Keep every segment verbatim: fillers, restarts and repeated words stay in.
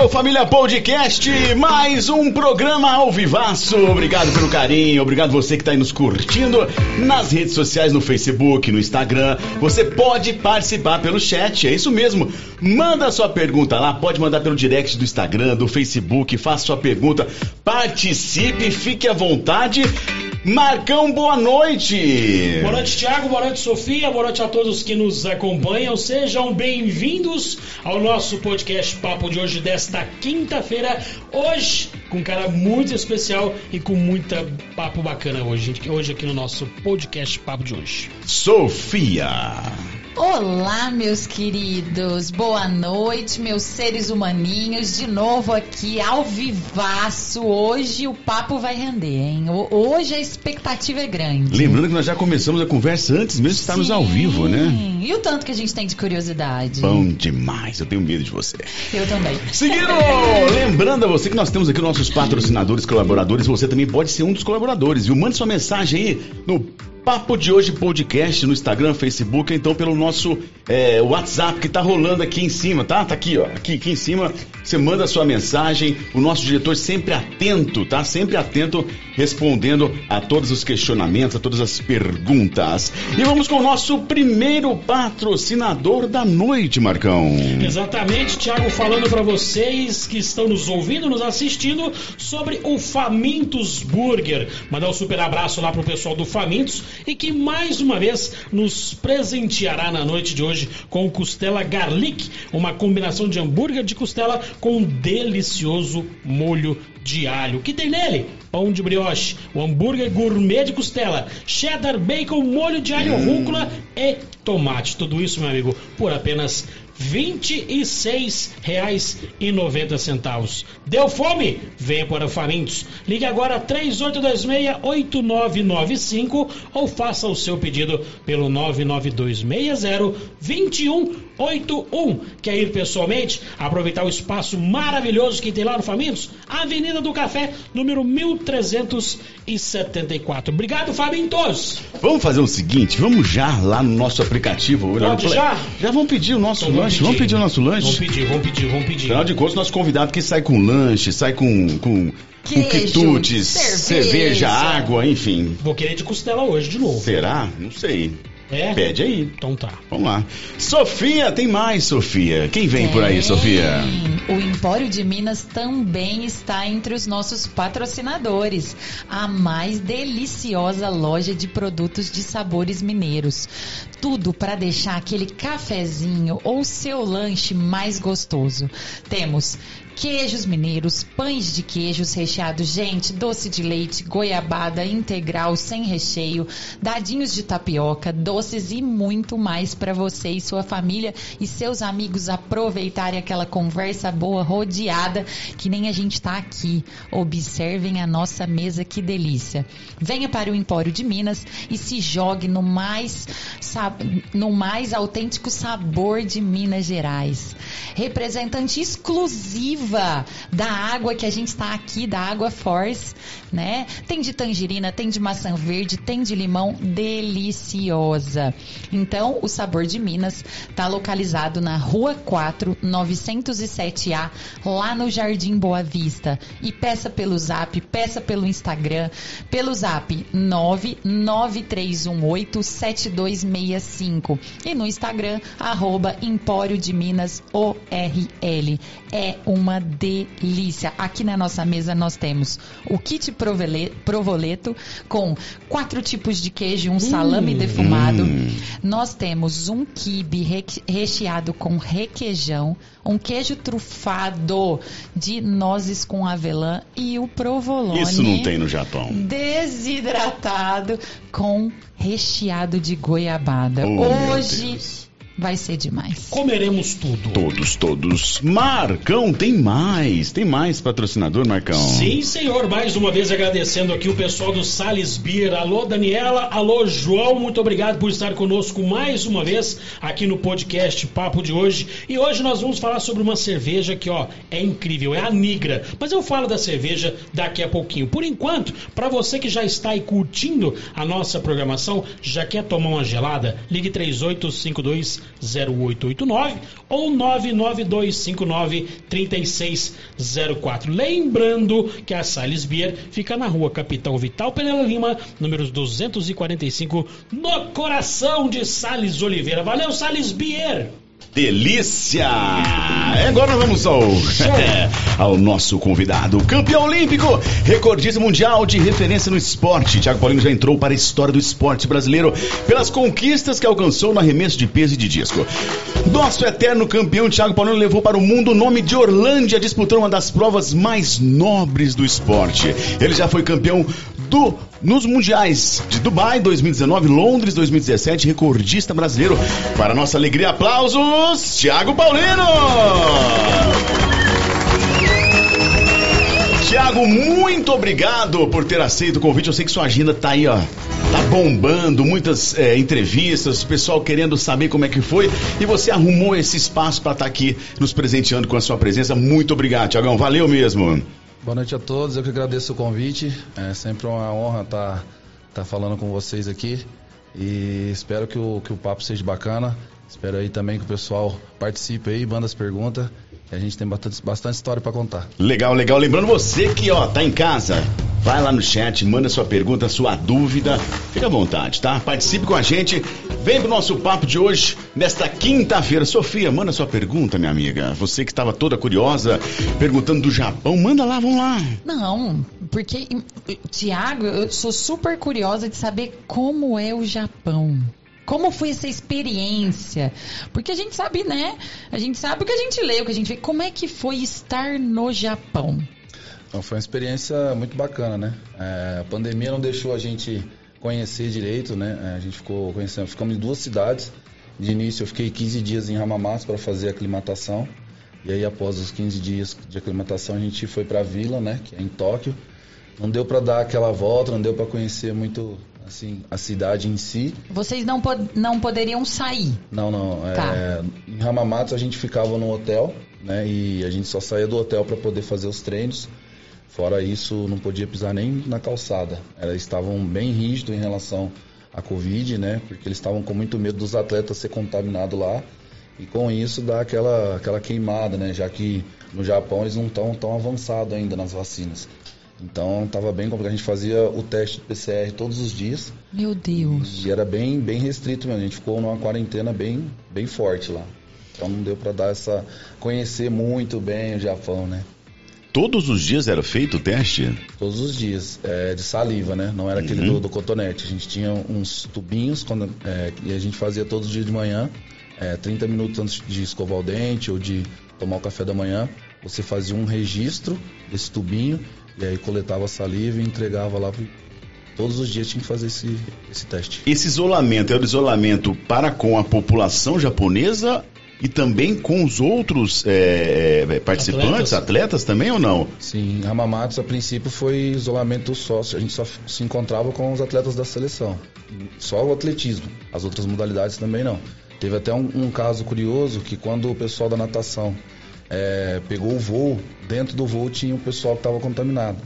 Alô, família Podcast, mais um programa ao vivaço. Obrigado pelo carinho, obrigado você que está aí nos curtindo nas redes sociais, no Facebook, no Instagram. Você pode participar pelo chat, é isso mesmo. Manda sua pergunta lá, pode mandar pelo direct do Instagram, do Facebook, faça sua pergunta, participe, fique à vontade. Marcão, boa noite. Boa noite, Thiago, boa noite, Sofia, boa noite a todos que nos acompanham. Sejam bem-vindos ao nosso podcast Papo de hoje, desta quinta-feira. Hoje, com um cara muito especial e com muita papo bacana hoje, hoje aqui no nosso podcast Papo de hoje. Sofia. Olá, meus queridos, boa noite, meus seres humaninhos, de novo aqui ao vivaço. Hoje o papo vai render, hein? Hoje a expectativa é grande. Lembrando que nós já começamos a conversa antes mesmo de estarmos ao vivo, né? E o tanto que a gente tem de curiosidade. Bom demais, eu tenho medo de você. Eu também. Seguindo, lembrando a você que nós temos aqui nossos patrocinadores, colaboradores, você também pode ser um dos colaboradores, viu? Mande sua mensagem aí no Papo de Hoje Podcast, no Instagram, Facebook, então pelo nosso é, WhatsApp que tá rolando aqui em cima, tá? Tá aqui, ó, aqui, aqui em cima, você manda a sua mensagem, o nosso diretor sempre atento, tá? Sempre atento, respondendo a todos os questionamentos, a todas as perguntas. E vamos com o nosso primeiro patrocinador da noite, Marcão. Exatamente, Thiago, falando pra vocês que estão nos ouvindo, nos assistindo, sobre o Famintos Burger. Mandar um super abraço lá pro pessoal do Famintos, e que mais uma vez nos presenteará na noite de hoje com costela garlic, uma combinação de hambúrguer de costela com um delicioso molho de alho. O que tem nele? Pão de brioche, o hambúrguer gourmet de costela, cheddar, bacon, molho de alho, hum. rúcula e tomate. Tudo isso, meu amigo, por apenas vinte e seis reais e noventa centavos. Deu fome? Venha para o Famintos. Ligue agora três oito dois seis, oito nove nove cinco ou faça o seu pedido pelo nove nove dois seis zero, dois um oito um. Quer ir pessoalmente? Aproveitar o espaço maravilhoso que tem lá no Famintos? Avenida do Café, número mil trezentos e setenta e quatro. Obrigado, Famintos! Vamos fazer o seguinte, vamos já lá no nosso aplicativo. Pode já? Já vamos pedir o nosso então, lanche, vamos pedir o nosso lanche? Vamos pedir, vamos pedir, vamos pedir. Afinal de contas, nosso convidado que sai com lanche, sai com... com... Queijo, com quitutes, cerveja. cerveja, água, enfim. Vou querer de costela hoje de novo. Será? Não sei. É? Pede aí. Então tá. Vamos lá. Sofia, tem mais, Sofia. Quem vem tem. por aí, Sofia? O Empório de Minas também está entre os nossos patrocinadores. A mais deliciosa loja de produtos de sabores mineiros. Tudo para deixar aquele cafezinho ou seu lanche mais gostoso. Temos queijos mineiros, pães de queijos recheados, gente, doce de leite, goiabada integral sem recheio, dadinhos de tapioca, doces e muito mais para você e sua família e seus amigos aproveitarem aquela conversa boa, rodeada, que nem a gente tá aqui. Observem a nossa mesa, que delícia. Venha para o Empório de Minas e se jogue no mais, no mais autêntico sabor de Minas Gerais. Representante exclusivo da água que a gente está aqui, da Água Force, né? Tem de tangerina, tem de maçã verde, tem de limão, deliciosa. Então, o Sabor de Minas está localizado na Rua quatro, novecentos e sete A, lá no Jardim Boa Vista. E peça pelo Zap, peça pelo Instagram, pelo Zap nove nove três um oito sete dois seis cinco e no Instagram, arroba Empório de Minas O R L. É uma delícia. Aqui na nossa mesa nós temos o kit provoleto com quatro tipos de queijo e um salame hum, defumado. Hum. Nós temos um quibe recheado com requeijão, um queijo trufado de nozes com avelã e o provolone. Isso não tem no Japão. Desidratado com recheado de goiabada. Oh, hoje vai ser demais. Comeremos tudo. Todos, todos. Marcão, tem mais. Tem mais patrocinador, Marcão? Sim, senhor. Mais uma vez agradecendo aqui o pessoal do Sales Beer. Alô, Daniela. Alô, João. Muito obrigado por estar conosco mais uma vez aqui no podcast Papo de Hoje. E hoje nós vamos falar sobre uma cerveja que, ó, é incrível. É a Nigra. Mas eu falo da cerveja daqui a pouquinho. Por enquanto, para você que já está aí curtindo a nossa programação, já quer tomar uma gelada? Ligue três oito cinco dois zero oito oito nove ou nove nove dois cinco nove três seis zero quatro. Lembrando que a Sales Beer fica na rua Capitão Vital Pereira Lima, número duzentos e quarenta e cinco, no coração de Sales Oliveira. Valeu, Sales Beer! Delícia! Agora vamos ao, ao nosso convidado, campeão olímpico, recordista mundial de referência no esporte. Thiago Paulino já entrou para a história do esporte brasileiro pelas conquistas que alcançou no arremesso de peso e de disco. Nosso eterno campeão Thiago Paulino levou para o mundo o nome de Orlândia, disputando uma das provas mais nobres do esporte. Ele já foi campeão do, nos mundiais de Dubai dois mil e dezenove, Londres dois mil e dezessete, recordista brasileiro. Para nossa alegria, aplausos, Thiago Paulino! Thiago, muito obrigado por ter aceito o convite. Eu sei que sua agenda tá aí, ó, tá bombando, muitas é, entrevistas, o pessoal querendo saber como é que foi, e você arrumou esse espaço para estar aqui nos presenteando com a sua presença. Muito obrigado, Thiagão, valeu mesmo. Boa noite a todos, eu que agradeço o convite, é sempre uma honra estar tá, tá falando com vocês aqui, e espero que o, que o papo seja bacana. Espero aí também que o pessoal participe aí, manda as perguntas, que a gente tem bastante, bastante história para contar. Legal, legal. Lembrando você que, ó, tá em casa, vai lá no chat, manda sua pergunta, sua dúvida, fica à vontade, tá? Participe com a gente, vem pro nosso papo de hoje, nesta quinta-feira. Sofia, manda sua pergunta, minha amiga. Você que estava toda curiosa, perguntando do Japão, manda lá, vamos lá. Não, porque, Thiago, eu sou super curiosa de saber como é o Japão. Como foi essa experiência? Porque a gente sabe, né? A gente sabe o que a gente lê, o que a gente vê. Como é que foi estar no Japão? Então, foi uma experiência muito bacana, né? É, a pandemia não deixou a gente conhecer direito, né? A gente ficou conhecendo, ficamos em duas cidades. De início eu fiquei quinze dias em Hamamatsu para fazer a aclimatação. E aí após os quinze dias de aclimatação a gente foi para a vila, né? Que é em Tóquio. Não deu para dar aquela volta, não deu para conhecer muito... assim, a cidade em si. Vocês não, pod- não poderiam sair? Não, não. Tá. É, em Hamamatsu a gente ficava no hotel, né? E a gente só saía do hotel para poder fazer os treinos. Fora isso, não podia pisar nem na calçada. Eles estavam bem rígidos em relação à Covid, né? Porque eles estavam com muito medo dos atletas ser contaminados lá. E com isso dá aquela, aquela queimada, né? Já que no Japão eles não estão tão avançados ainda nas vacinas. Então estava bem complicado, a gente fazia o teste de P C R todos os dias. Meu Deus. E era bem, bem restrito mesmo, a gente ficou numa quarentena bem, bem forte lá. Então não deu para dar essa, conhecer muito bem o Japão, né? Todos os dias era feito o teste? Todos os dias, é, de saliva, né? Não era aquele Uhum. do, do cotonete. A gente tinha uns tubinhos quando, é, e a gente fazia todos os dias de manhã, é, trinta minutos antes de escovar o dente ou de tomar o café da manhã. Você fazia um registro desse tubinho e aí coletava a saliva e entregava lá. Pro... Todos os dias tinha que fazer esse, esse teste. Esse isolamento é o isolamento para com a população japonesa e também com os outros é, participantes, atletas. atletas também ou não? Sim, em Hamamatsu a princípio foi isolamento só, a gente só se encontrava com os atletas da seleção, só o atletismo, as outras modalidades também não. Teve até um, um caso curioso que quando o pessoal da natação é, pegou o voo, dentro do voo tinha um pessoal que estava contaminado.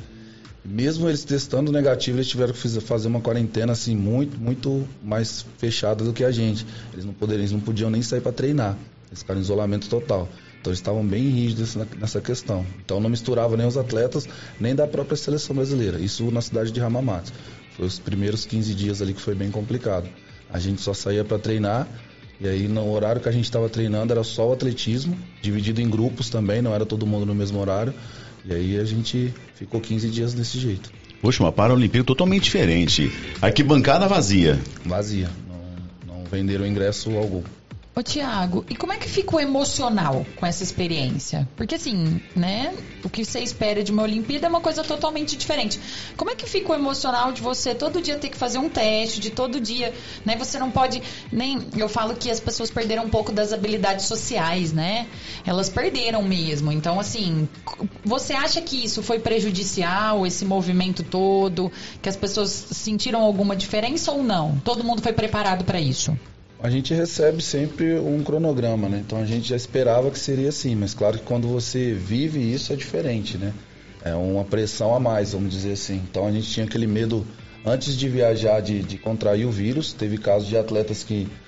Mesmo eles testando negativo, eles tiveram que fazer uma quarentena assim muito, muito mais fechada do que a gente. Eles não poderiam, eles não podiam nem sair para treinar. Eles ficaram em isolamento total. Então eles estavam bem rígidos nessa questão. Então não misturava nem os atletas, nem da própria seleção brasileira. Isso na cidade de Hamamatsu. Foi os primeiros quinze dias ali que foi bem complicado. A gente só saía para treinar. E aí no horário que a gente estava treinando era só o atletismo, dividido em grupos também, não era todo mundo no mesmo horário. E aí a gente ficou quinze dias desse jeito. Poxa, uma Paralimpíada totalmente diferente. Arquibancada vazia. Vazia, não, não venderam ingresso algum. Ô Thiago, e como é que fica o emocional com essa experiência? Porque assim, né, o que você espera de uma Olimpíada é uma coisa totalmente diferente. Como é que fica o emocional de você todo dia ter que fazer um teste, de todo dia, né, você não pode nem... Eu falo que as pessoas perderam um pouco das habilidades sociais, né? Elas perderam mesmo. Então, assim, você acha que isso foi prejudicial, esse movimento todo, que as pessoas sentiram alguma diferença ou não? Todo mundo foi preparado para isso? A gente recebe sempre um cronograma, né? Então a gente já esperava que seria assim, mas claro que quando você vive isso é diferente, né? É uma pressão a mais, vamos dizer assim. Então a gente tinha aquele medo antes de viajar de, de contrair o vírus. Teve casos de atletas que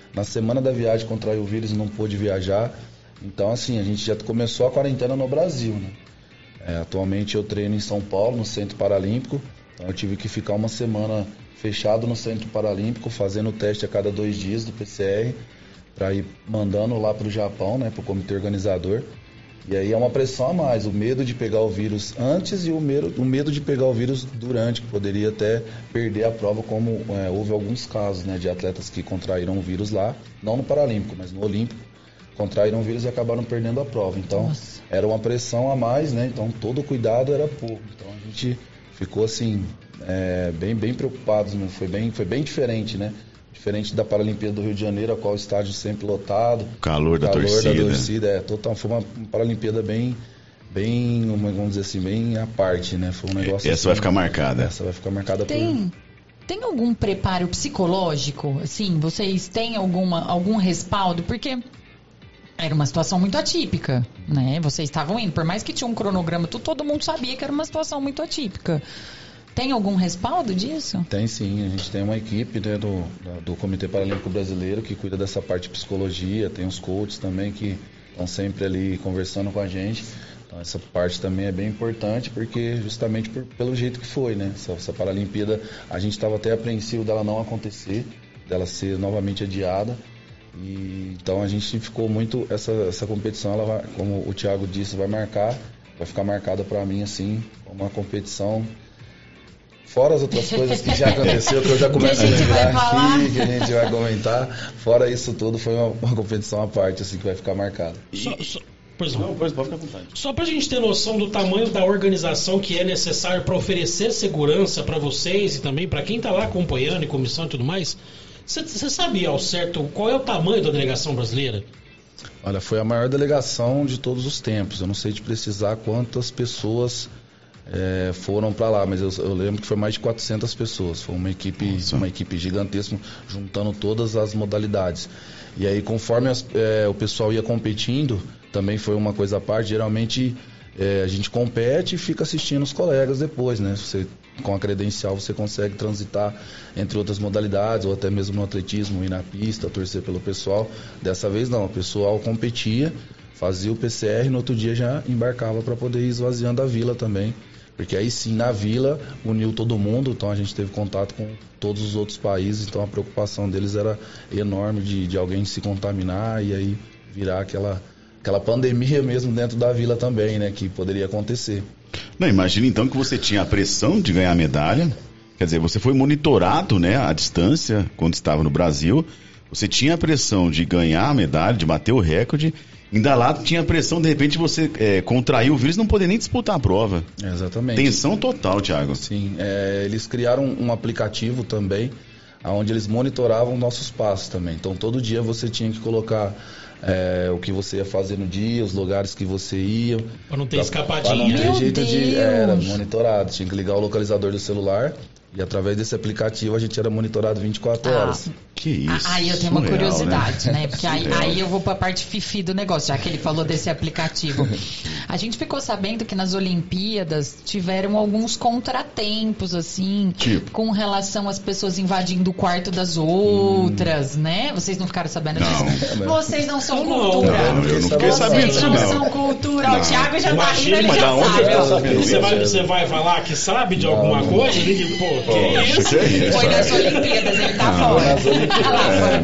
Na semana da viagem contraiu o vírus e não pôde viajar. Então, assim, a gente já começou a quarentena no Brasil, né? É, atualmente eu treino em São Paulo, no Centro Paralímpico. Então eu tive que ficar uma semana fechado no Centro Paralímpico, fazendo o teste a cada dois dias do P C R, para ir mandando lá para o Japão, né, para o comitê organizador. E aí é uma pressão a mais, o medo de pegar o vírus antes e o medo, o medo de pegar o vírus durante, que poderia até perder a prova, como é, houve alguns casos, né, de atletas que contraíram o vírus lá, não no Paralímpico, mas no Olímpico, contraíram o vírus e acabaram perdendo a prova. Então, Nossa. Era uma pressão a mais, né, então todo cuidado era pouco. Então a gente ficou assim, é, bem, bem preocupados, né? foi, bem, foi bem diferente, né? Diferente da Paralimpíada do Rio de Janeiro, a qual o estádio sempre lotado. O calor da calor torcida. da torcida, é, total, foi uma Paralimpíada bem, bem, vamos dizer assim, bem à parte, né? Foi um negócio. Essa assim, vai ficar marcada. Essa vai ficar marcada tem, por. Tem algum preparo psicológico? Assim, vocês têm alguma, algum respaldo? Porque era uma situação muito atípica, né? Vocês estavam indo, por mais que tinha um cronograma, todo mundo sabia que era uma situação muito atípica. Tem algum respaldo disso? Tem sim, a gente tem uma equipe, né, do, do Comitê Paralímpico Brasileiro que cuida dessa parte de psicologia, tem os coaches também que estão sempre ali conversando com a gente. Então essa parte também é bem importante, porque justamente por, pelo jeito que foi, né? Essa, essa Paralimpíada, a gente estava até apreensivo dela não acontecer, dela ser novamente adiada. E, então a gente ficou muito, essa, essa competição, ela vai, como o Thiago disse, vai marcar, vai ficar marcada para mim assim, como uma competição. Fora as outras coisas que já aconteceu, que eu já começo a lembrar aqui, que a gente vai comentar. Fora isso tudo, foi uma, uma competição à parte, assim, que vai ficar marcada. Só, só, pois não, pois pode ficar à vontade. Só pra gente ter noção do tamanho da organização que é necessário para oferecer segurança para vocês e também para quem tá lá acompanhando e comissão e tudo mais, você sabe ao certo qual é o tamanho da delegação brasileira? Olha, foi a maior delegação de todos os tempos. Eu não sei te precisar quantas pessoas É, foram para lá, mas eu, eu lembro que foi mais de quatrocentas pessoas. Foi uma equipe, Nossa. uma equipe gigantesca, juntando todas as modalidades. E aí, conforme as, é, o pessoal ia competindo, também foi uma coisa à parte. Geralmente é, a gente compete e fica assistindo os colegas depois, né? Você, com a credencial você consegue transitar entre outras modalidades, ou até mesmo no atletismo, ir na pista, torcer pelo pessoal. Dessa vez não, o pessoal competia, fazia o P C R e no outro dia já embarcava para poder ir esvaziando a vila também. Porque aí sim, na vila, uniu todo mundo, então a gente teve contato com todos os outros países, então a preocupação deles era enorme de, de alguém se contaminar e aí virar aquela, aquela pandemia mesmo dentro da vila também, né, que poderia acontecer. Não, imagina então que você tinha a pressão de ganhar a medalha, quer dizer, você foi monitorado, né, à distância, quando estava no Brasil, você tinha a pressão de ganhar a medalha, de bater o recorde. Ainda lá tinha a pressão, de repente, você é, contrair o vírus e não poder nem disputar a prova. Exatamente. Tensão total, Thiago. Sim, é, eles criaram um aplicativo também, onde eles monitoravam nossos passos também. Então, todo dia você tinha que colocar é, o que você ia fazer no dia, os lugares que você ia. Para não ter pra, escapadinha. Para não ter Meu jeito Deus. de... Era monitorado, tinha que ligar o localizador do celular. E através desse aplicativo a gente era monitorado vinte e quatro horas. Ah, que isso. Aí eu tenho uma surreal, curiosidade, né? né? Porque aí, aí eu vou pra parte fifi do negócio, já que ele falou desse aplicativo. A gente ficou sabendo que nas Olimpíadas tiveram alguns contratempos, assim, tipo? com relação às pessoas invadindo o quarto das outras, hum. né? Vocês não ficaram sabendo não. disso? Não. Vocês não são Não, cultura. Não, eu não fiquei Vocês sabendo disso, não não. são cultura. Não. O Thiago já tá rindo, ele mas já da onde sabe. eu tô ó. sabendo Você isso? vai, você vai falar que sabe de Não, alguma não. coisa? Ninguém- Pô, que Poxa, isso? que é isso? Foi nas Olimpíadas, ele tá Não, fora. nas Olimpíadas. Tá lá fora.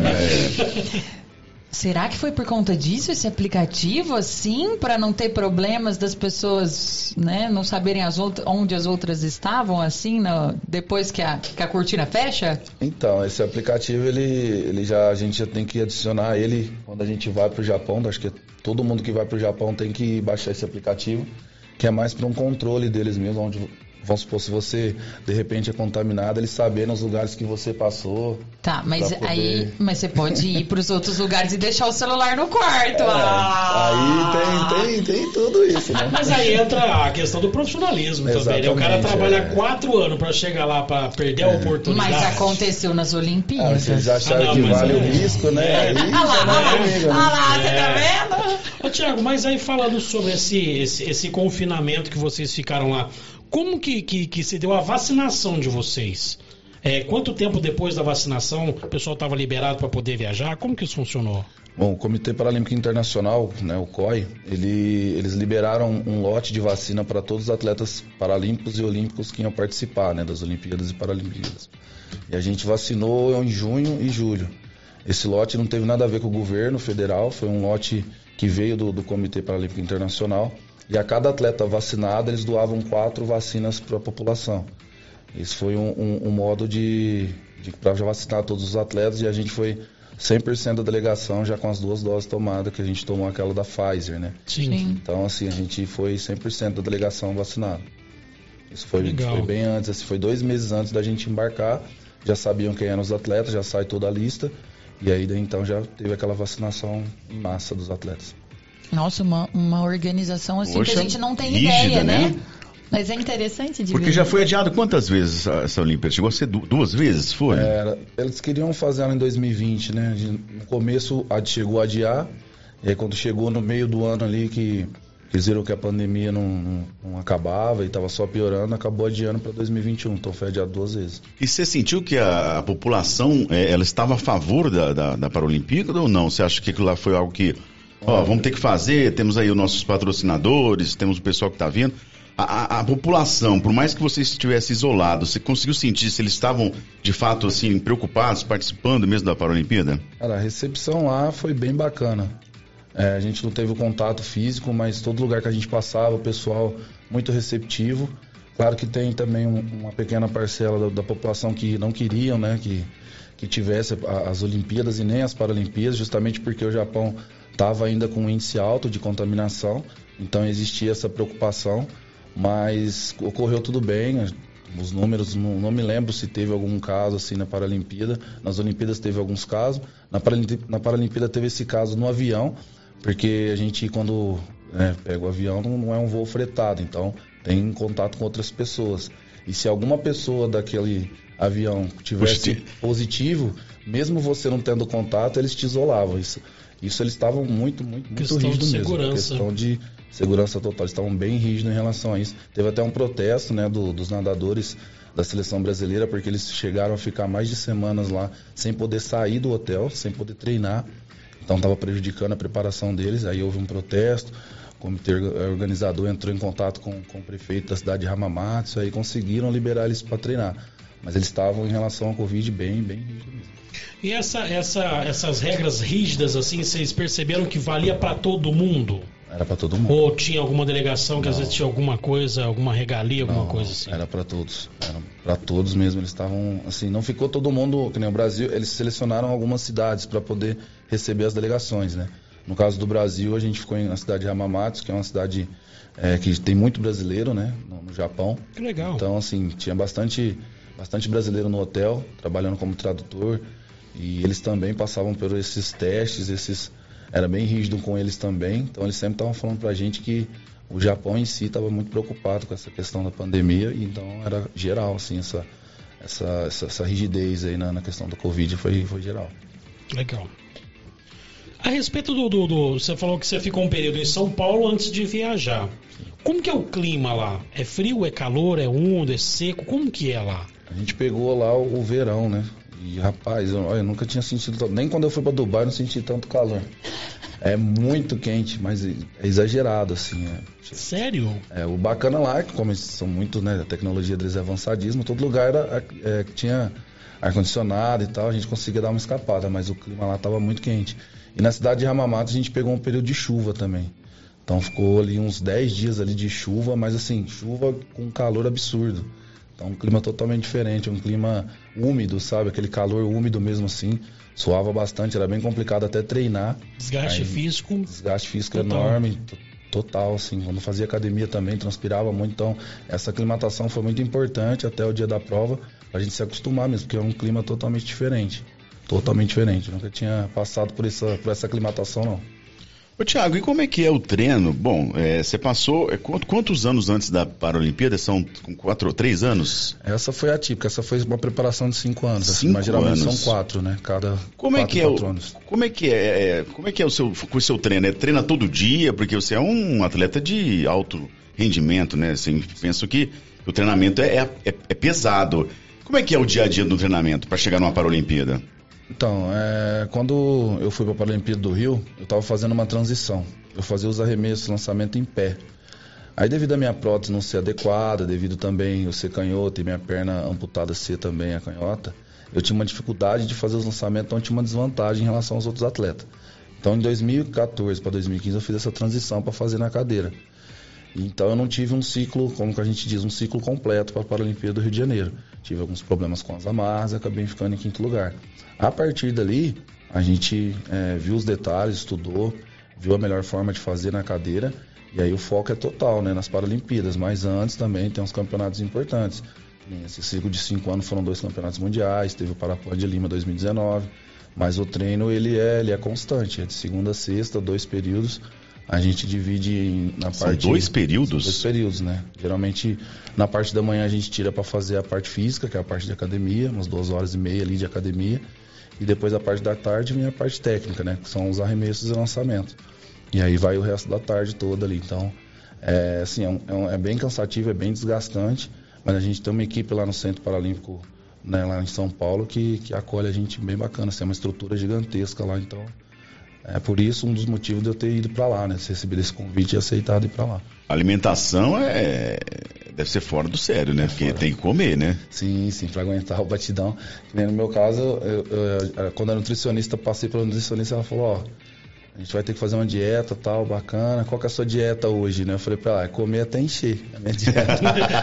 É, Será que foi por conta disso esse aplicativo, assim, para não ter problemas das pessoas, né, não saberem as out- onde as outras estavam, assim, no- depois que a, que a cortina fecha? Então, esse aplicativo, ele, ele já, a gente já tem que adicionar ele quando a gente vai para o Japão. Acho que todo mundo que vai para o Japão tem que baixar esse aplicativo, que é mais para um controle deles mesmo, onde, vamos supor, se você de repente é contaminado, eles saberem os lugares que você passou. Tá, mas Pra poder- aí, mas você pode ir para os outros lugares e deixar o celular no quarto. É, ah! Aí tem, tem, tem tudo isso, né? Mas aí entra a questão do profissionalismo também, né? O cara Exatamente, trabalha é. quatro anos para chegar lá para perder a oportunidade. Mas aconteceu nas Ah, Olimpíadas. vocês acharam Ah, não, que mas vale é. o risco, né? É. Aí Ah lá, já ah não é lá, comigo, né? ah lá, você É. tá vendo? Ô, Thiago, mas aí falando sobre esse, esse, esse confinamento que vocês ficaram lá, como que, que, que se deu a vacinação de vocês? É, quanto tempo depois da vacinação o pessoal estava liberado para poder viajar? Como que isso funcionou? Bom, o Comitê Paralímpico Internacional, né, o C O I, ele, eles liberaram um lote de vacina para todos os atletas paralímpicos e olímpicos que iam participar, né, das Olimpíadas e Paralimpíadas. E a gente vacinou em junho e julho. Esse lote não teve nada a ver com o governo federal, foi um lote que veio do, do Comitê Paralímpico Internacional. E a cada atleta vacinado, eles doavam quatro vacinas para a população. Esse foi um, um, um modo de, de para vacinar todos os atletas, e a gente foi cem por cento da delegação já com as duas doses tomadas, que a gente tomou aquela da Pfizer, né? Sim. Então, assim, a gente foi cem por cento da delegação vacinada. Isso foi, foi bem antes, assim, foi dois meses antes da gente embarcar, já sabiam quem eram os atletas, já sai toda a lista, e aí então já teve aquela vacinação em massa dos atletas. Nossa, uma, uma organização assim Poxa, que a gente não tem rígida, ideia, né? né? Mas é interessante de Porque ver. já foi adiado quantas vezes essa Olimpíada? Chegou a ser du- duas vezes, foi? Era, eles queriam fazer ela em dois mil e vinte, né? No começo a- chegou a adiar, e aí quando chegou no meio do ano ali que, que eles viram que a pandemia não, não, não acabava e estava só piorando, acabou adiando para dois mil e vinte e um, então foi adiado duas vezes. E você sentiu que a, a população é, ela estava a favor da, da, da Paralimpíada ou não? Você acha que aquilo lá foi algo que, ó, vamos ter que fazer, temos aí os nossos patrocinadores, temos o pessoal que está vindo. A, a, a população, por mais que você estivesse isolado, você conseguiu sentir se eles estavam, de fato, assim, preocupados, participando mesmo da Paralimpíada? Cara, a recepção lá foi bem bacana. É, a gente não teve o contato físico, mas todo lugar que a gente passava, o pessoal muito receptivo. Claro que tem também um, uma pequena parcela da, da população que não queriam, né, que, que tivesse a, as Olimpíadas e nem as Paralimpíadas, justamente porque o Japão estava ainda com um índice alto de contaminação, então existia essa preocupação. Mas ocorreu tudo bem, os números, não, não me lembro se teve algum caso assim na Paralimpíada. Nas Olimpíadas teve alguns casos, na Paralimpíada, na Paralimpíada teve esse caso no avião, porque a gente quando né, pega o avião não, não é um voo fretado, então tem contato com outras pessoas. E se alguma pessoa daquele avião tivesse Puxa. positivo, mesmo você não tendo contato, eles te isolavam. Isso, isso eles estavam muito, muito, muito rígidos mesmo. Segurança. Questão de segurança total, eles estavam bem rígidos em relação a isso. Teve até um protesto, né, do, dos nadadores da seleção brasileira, porque eles chegaram a ficar mais de semanas lá sem poder sair do hotel, sem poder treinar. Então estava prejudicando a preparação deles. Aí houve um protesto, o comitê organizador entrou em contato com, com o prefeito da cidade de Hamamatsu, aí conseguiram liberar eles para treinar. Mas eles estavam em relação ao Covid bem, bem rígidos mesmo. E essa, essa, essas regras rígidas, assim, vocês perceberam que valia para todo mundo? Era para todo mundo. Ou tinha alguma delegação que Não. às vezes tinha alguma coisa, alguma regalia, alguma Não, coisa assim? Era para todos. Era para todos mesmo. Eles estavam assim, não ficou todo mundo, que nem o Brasil, eles selecionaram algumas cidades para poder receber as delegações, né? No caso do Brasil, a gente ficou na cidade de Hamamatsu, que é uma cidade é, que tem muito brasileiro, né? No, no Japão. Que legal. Então, assim, tinha bastante, bastante brasileiro no hotel, trabalhando como tradutor. E eles também passavam por esses testes, esses... Era bem rígido com eles também, então eles sempre estavam falando pra gente que o Japão em si estava muito preocupado com essa questão da pandemia, e então era geral, assim, essa, essa, essa, essa rigidez aí na, na questão da Covid foi, foi geral. Legal. A respeito do, do, do... Você falou que você ficou um período em São Paulo antes de viajar. Como que é o clima lá? É frio, é calor, é úmido, é seco? Como que é lá? A gente pegou lá o, o verão, né? E, rapaz, eu, eu nunca tinha sentido... Nem quando eu fui pra Dubai eu não senti tanto calor. É muito quente, mas é exagerado, assim. É, Sério? é, o bacana lá é que, como eles são muito, né? A tecnologia deles é avançadíssima, todo lugar era, é, tinha ar-condicionado e tal, a gente conseguia dar uma escapada, mas o clima lá tava muito quente. E na cidade de Hamamatsu a gente pegou um período de chuva também. Então ficou ali uns dez dias ali de chuva, mas assim, chuva com calor absurdo. Então um clima totalmente diferente, um clima úmido, sabe? Aquele calor úmido mesmo assim, suava bastante, era bem complicado até treinar. Desgaste Aí, físico? Desgaste físico total. enorme, t- total, assim. Quando fazia academia também, transpirava muito, então essa aclimatação foi muito importante até o dia da prova, pra gente se acostumar mesmo, porque é um clima totalmente diferente. Totalmente diferente, nunca tinha passado por essa, por essa aclimatação, não. Ô Thiago, e como é que é o treino? Bom, é, você passou, é, quantos, quantos anos antes da Paralimpíada? São com quatro, três anos? Essa foi atípica, essa foi uma preparação de cinco anos, assim, Cinco mas geralmente anos. são quatro, né? Cada Como é quatro, que é o, quatro anos. como é que é, é, como é que é o seu, o seu treino? É treina todo dia? Porque você é um atleta de alto rendimento, né? Assim, penso que o treinamento é, é, é pesado. Como é que é o dia a dia do treinamento para chegar numa Paralimpíada? Então, é, quando eu fui para a Paralimpíada do Rio, eu estava fazendo uma transição. Eu fazia os arremessos, lançamento em pé. Aí, devido à minha prótese não ser adequada, devido também eu ser canhoto e minha perna amputada ser também a canhota, eu tinha uma dificuldade de fazer os lançamentos, então eu tinha uma desvantagem em relação aos outros atletas. Então, em dois mil e quatorze para dois mil e quinze, eu fiz essa transição para fazer na cadeira. Então, eu não tive um ciclo, como que a gente diz, um ciclo completo para a Paralimpíada do Rio de Janeiro. Tive alguns problemas com as amarras e acabei ficando em quinto lugar. A partir dali, a gente é, viu os detalhes, estudou, viu a melhor forma de fazer na cadeira. E aí o foco é total, né, nas Paralimpíadas. Mas antes também tem uns campeonatos importantes. Esse ciclo de cinco anos foram dois campeonatos mundiais, teve o Parapan de Lima dois mil e dezenove. Mas o treino ele é, ele é constante, é de segunda a sexta, dois períodos. A gente divide em, na São parte... dois períodos? Dois períodos, né? Geralmente, na parte da manhã a gente tira para fazer a parte física, que é a parte de academia, umas duas horas e meia ali de academia. E depois a parte da tarde vem a parte técnica, né? Que são os arremessos e lançamentos. E aí vai o resto da tarde toda ali. Então, é, assim, é, um, é bem cansativo, é bem desgastante. Mas a gente tem uma equipe lá no Centro Paralímpico, né, lá em São Paulo, que, que acolhe a gente bem bacana. Assim, é uma estrutura gigantesca lá, então... É por isso um dos motivos de eu ter ido para lá, né? Ter recebido esse convite e aceitado ir para lá. A alimentação é... deve ser fora do sério, né? É Porque fora. Tem que comer, né? Sim, sim, para aguentar o batidão. No meu caso, eu, eu, quando a nutricionista, passei pela nutricionista, ela falou, ó, a gente vai ter que fazer uma dieta tal, bacana. Qual que é a sua dieta hoje, né? Eu falei para ela, é comer até encher, é a minha dieta.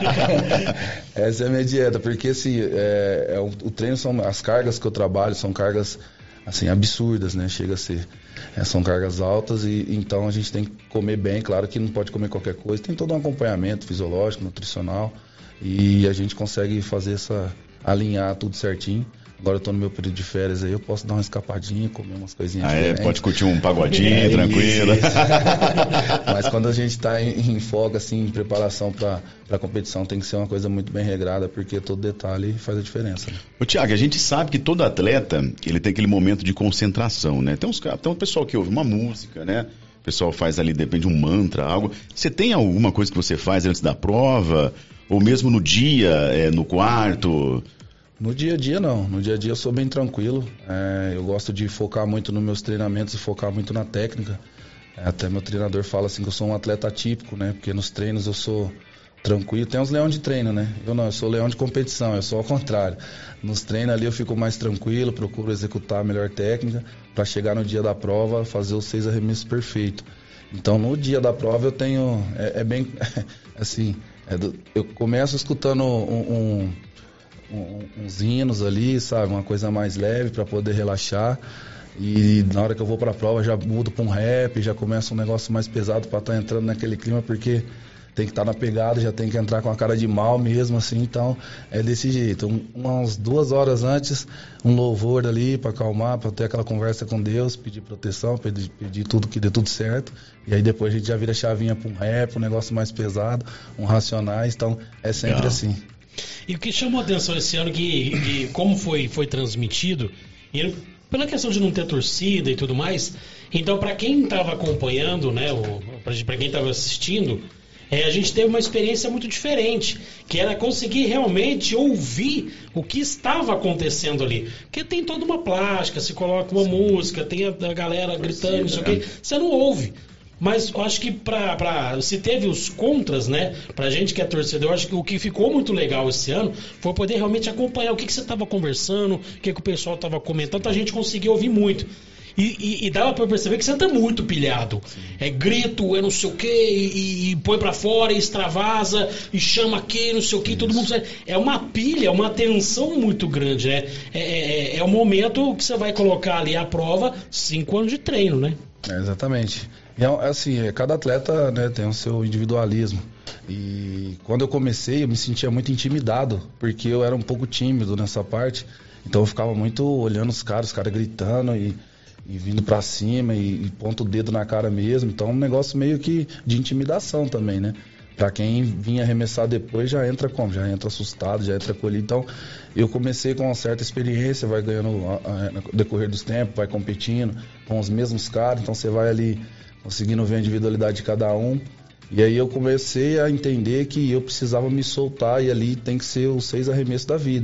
Essa é a minha dieta, porque assim, é, é, o, o treino são, as cargas que eu trabalho são cargas assim, absurdas, né? Chega a ser. É, são cargas altas e então a gente tem que comer bem, claro que não pode comer qualquer coisa, tem todo um acompanhamento fisiológico, nutricional e a gente consegue fazer essa, alinhar tudo certinho. Agora eu tô no meu período de férias aí, eu posso dar uma escapadinha, comer umas coisinhas ah, diferentes. É, pode curtir um pagodinho, é, tranquilo. Isso, isso. Mas quando a gente tá em, em folga, assim, em preparação para a competição, tem que ser uma coisa muito bem regrada, porque todo detalhe faz a diferença. Né? Ô, Thiago, a gente sabe que todo atleta, ele tem aquele momento de concentração, né? Tem uns tem um pessoal que ouve uma música, né? O pessoal faz ali, depende, um mantra, algo. Você tem alguma coisa que você faz antes da prova? Ou mesmo no dia, é, no quarto? No dia a dia não, no dia a dia eu sou bem tranquilo, é, eu gosto de focar muito nos meus treinamentos e focar muito na técnica, é, até meu treinador fala assim que eu sou um atleta atípico, né, porque nos treinos eu sou tranquilo, tem uns leão de treino, né, eu não, eu sou leão de competição, eu sou ao contrário, nos treinos ali eu fico mais tranquilo, procuro executar a melhor técnica, para chegar no dia da prova fazer os seis arremessos perfeitos, então no dia da prova eu tenho, é, é bem, assim, é do, eu começo escutando um... um uns hinos ali, sabe, uma coisa mais leve para poder relaxar e na hora que eu vou para a prova já mudo para um rap, já começa um negócio mais pesado para estar tá entrando naquele clima, porque tem que estar tá na pegada, já tem que entrar com a cara de mal mesmo, assim, então é desse jeito, um, umas duas horas antes um louvor ali para acalmar, para ter aquela conversa com Deus, pedir proteção, pedir, pedir tudo que dê tudo certo, e aí depois a gente já vira a chavinha para um rap, um negócio mais pesado, um Racionais, então é sempre Legal. Assim. E o que chamou a atenção esse ano, que, que como foi, foi transmitido, e pela questão de não ter torcida e tudo mais, então para quem estava acompanhando, né, para quem estava assistindo, é, a gente teve uma experiência muito diferente, que era conseguir realmente ouvir o que estava acontecendo ali. Porque tem toda uma plástica, se coloca uma Sim. música, tem a, a galera gritando, não sei o que, você não ouve. Mas eu acho que pra, pra, se teve os contras, né? Pra gente que é torcedor, eu acho que o que ficou muito legal esse ano foi poder realmente acompanhar o que, que você estava conversando, o que, que o pessoal estava comentando, a gente conseguiu ouvir muito. E, e, e dava pra perceber que você tá muito pilhado. Sim. É grito, é não sei o que, e, e põe pra fora, e extravasa, e chama aqui, não sei o que, todo mundo sabe. É uma pilha, é uma tensão muito grande, né? É, é, é o momento que você vai colocar ali à prova cinco anos de treino, né? É, exatamente. E assim, cada atleta, né, tem o seu individualismo. E quando eu comecei, eu me sentia muito intimidado, porque eu era um pouco tímido nessa parte. Então eu ficava muito olhando os caras, os caras gritando e, e vindo pra cima e, e ponto o dedo na cara mesmo. Então é um negócio meio que de intimidação também, né? Pra quem vinha arremessar depois já entra como? Já entra assustado, já entra colhido. Então eu comecei com uma certa experiência, vai ganhando no decorrer dos tempos, vai competindo com os mesmos caras, então você vai ali conseguindo ver a individualidade de cada um. E aí eu comecei a entender que eu precisava me soltar e ali tem que ser os seis arremessos da vida.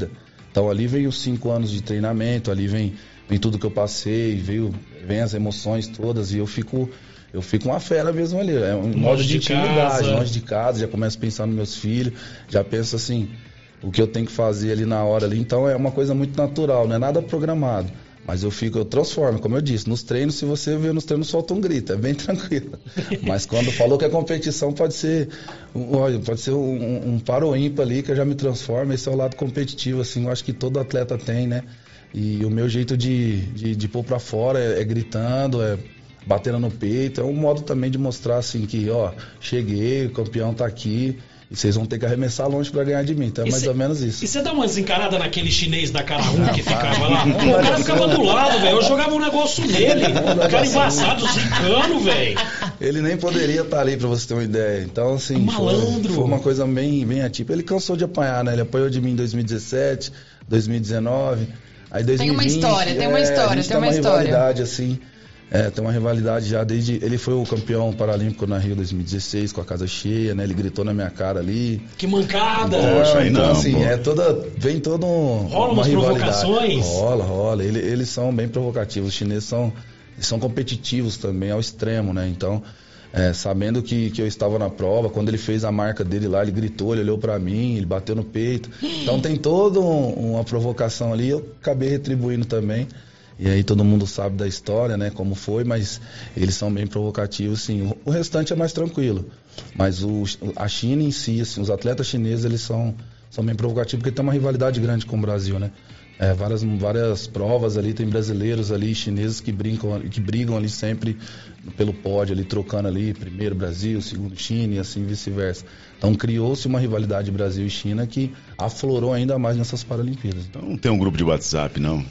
Então ali vem os cinco anos de treinamento, ali vem, vem tudo que eu passei, veio, vem as emoções todas, e eu fico, eu fico uma fera mesmo ali. É um modo de intimidade, longe de casa, já começo a pensar nos meus filhos, já penso assim, o que eu tenho que fazer ali na hora ali. Então é uma coisa muito natural, não é nada programado. Mas eu fico, eu transformo, como eu disse, nos treinos, se você ver nos treinos, solta um grito, é bem tranquilo. Mas quando falou que a competição pode ser, olha, pode ser um, um paro ímpar ali, que eu já me transformo, esse é o lado competitivo, assim, eu acho que todo atleta tem, né? E o meu jeito de, de, de pôr pra fora é, é gritando, é batendo no peito, é um modo também de mostrar, assim, que, ó, cheguei, o campeão tá aqui. E vocês vão ter que arremessar longe pra ganhar de mim. Então é mais cê, ou menos isso. E você dá umas encaradas naquele chinês da cara ruim que ficava lá? O cara ficava do lado, velho. Eu jogava um negócio nele. O cara embaçado, zicano, velho. Ele nem poderia estar ali, pra você ter uma ideia. Então, assim, malandro. Foi, foi uma coisa bem, bem atípica. Ele cansou de apanhar, né? Ele apanhou de mim em dois mil e dezessete, dois mil e dezenove. Aí dois mil e vinte, tem uma história, tem uma história, é, a gente tem uma, uma história. rivalidade, assim. É, tem uma rivalidade já desde... Ele foi o campeão paralímpico na Rio dois mil e dezesseis, com a casa cheia, né? Ele gritou na minha cara ali. Que mancada! Então, Poxa, aí então não, assim, pô. é toda... Vem todo um, rola uma umas rivalidade. provocações? Rola, rola. Ele, eles são bem provocativos. Os chineses são, eles são competitivos também, ao extremo, né? Então, é, sabendo que, que eu estava na prova, quando ele fez a marca dele lá, ele gritou, ele olhou pra mim, ele bateu no peito. Então tem toda um, uma provocação ali, eu acabei retribuindo também. E aí todo mundo sabe da história, né, como foi, mas eles são bem provocativos, sim. O restante é mais tranquilo. Mas o, a China em si, assim, os atletas chineses, eles são, são bem provocativos, porque tem uma rivalidade grande com o Brasil, né? É, várias, várias provas ali, tem brasileiros ali, chineses que, brincam, que brigam ali sempre pelo pódio, ali, trocando ali, primeiro Brasil, segundo China e assim vice-versa. Então criou-se uma rivalidade Brasil e China que aflorou ainda mais nessas Paralimpíadas. Então não tem um grupo de WhatsApp, não?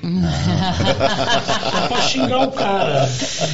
É pra xingar o cara.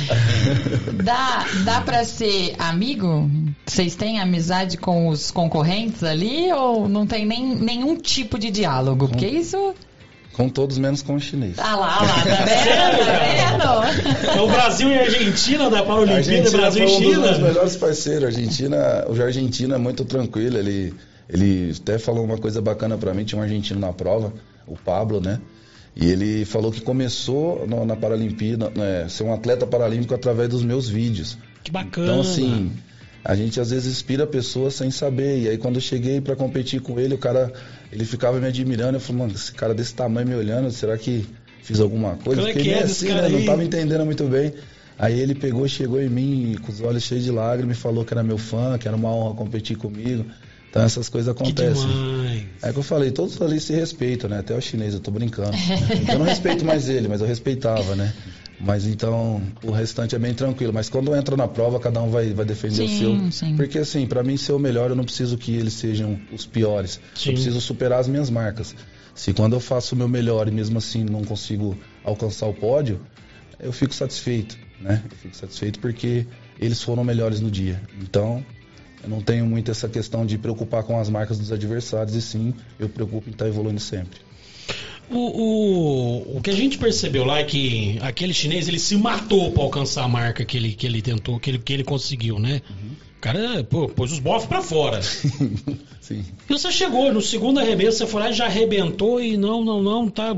Dá, dá pra ser amigo? Vocês têm amizade com os concorrentes ali ou não tem nem, nenhum tipo de diálogo? Porque isso... Com todos, menos com o chinês. Ah lá, lá, tá vendo? Tá vendo? É o Brasil e a Argentina da Paralimpíada, Brasil e China. China. Um dos meus melhores parceiros. Argentina, o Argentina é muito tranquilo. Ele, ele até falou uma coisa bacana pra mim. Tinha um argentino na prova, o Pablo, né? E ele falou que começou no, na Paralimpíada, né, ser um atleta paralímpico através dos meus vídeos. Que bacana. Então, assim, a gente às vezes inspira pessoas sem saber. E aí quando eu cheguei pra competir com ele, o cara, ele ficava me admirando. Eu falei, mano, esse cara desse tamanho me olhando, será que fiz alguma coisa? Como é Fiquei que é meio desse assim, cara né? aí? Não tava entendendo muito bem. Aí ele pegou, chegou em mim com os olhos cheios de lágrimas e falou que era meu fã, que era uma honra competir comigo. Então essas coisas acontecem. Que demais. É que eu falei, todos ali se respeitam, né? Até o chinês, eu tô brincando. Eu não respeito mais ele, mas eu respeitava, né? Mas então, o restante é bem tranquilo. Mas quando entra na prova, cada um vai, vai defender Sim, o seu. sim. Porque assim, pra mim ser o melhor, eu não preciso que eles sejam os piores. Sim. Eu preciso superar as minhas marcas. Se quando eu faço o meu melhor e mesmo assim não consigo alcançar o pódio, eu fico satisfeito, né? Eu fico satisfeito porque eles foram melhores no dia. Então, eu não tenho muito essa questão de preocupar com as marcas dos adversários, e sim, eu preocupo em estar evoluindo sempre. O, o, o que a gente percebeu lá é que aquele chinês, ele se matou para alcançar a marca que ele, que ele tentou, que ele, que ele conseguiu, né? Uhum. O cara, pô, pôs os bofs pra fora. Sim. E você chegou, no segundo arremesso, você foi lá e já arrebentou e não, não, não, tá...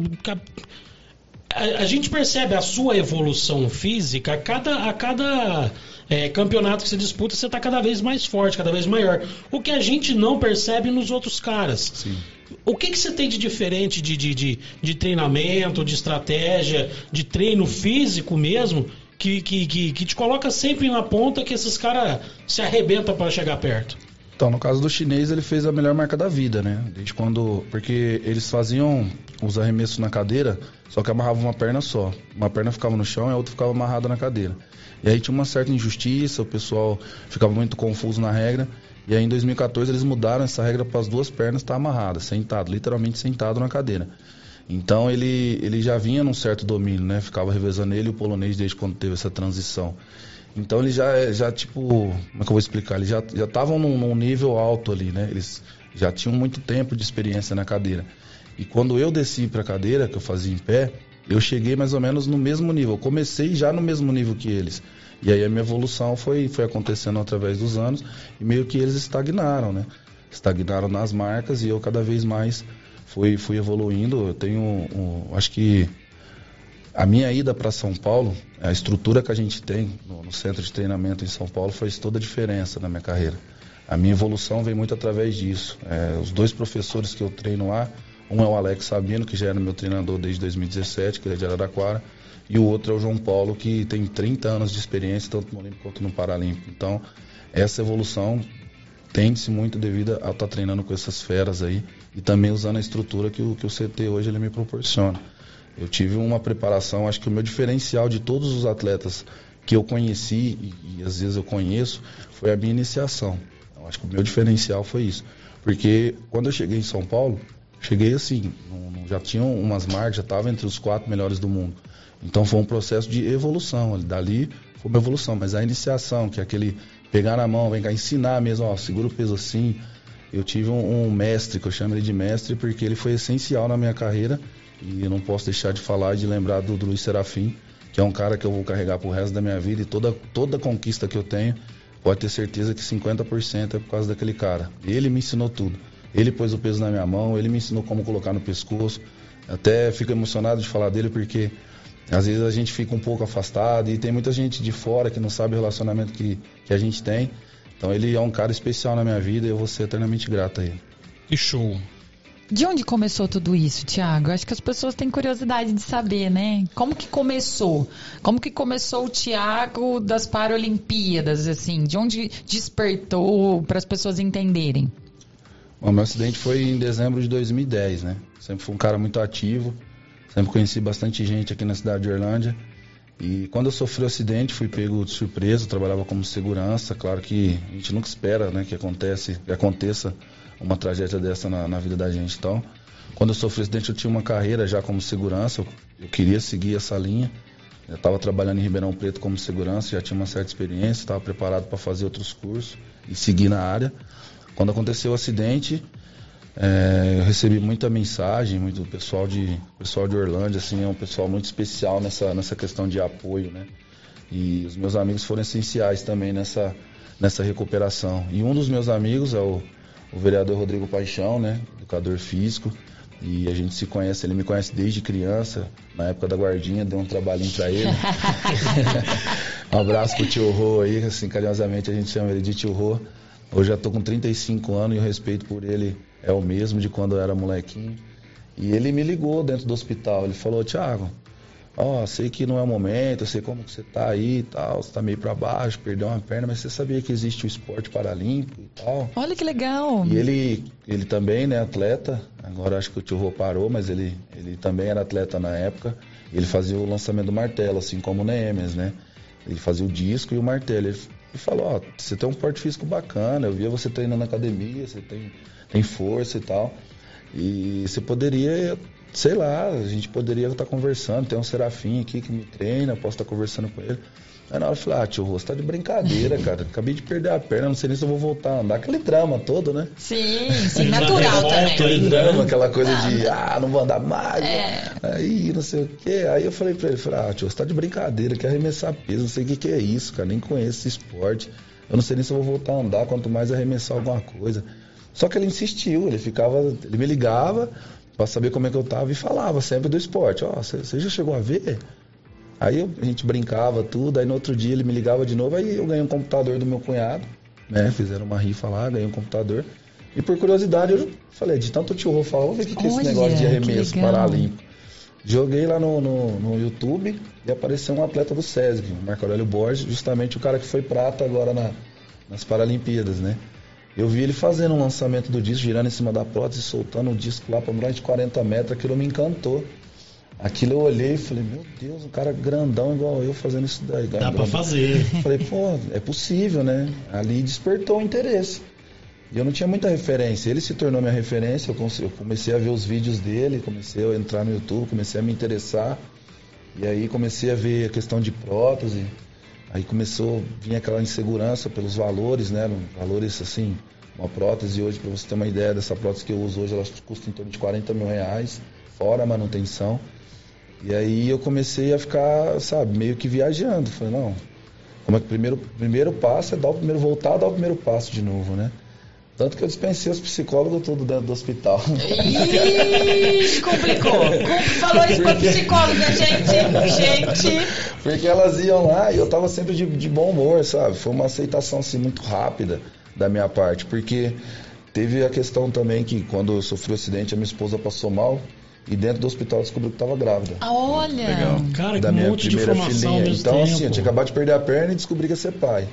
A, a gente percebe a sua evolução física a cada... A cada É, campeonato que você disputa, você está cada vez mais forte, cada vez maior. O que a gente não percebe nos outros caras. Sim. O que, que você tem de diferente de, de, de, de treinamento, de estratégia, de treino físico mesmo, que, que, que, que te coloca sempre na ponta que esses caras se arrebentam para chegar perto? Então, no caso do chinês, ele fez a melhor marca da vida, né? Desde quando... Porque eles faziam os arremessos na cadeira, só que amarravam uma perna só. Uma perna ficava no chão e a outra ficava amarrada na cadeira. E aí tinha uma certa injustiça, o pessoal ficava muito confuso na regra. E aí em dois mil e quatorze eles mudaram essa regra para as duas pernas estar amarradas, sentado, literalmente sentado na cadeira. Então ele, ele já vinha num certo domínio, né? Ficava revezando ele e o polonês desde quando teve essa transição. Então eles já, já tipo, como é que eu vou explicar? Eles já estavam num, num nível alto ali, né? Eles já tinham muito tempo de experiência na cadeira. E quando eu desci para a cadeira, que eu fazia em pé, eu cheguei mais ou menos no mesmo nível. Eu comecei já no mesmo nível que eles. E aí a minha evolução foi, foi acontecendo através dos anos e meio que eles estagnaram, né? Estagnaram nas marcas e eu cada vez mais fui, fui evoluindo. Eu tenho, um, acho que a minha ida para São Paulo, a estrutura que a gente tem no, no centro de treinamento em São Paulo fez toda a diferença na minha carreira. A minha evolução vem muito através disso. É, os dois professores que eu treino lá, um é o Alex Sabino, que já era meu treinador desde dois mil e dezessete, que ele é de Araraquara, e o outro é o João Paulo, que tem trinta anos de experiência, tanto no Olímpico quanto no Paralímpico. Então, essa evolução tem-se muito devido a estar treinando com essas feras aí e também usando a estrutura que o, que o C T hoje ele me proporciona. Eu tive uma preparação, acho que o meu diferencial de todos os atletas que eu conheci e, e às vezes eu conheço, foi a minha iniciação. Eu acho que o meu diferencial foi isso. Porque quando eu cheguei em São Paulo, cheguei assim, não, não, já tinha umas marcas, já estava entre os quatro melhores do mundo. Então foi um processo de evolução, dali foi uma evolução, mas a iniciação, que é aquele pegar na mão, vem cá, ensinar mesmo, ó, segura o peso assim. Eu tive um, um mestre, que eu chamo ele de mestre, porque ele foi essencial na minha carreira. E eu não posso deixar de falar e de lembrar do, do Luiz Serafim, que é um cara que eu vou carregar pro resto da minha vida. E toda, toda conquista que eu tenho, pode ter certeza que cinquenta por cento é por causa daquele cara. Ele me ensinou tudo. Ele pôs o peso na minha mão, ele me ensinou como colocar no pescoço. Até fico emocionado de falar dele, porque às vezes a gente fica um pouco afastado e tem muita gente de fora que não sabe o relacionamento que, que a gente tem. Então ele é um cara especial na minha vida e eu vou ser eternamente grato a ele. Que show! De onde começou tudo isso, Thiago? Acho que as pessoas têm curiosidade de saber, né? Como que começou? Como que começou o Thiago das Paralimpíadas, assim? De onde despertou para as pessoas entenderem? Bom, meu acidente foi em dezembro de dois mil e dez, né? Sempre fui um cara muito ativo, sempre conheci bastante gente aqui na cidade de Orlândia. E quando eu sofri o acidente, fui pego de surpresa, eu trabalhava como segurança. Claro que a gente nunca espera, né, que, acontece, que aconteça uma tragédia dessa na, na vida da gente. Então, quando eu sofri o acidente, eu tinha uma carreira já como segurança, eu, eu queria seguir essa linha. Eu estava trabalhando em Ribeirão Preto como segurança, já tinha uma certa experiência, estava preparado para fazer outros cursos e seguir na área. Quando aconteceu o acidente, é, eu recebi muita mensagem, muito pessoal de pessoal de Orlândia, assim, é um pessoal muito especial nessa, nessa questão de apoio, né? E os meus amigos foram essenciais também nessa, nessa recuperação. E um dos meus amigos é o, o vereador Rodrigo Paixão, né? Educador físico. E a gente se conhece, ele me conhece desde criança, na época da guardinha, deu um trabalhinho pra ele. Um abraço pro tio Rô aí, assim, carinhosamente a gente chama ele de tio Rô. Hoje já tô com trinta e cinco anos e o respeito por ele é o mesmo de quando eu era molequinho. E ele me ligou dentro do hospital, ele falou: Thiago, ó, oh, sei que não é o momento, eu sei como que você tá aí e tal, você tá meio pra baixo, perdeu uma perna, mas você sabia que existe o esporte paralímpico e tal? Olha que legal! E ele, ele também, né, atleta, agora acho que o tio Rô parou, mas ele, ele também era atleta na época, ele fazia o lançamento do martelo, assim como o Neemias, né? Ele fazia o disco e o martelo. Ele, ele falou: ó, oh, você tem um porte físico bacana, eu via você treinando na academia, você tem, tem força e tal, e você poderia... Sei lá, a gente poderia estar conversando, tem um Serafim aqui que me treina, posso estar conversando com ele. Aí na hora eu falei: ah, tio Rô, você tá de brincadeira, cara. Acabei de perder a perna, não sei nem se eu vou voltar a andar. Aquele drama todo, né? Sim, sim, natural também. Aquele drama, aquela coisa ah, de, ah, não vou andar mais. É. Aí, não sei o quê. Aí eu falei pra ele, falei: ah, tio, você tá de brincadeira, quer arremessar peso, não sei o que que é isso, cara. Nem conheço esse esporte. Eu não sei nem se eu vou voltar a andar, quanto mais arremessar alguma coisa. Só que ele insistiu, ele ficava, ele me ligava para saber como é que eu tava e falava sempre do esporte. Ó, oh, você já chegou a ver? Aí eu, a gente brincava tudo, aí no outro dia ele me ligava de novo, aí eu ganhei um computador do meu cunhado, né? Fizeram uma rifa lá, ganhei um computador. E por curiosidade eu falei, de tanto o tio Rô falar, vamos ver o que, que é esse negócio de arremesso paralímpico. Joguei lá no, no, no YouTube e apareceu um atleta do SESB, o Marco Aurélio Borges, justamente o cara que foi prata agora na, nas Paralimpíadas, né? Eu vi ele fazendo um lançamento do disco, girando em cima da prótese, soltando o disco lá para mais de quarenta metros, aquilo me encantou. Aquilo eu olhei e falei: meu Deus, um cara grandão igual eu fazendo isso daí. Dá para fazer. Falei: pô, é possível, né? Ali despertou o interesse. E eu não tinha muita referência. Ele se tornou minha referência, eu comecei a ver os vídeos dele, comecei a entrar no YouTube, comecei a me interessar. E aí comecei a ver a questão de prótese. Aí começou a vir aquela insegurança pelos valores, né? Valores assim, uma prótese hoje, para você ter uma ideia dessa prótese que eu uso hoje, ela custa em torno de quarenta mil reais, fora a manutenção. E aí eu comecei a ficar, sabe, meio que viajando. Falei: não, como é que o primeiro, primeiro passo é dar o primeiro, voltar a dar o primeiro passo de novo, né? Tanto que eu dispensei os psicólogos tudo dentro do hospital. Ih, complicou. Falou isso pra psicóloga, gente. Gente. Porque elas iam lá e eu tava sempre de, de bom humor, sabe? Foi uma aceitação assim, muito rápida da minha parte. Porque teve a questão também que quando eu sofri o acidente, a minha esposa passou mal. E dentro do hospital descobriu que estava grávida. Olha. Legal. Cara, da que minha monte de primeira informação ao filhinha. mesmo Então, tempo. assim, eu tinha acabado de perder a perna e descobri que ia ser pai.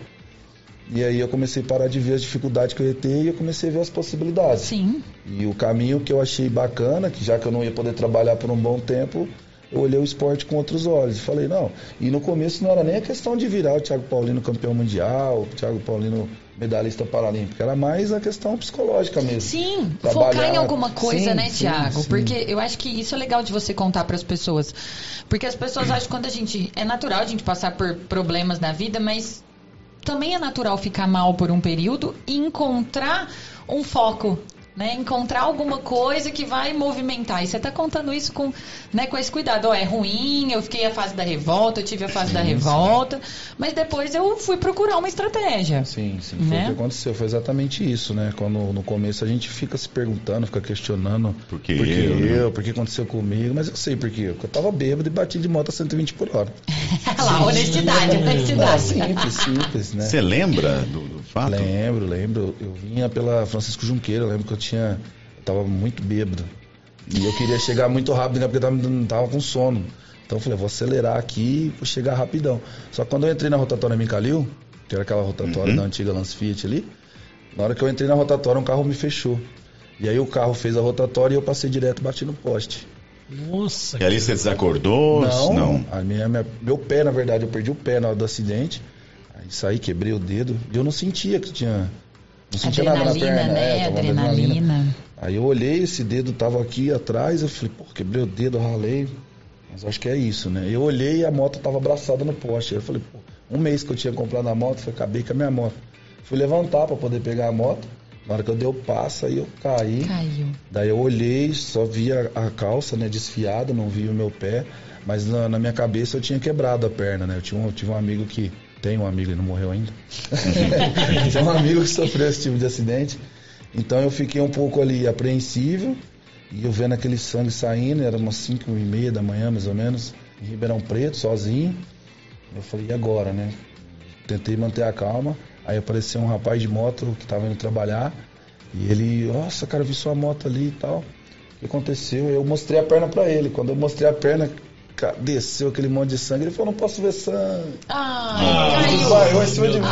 E aí eu comecei a parar de ver as dificuldades que eu ia ter e eu comecei a ver as possibilidades. Sim. E o caminho que eu achei bacana, que já que eu não ia poder trabalhar por um bom tempo, eu olhei o esporte com outros olhos. E falei, não. E no começo não era nem a questão de virar o Thiago Paulino campeão mundial, o Thiago Paulino medalhista paralímpico. Era mais a questão psicológica mesmo. Sim, Trabalhar... focar em alguma coisa, sim, né, sim, Thiago? sim. Porque eu acho que isso é legal de você contar para as pessoas. Porque as pessoas acham que quando a gente... É natural a gente passar por problemas na vida, mas também é natural ficar mal por um período e encontrar um foco, né? Encontrar alguma coisa que vai movimentar. E você está contando isso com, né, com esse cuidado. Ó, é ruim, eu fiquei a fase da revolta, eu tive a fase sim, da revolta, sim. Mas depois eu fui procurar uma estratégia. Sim, sim, né? Foi o que aconteceu, foi exatamente isso, né? Quando no começo a gente fica se perguntando, fica questionando por que por que eu, eu né? por que aconteceu comigo, mas eu sei por quê, porque eu tava bêbado e bati de moto a cento e vinte por hora. Lá, honestidade, honestidade. Simples, simples, né? Você lembra do, do fato? Lembro, lembro. Eu vinha pela Francisco Junqueira, eu lembro que eu tinha... Eu tava muito bêbado. E eu queria chegar muito rápido, né? Porque eu tava, tava com sono. Então eu falei, vou acelerar aqui e vou chegar rapidão. Só que quando eu entrei na rotatória Micalil, que era aquela rotatória uhum. da antiga Lance Fiat ali, na hora que eu entrei na rotatória, um carro me fechou. E aí o carro fez a rotatória e eu passei direto e bati no poste. Nossa. E ali você desacordou? Não, não. A minha, minha, meu pé, na verdade, eu perdi o pé na hora do acidente. Aí saí, quebrei o dedo. E eu não sentia que tinha... Não sentia nada na perna. Né? É, adrenalina, adrenalina. Aí eu olhei, esse dedo tava aqui atrás, eu falei, pô, quebrei o dedo, ralei. Mas acho que é isso, né? Eu olhei e a moto tava abraçada no poste. Aí eu falei, pô, um mês que eu tinha comprado a moto, eu acabei com a minha moto. Fui levantar pra poder pegar a moto. Na hora que eu dei o passo, aí eu caí. Caiu. Daí eu olhei, só vi a, a calça, né, desfiada, não vi o meu pé. Mas na, na minha cabeça eu tinha quebrado a perna, né? Eu, tinha um, eu tive um amigo que... Tem um amigo, ele não morreu ainda. Tem um amigo que sofreu esse tipo de acidente. Então eu fiquei um pouco ali apreensivo. E eu vendo aquele sangue saindo, era umas cinco e meia da manhã, mais ou menos, em Ribeirão Preto, sozinho. Eu falei, e agora, né? Tentei manter a calma. Aí apareceu um rapaz de moto que estava indo trabalhar. E ele, nossa, cara, eu vi sua moto ali e tal. O que aconteceu? Eu mostrei a perna pra ele. Quando eu mostrei a perna, desceu aquele monte de sangue. Ele falou, não posso ver sangue. Ah, desmaiou em cima de mim.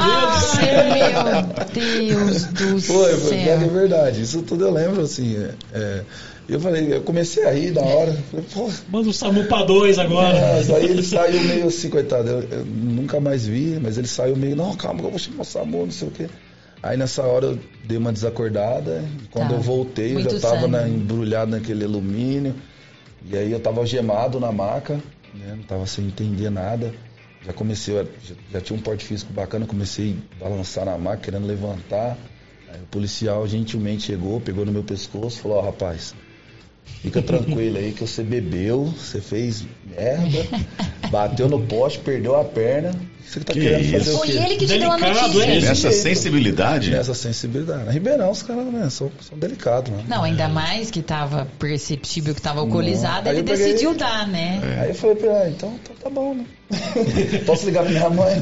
Ai, meu Deus do foi, foi, céu. É verdade. Isso tudo eu lembro, assim. É, é, eu falei, eu comecei a rir da hora. Falei, pô. Manda o SAMU pra dois agora. É, aí ele saiu meio assim, coitado. Eu, eu nunca mais vi, mas ele saiu meio, não, calma, eu vou chamar o SAMU, não sei o quê. Aí nessa hora eu dei uma desacordada. Quando tá. eu voltei, Muito eu já tava na, sangue. embrulhado naquele alumínio. E aí eu tava algemado na maca, né? Não tava sem entender nada. Já comecei, já, já tinha um porte físico bacana, comecei a balançar na maca, querendo levantar. Aí o policial gentilmente chegou, pegou no meu pescoço e falou, ó, oh, rapaz, fica tranquilo aí que você bebeu, você fez merda, bateu no poste, perdeu a perna. Você tá Que querendo fazer isso? o quê? Foi ele que te deu a Delicado, notícia. hein? Nessa sensibilidade? Nessa sensibilidade. Na Ribeirão, os caras, né, são, são delicados, né? Não, ainda mais que tava perceptível que tava alcoolizado, Não. Aí ele eu peguei- decidiu dar, né? Aí eu falei pra ele, ah, então, então tá bom, né? Posso ligar pra minha mãe?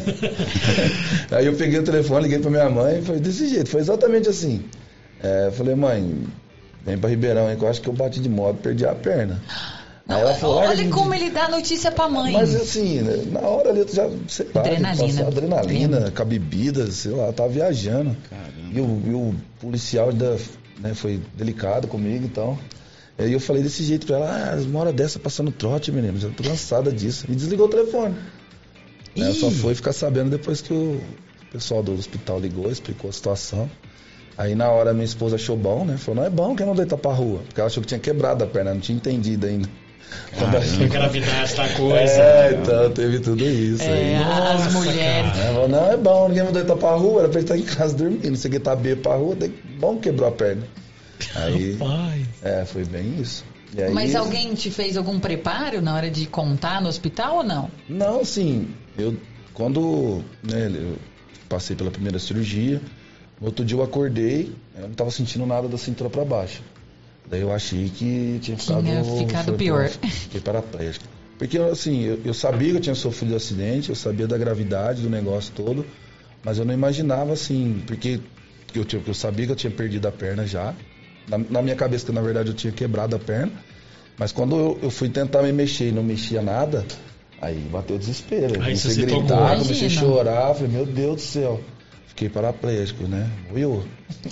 Aí eu peguei o telefone, liguei pra minha mãe e foi desse jeito, foi exatamente assim. É, eu falei, mãe, vem pra Ribeirão aí que eu acho que eu bati de moto, perdi a perna. Aí ela falou, Olha "Larga de- como ele dá a notícia pra mãe. Mas assim, né, na hora ali, tu já, sei lá, Adrenalina. passou adrenalina, com a bebida, sei lá, tava viajando. Caramba. E o, e o policial ainda, né, foi delicado comigo e tal. Aí eu falei desse jeito pra ela, ah, uma hora dessa passando trote, menino, já tô cansada disso. E desligou o telefone. Né, só foi ficar sabendo depois que o pessoal do hospital ligou, explicou a situação. Aí na hora minha esposa achou bom, né? Falou, não é bom que eu não deitar pra rua. Porque ela achou que tinha quebrado a perna, não tinha entendido ainda. Quando A gravidade da coisa. É, então teve tudo isso É, aí. as Nossa, mulheres. cara. Ela falou, não, é bom, ninguém mandou ele pra rua, era pra ele estar em casa dormindo. Você que tá bêbado pra rua, daí, bom que quebrou a perna. Aí, Rapaz. é, foi bem isso. E aí, Mas alguém te fez algum preparo na hora de contar no hospital ou não? Não, assim, eu, quando né, eu passei pela primeira cirurgia, No outro dia eu acordei, eu não tava sentindo nada da cintura para baixo. Daí eu achei que tinha ficado, tinha ficado foi, pior. Fiquei paraplégico. Porque assim, eu, eu sabia que eu tinha sofrido um acidente, eu sabia da gravidade do negócio todo, mas eu não imaginava assim, porque eu, tinha, eu sabia que eu tinha perdido a perna já. Na, na minha cabeça, que na verdade eu tinha quebrado a perna. Mas quando eu, eu fui tentar me mexer e não mexia nada, aí bateu o desespero. Eu comecei a gritar, comecei a chorar, falei, meu Deus do céu. Fiquei paraplégico, né? Morreu.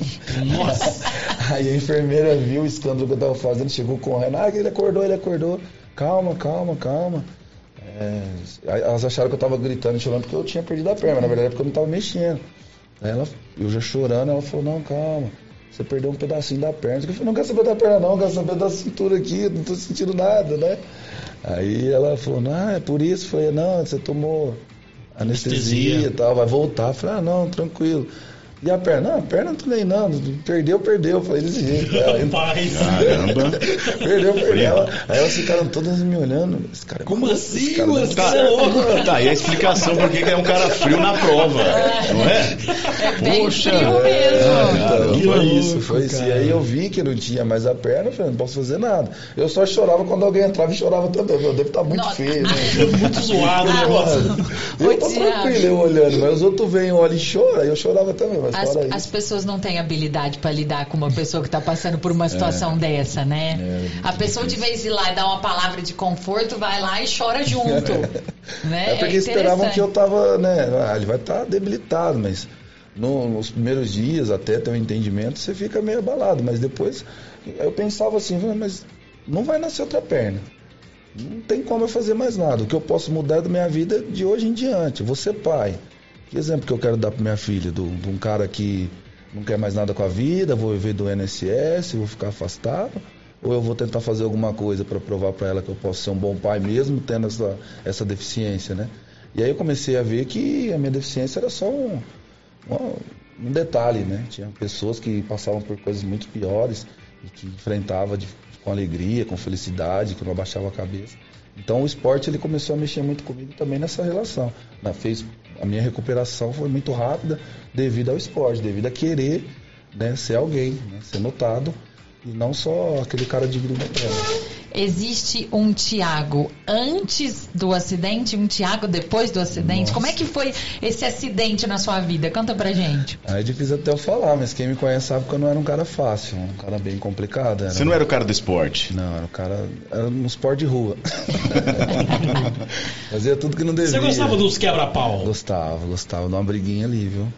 Nossa! Aí a enfermeira viu o escândalo que eu tava fazendo, chegou correndo, ah, ele acordou, ele acordou. Calma, calma, calma. É, elas acharam que eu tava gritando e chorando porque eu tinha perdido a perna, na verdade é porque eu não tava mexendo. Aí ela, eu já chorando, ela falou, não, calma, você perdeu um pedacinho da perna. Eu falei, não quero saber da perna não, quero saber da cintura aqui, não tô sentindo nada, né? Aí ela falou, não, é por isso. Eu falei, não, você tomou anestesia e tal, vai voltar. Eu falei, ah, não, tranquilo. E a perna? Não, a perna não tô nem não, perdeu, perdeu. Eu falei desse jeito. Aí, caramba. Perdeu, perdeu. Aí elas ficaram todas me olhando. Esse cara é Como maluco, assim, cara mano? Tá, é tá, e a explicação por que é um cara frio na prova, não é? É bem Poxa, frio mesmo. É, então, Que foi louco, isso, foi isso. E aí eu vi que não tinha mais a perna, eu falei, não posso fazer nada. Eu só chorava quando alguém entrava e chorava também. Eu devo estar muito Nossa. feio, né? Muito zoado o Ah, negócio. Eu tô Ô, Thiago. tranquilo, eu olhando, mas os outros vêm, olham e choram, aí eu chorava também, mas As, fora as isso. pessoas não têm habilidade para lidar com uma pessoa que está passando por uma situação dessa, né? É, a pessoa, de vez de ir lá e dar uma palavra de conforto, vai lá e chora junto. né? É porque esperavam que eu tava, né? Ah, ele vai estar debilitado, mas no, nos primeiros dias, até ter um entendimento, você fica meio abalado. Mas depois eu pensava assim, mas não vai nascer outra perna. Não tem como eu fazer mais nada. O que eu posso mudar é da minha vida de hoje em diante. Eu vou ser pai. Que exemplo que eu quero dar para minha filha? De um cara que não quer mais nada com a vida, vou viver do I N S S, vou ficar afastado? Ou eu vou tentar fazer alguma coisa para provar para ela que eu posso ser um bom pai mesmo tendo essa, essa deficiência, né? E aí eu comecei a ver que a minha deficiência era só um, um, um detalhe, né? Tinha pessoas que passavam por coisas muito piores e que enfrentavam de, com alegria, com felicidade, que não abaixava a cabeça. Então o esporte ele começou a mexer muito comigo também nessa relação. Na, fez, a minha recuperação foi muito rápida devido ao esporte, devido a querer, né, ser alguém, né, ser notado e não só aquele cara digno da tela. Existe um Thiago antes do acidente e um Thiago depois do acidente? Nossa. Como é que foi esse acidente na sua vida? Conta pra gente. É difícil até eu falar, mas quem me conhece sabe que eu não era um cara fácil, um cara bem complicado. Era... Você não era o cara do esporte? Não, era o cara... Era um esporte de rua. Fazia tudo que não devia. Você gostava dos quebra-pau? Gostava, gostava de uma briguinha ali, viu?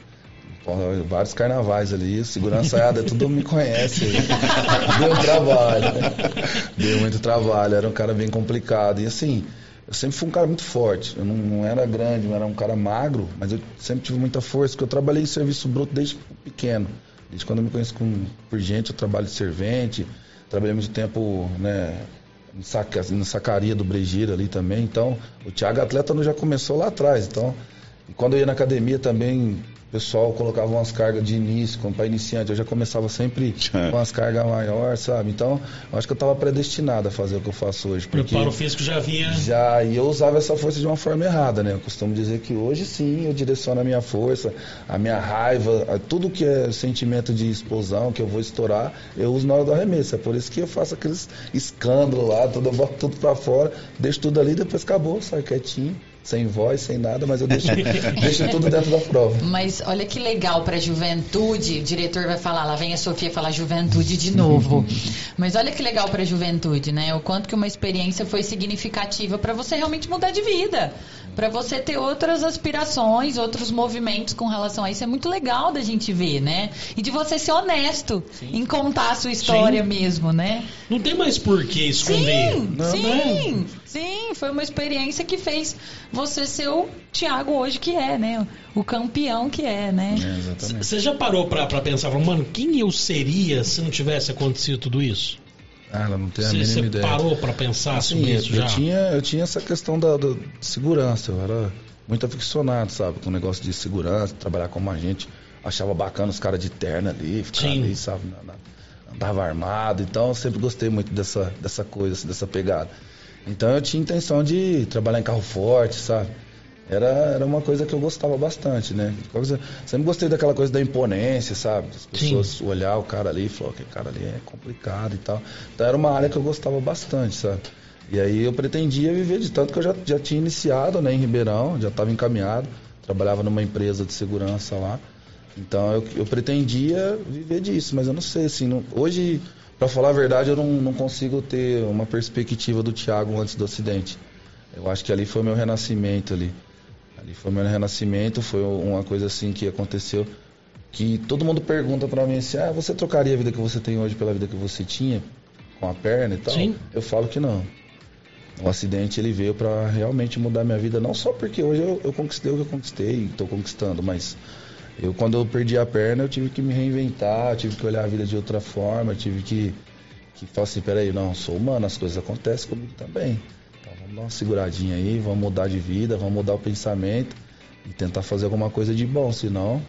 Vários carnavais ali, segurança aiada, tudo me conhece. Deu trabalho, né? Deu muito trabalho, era um cara bem complicado. E assim, eu sempre fui um cara muito forte. Eu não, não era grande, não era um cara magro, mas eu sempre tive muita força, porque eu trabalhei em serviço bruto desde pequeno. Desde quando eu me conheço com, por gente, eu trabalho de servente, trabalhei muito tempo, né, em saca, na sacaria do Brejeiro ali também. Então, o Thiago atleta já começou lá atrás. Então, e quando eu ia na academia também, o pessoal colocava umas cargas de início, como para iniciante, eu já começava sempre com umas cargas maiores, sabe? Então, eu acho que eu estava predestinado a fazer o que eu faço hoje. O preparo físico já vinha... Já, e eu usava essa força de uma forma errada, né? Eu costumo dizer que hoje sim eu direciono a minha força, a minha raiva, a tudo que é sentimento de explosão, que eu vou estourar, eu uso na hora do arremesso. É por isso que eu faço aqueles escândalos lá, tudo, eu boto tudo pra fora, deixo tudo ali, depois acabou, sai quietinho. Sem voz, sem nada, mas eu deixo, deixo tudo dentro da prova. Mas olha que legal para a juventude, o diretor vai falar, lá vem a Sofia falar juventude de novo. Mas olha que legal para a juventude, né? O quanto que uma experiência foi significativa para você realmente mudar de vida, para você ter outras aspirações, outros movimentos com relação a isso. É muito legal da gente ver, né? E de você ser honesto Sim. em contar a sua história Sim. mesmo, né? Não tem mais por que esconder. Sim, não, sim, não. sim. Foi uma experiência que fez você ser o Thiago hoje que é, né? O campeão que é, né? É, exatamente. Você já parou pra, pra pensar, mano, quem eu seria se não tivesse acontecido tudo isso? Ah, ela não tem a Cê, mínima Você ideia. parou pra pensar assim, sobre eu, isso eu já? Tinha, eu tinha essa questão da, da segurança, eu era muito aficionado, sabe? Com o negócio de segurança, trabalhar como agente. Achava bacana os caras de terno ali, ficar Sim. ali, sabe? Na, na, andava armado, então eu sempre gostei muito dessa, dessa coisa, assim, dessa pegada. Então eu tinha intenção de trabalhar em carro forte, sabe? era, era uma coisa que eu gostava bastante, né? Sempre gostei daquela coisa da imponência, sabe? As pessoas Sim. olhar o cara ali e falar, que cara ali é complicado e tal. Então era uma área que eu gostava bastante, sabe? E aí eu pretendia viver de tanto que eu já, já tinha iniciado, né, em Ribeirão, já estava encaminhado, trabalhava numa empresa de segurança lá. Então eu, eu pretendia viver disso, mas eu não sei, assim, não, hoje, para falar a verdade, eu não, não consigo ter uma perspectiva do Thiago antes do acidente. Eu acho que ali foi o meu renascimento ali. Ali foi o meu renascimento, foi uma coisa assim que aconteceu, que todo mundo pergunta pra mim assim, ah, você trocaria a vida que você tem hoje pela vida que você tinha, com a perna e tal? Sim. Eu falo que não. O acidente ele veio para realmente mudar minha vida, não só porque hoje eu, eu conquistei o que eu conquistei e estou conquistando, mas eu, quando eu perdi a perna, eu tive que me reinventar, eu tive que olhar a vida de outra forma, eu tive que, que falar assim, peraí, não, sou humano, as coisas acontecem comigo também. Então vamos dar uma seguradinha aí, vamos mudar de vida, vamos mudar o pensamento e tentar fazer alguma coisa de bom, senão...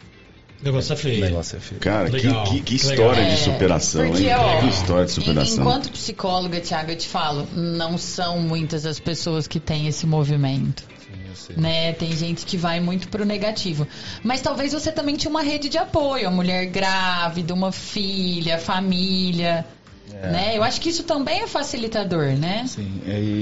O negócio é feio. O negócio é feio. Cara, que, que, que história é, de superação, porque, hein? Ó, que história de superação. Enquanto psicóloga, Thiago, eu te falo, não são muitas as pessoas que têm esse movimento. Sim, né? Tem gente que vai muito pro negativo. Mas talvez você também tinha uma rede de apoio, a mulher grávida, uma filha, família. É. Né? Eu acho que isso também é facilitador, né? Sim,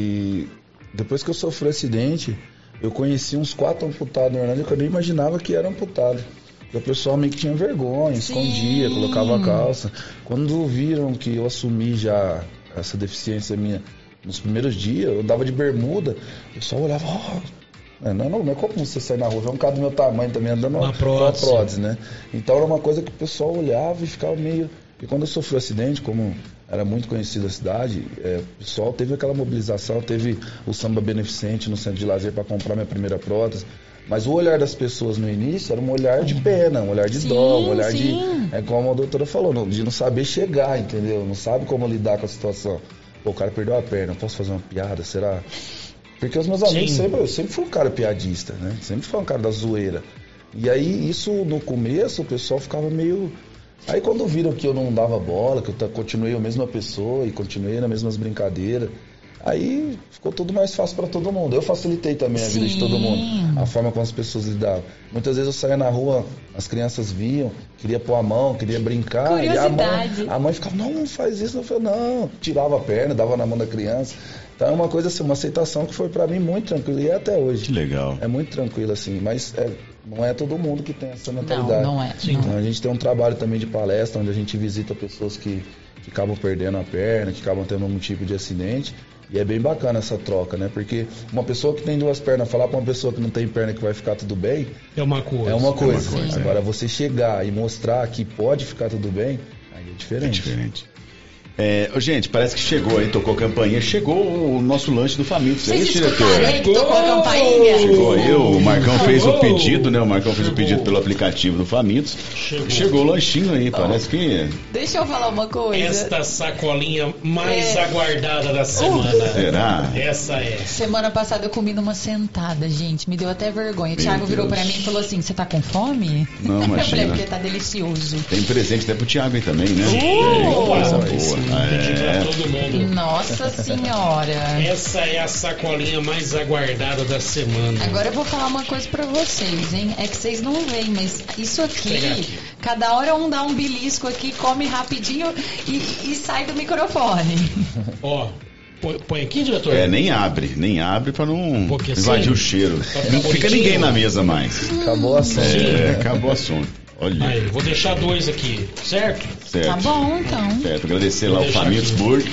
e depois que eu sofri o acidente, eu conheci uns quatro amputados em Orlândia que eu nem imaginava que eram amputados. O pessoal meio que tinha vergonha, Sim. escondia, colocava a calça. Quando viram que eu assumi já essa deficiência minha nos primeiros dias, eu andava de bermuda, o pessoal olhava, oh, não, não, não é como você sair na rua, é um cara do meu tamanho também andando com a prótese, prótese, né? Então era uma coisa que o pessoal olhava e ficava meio... E quando eu sofri o acidente, como era muito conhecido a cidade, é, o pessoal teve aquela mobilização, teve o samba beneficente no centro de lazer para comprar minha primeira prótese. Mas o olhar das pessoas no início era um olhar de pena, um olhar de sim, dó, um olhar sim. de... É como a doutora falou, de não saber chegar, entendeu? Não sabe como lidar com a situação. Pô, o cara perdeu a perna, posso fazer uma piada, será? Porque os meus amigos sempre... Eu sempre fui um cara piadista, né? Sempre fui um cara da zoeira. E aí, isso no começo, o pessoal ficava meio... Aí quando viram que eu não dava bola, que eu continuei a mesma pessoa e continuei nas mesmas brincadeiras... Aí ficou tudo mais fácil para todo mundo. Eu facilitei também a Sim. vida de todo mundo, a forma como as pessoas lidavam. Muitas vezes eu saía na rua, as crianças viam, queria pôr a mão, queria brincar, e a mãe, a mãe ficava, não, não faz isso, não, eu falei, não, tirava a perna, dava na mão da criança. Então é uma coisa assim, uma aceitação que foi para mim muito tranquila, e é até hoje. Que legal. É muito tranquilo assim, mas é, não é todo mundo que tem essa mentalidade. Não, não é. Sim. Então a gente tem um trabalho também de palestra, onde a gente visita pessoas que, que acabam perdendo a perna, que acabam tendo algum tipo de acidente. E é bem bacana essa troca, né? Porque uma pessoa que tem duas pernas, falar pra uma pessoa que não tem perna que vai ficar tudo bem... É uma coisa. É uma coisa. É uma coisa. Agora, você chegar e mostrar que pode ficar tudo bem, aí é diferente. É diferente. É, gente, parece que chegou aí, tocou a campainha. Chegou o nosso lanche do Famintos. É isso, diretor? Aí que tocou a campainha? Chegou aí, o Marcão fez o pedido, né? O Marcão fez o pedido pelo aplicativo do Famintos. Chegou, Chegou o lanchinho aí, parece que... Deixa eu falar uma coisa. Esta sacolinha mais é. aguardada da semana. Uh. Será? Essa é. Semana passada eu comi numa sentada, gente. Me deu até vergonha. O Thiago virou pra mim e falou assim, você tá com fome? Não, imagina. Eu falei, porque tá delicioso. Tem presente até pro Thiago aí também, né? Uh. Coisa boa. Pedir É. pra todo mundo. Nossa senhora. Essa é a sacolinha mais aguardada da semana. Agora eu vou falar uma coisa pra vocês, hein? É que vocês não veem, mas isso aqui, aqui. cada hora um dá um belisco aqui, come rapidinho e, e sai do microfone. Ó, põe, põe aqui, diretor? É, nem abre, nem abre pra não Porque invadir assim, o cheiro. tá Não fica ninguém na mesa mais. Acabou a assunto. É, acabou o assunto. Olha. Aí, vou deixar dois aqui, certo? Certo. Tá bom, então. Certo, agradecer Vou lá o Famintos Burger.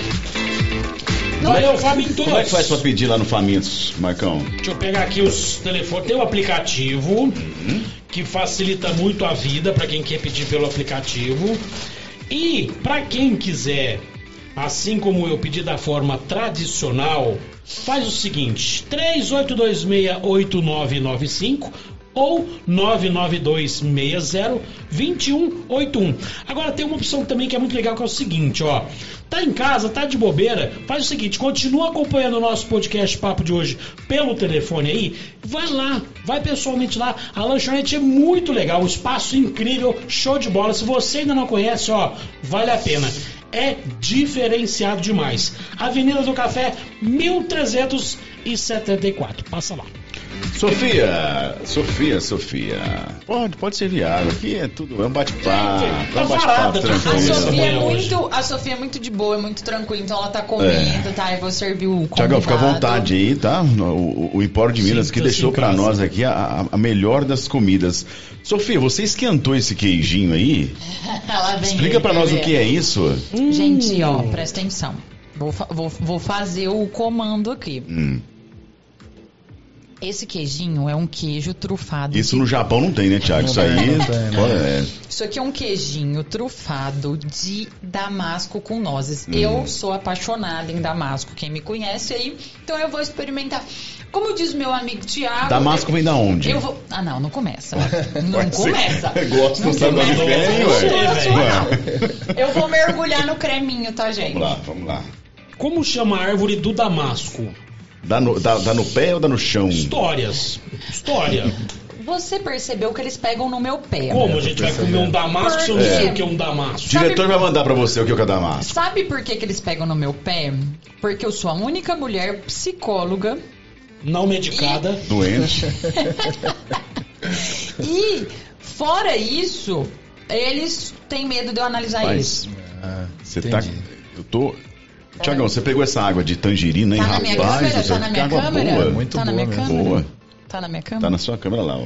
Valeu, Famintos. Como é que faz pra pedir lá no Famintos, Marcão? Deixa eu pegar aqui os telefones. Tem um aplicativo uhum. que facilita muito a vida para quem quer pedir pelo aplicativo. E para quem quiser, assim como eu, pedir da forma tradicional, faz o seguinte: três oito dois seis oito nove nove cinco ou nove nove dois seis zero dois um oito um. Agora tem uma opção também que é muito legal, que é o seguinte, ó. Tá em casa, tá de bobeira, faz o seguinte, continua acompanhando o nosso podcast Papo de Hoje pelo telefone aí, vai lá, vai pessoalmente lá, a lanchonete é muito legal, um espaço incrível, show de bola. Se você ainda não conhece, ó, vale a pena. É diferenciado demais. Avenida do Café, mil trezentos e setenta e quatro. Passa lá. Sofia, Sofia, Sofia. Pode, pode servir água. Aqui é tudo, é um bate-papo. É um bate-papo A tranquilo. Sofia, é muito, a Sofia é muito de boa, é muito tranquila, então ela tá comendo, é. tá? Eu vou servir o convidado. Tiagão, fica à vontade aí, tá? O, o, o Empório de Minas que deixou pra nós aqui a, a melhor das comidas. Sofia, você esquentou esse queijinho aí? Ela vem Explica ele, pra nós o que é isso. Hum. Gente, ó, presta atenção. Vou, vou, vou fazer o comando aqui. Hum. Esse queijinho é um queijo trufado. Isso de... no Japão não tem, né, Thiago? Isso aí. Não tem, né? É. Isso aqui é um queijinho trufado de damasco com nozes. Hum. Eu sou apaixonada em damasco. Quem me conhece aí, então eu vou experimentar. Como diz meu amigo Tiago. Damasco vem da onde? Eu vou... Ah, não, não começa. Não começa. Gosto não sabe de bem, Eu vou mergulhar no creminho, tá, gente? Vamos lá, vamos lá. Como chama a árvore do damasco? Dá no, dá, dá no pé ou dá no chão? Histórias. História. Você percebeu que eles pegam no meu pé. Como a gente vai comer um damasco se eu não sei o que é um damasco? O diretor vai mandar pra você o que é o damasco. Sabe por que, que eles pegam no meu pé? Porque eu sou a única mulher psicóloga. Não medicada. E... Doente. E, fora isso, eles têm medo de eu analisar Mas, isso. Ah, você tá... Eu tô... Tiagão, você pegou essa água de tangerina, hein, tá rapaz? Na minha câmera, tá na minha água câmera? boa. Muito tá na boa minha mesmo. câmera? Boa. Tá na minha câmera? Tá na sua câmera lá, ó.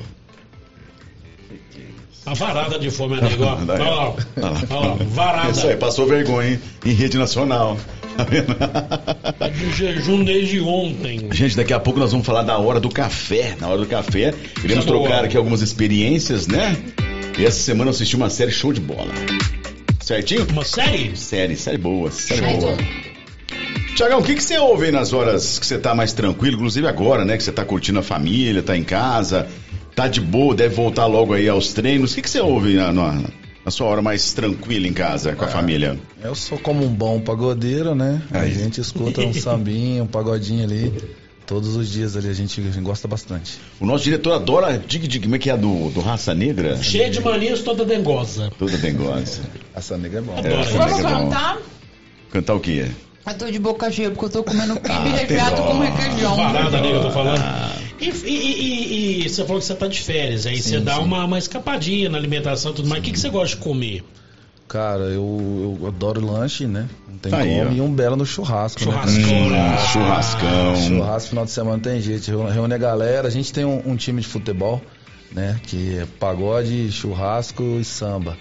A varada de fome, amigo. Olha lá, olha lá, varada. Isso aí, passou vergonha, hein? Em rede nacional. Tá vendo? Tá de jejum desde ontem. Gente, daqui a pouco nós vamos falar da hora do café. Na hora do café, iremos trocar aqui algumas experiências, né? E essa semana eu assisti uma série show de bola. Certinho? Uma série? Série, série boa, série Ai, boa. Tiagão, o que, que você ouve aí nas horas que você tá mais tranquilo? Inclusive agora, né? Que você tá curtindo a família, tá em casa, tá de boa, deve voltar logo aí aos treinos. O que, que você ouve na, na, na sua hora mais tranquila em casa, com a ah, família? Eu sou como um bom pagodeiro, né? Aí. A gente escuta um sambinho, um pagodinho ali. Todos os dias ali a gente, a gente gosta bastante. O nosso diretor adora Dig Dig, como é que é do, do Raça Negra? Cheia de manias, toda dengosa. Toda dengosa. Essa nega é bom. Adoro. É, essa Vamos nega é bom. cantar? Cantar o quê? Eu tô de boca cheia porque eu tô comendo quibe Ah, recheado tem com dó. requeijão. Varada, nega, eu tô falando. Ah. E, e, e, e você falou que você tá de férias, aí Sim, você dá sim. uma, uma escapadinha na alimentação e tudo mais. O que, que você gosta de comer? Cara, eu, eu adoro lanche, né? Não tem Aí, como. ó. E um belo no churrasco, Churrascão. né? Hum, churrascão. Churrasco final de semana tem jeito. Reúne a galera. A gente tem um, um time de futebol, né? Que é pagode, churrasco e samba.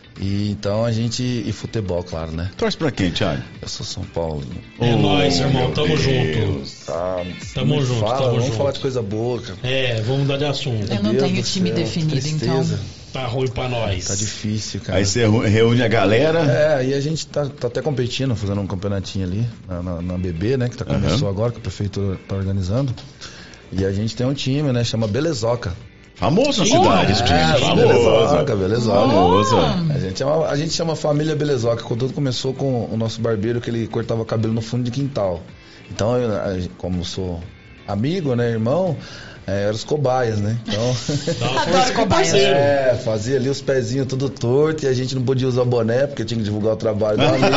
E então a gente. E futebol, claro, né? Torce pra quem, Thiago? Eu sou São Paulo. É Oh, nóis, irmão. meu Tamo Deus. junto. Ah, Tamo me junto, fala, tamo vamos junto. falar de coisa boa, cara. É, vamos mudar de assunto. Eu não Deus tenho do time céu, definido, tristeza. então. Tá ruim pra nós. Tá difícil, cara. Aí você reúne a galera. É, e a gente tá, tá até competindo, fazendo um campeonatinho ali na, na, na B B, né? Que tá, começou Uhum. agora, que a prefeitura tá organizando. E a gente tem um time, né? Chama Belezoca. Famoso na Sim. cidade, esse time. É, Famoso. Belezoca, Belezoca. Famoso. A gente, chama, a gente chama Família Belezoca. Quando tudo começou com o nosso barbeiro, que ele cortava cabelo no fundo de quintal. Então, eu, a- como sou amigo, né, irmão, é, eram os cobaias, né? Então, Dá uma Adoro força com o cobaia. parceiro. é, fazia ali os pezinhos tudo torto e a gente não podia usar boné, porque tinha que divulgar o trabalho do amigo.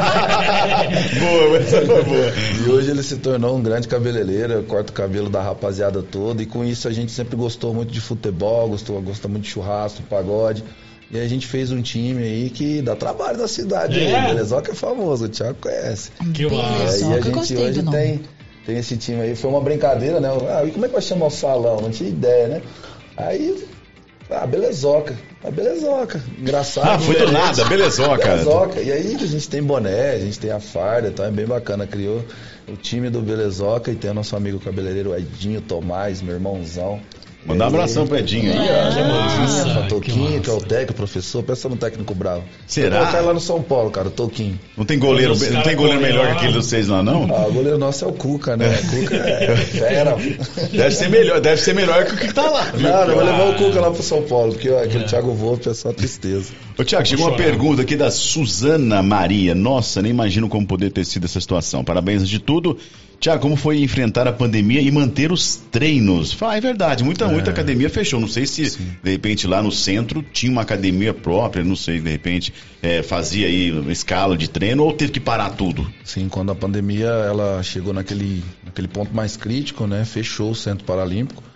Boa, essa foi boa. E hoje ele se tornou um grande cabeleireiro, corta o cabelo da rapaziada toda. E com isso a gente sempre gostou muito de futebol, gostou, gosta muito de churrasco, pagode. E a gente fez um time aí que dá trabalho na cidade. É? aí. Belezoca é famoso, o Thiago conhece. Que massa. É, Belezoca, e a eu gente gostei hoje do nome. tem, tem esse time aí. Foi uma brincadeira, né? Ah, e como é que vai chamar o salão? Não tinha ideia, né? Aí, ah, Belezoca. Ah, Belezoca. Engraçado. Ah, foi do né? nada, belezoca. Belezoca. E aí a gente tem boné, a gente tem a farda, então é bem bacana. Criou o time do Belezoca e tem o nosso amigo cabeleireiro Edinho Tomás, meu irmãozão. Mandar um abração pro Edinho aí. Ah, que massa, Pra que Toquinho, massa. que é o técnico, professor, pensa no técnico bravo. Será? Vou colocar lá no São Paulo, cara, o Toquinho. Não tem goleiro, Os não cara tem goleiro correndo melhor lá. que aquele de vocês lá, não? Ah, o goleiro nosso é o Cuca, né? O Cuca é fera. Deve ser melhor, deve ser melhor que o que tá lá. viu? Não, não vou levar o Cuca lá pro São Paulo, porque ó, aquele Thiago Volpe é só tristeza. Ô, Tiago, chegou uma chorar. pergunta aqui da Suzana Maria. Nossa, nem imagino como poder ter sido essa situação. Parabéns de tudo. Tiago, como foi enfrentar a pandemia e manter os treinos? Ah, é verdade, muita, muita academia fechou. Não sei se, de repente, lá no centro tinha uma academia própria, não sei, de repente, é, fazia aí uma escala de treino ou teve que parar tudo. Sim, quando a pandemia ela chegou naquele, naquele ponto mais crítico, né? Fechou o Centro Paralímpico.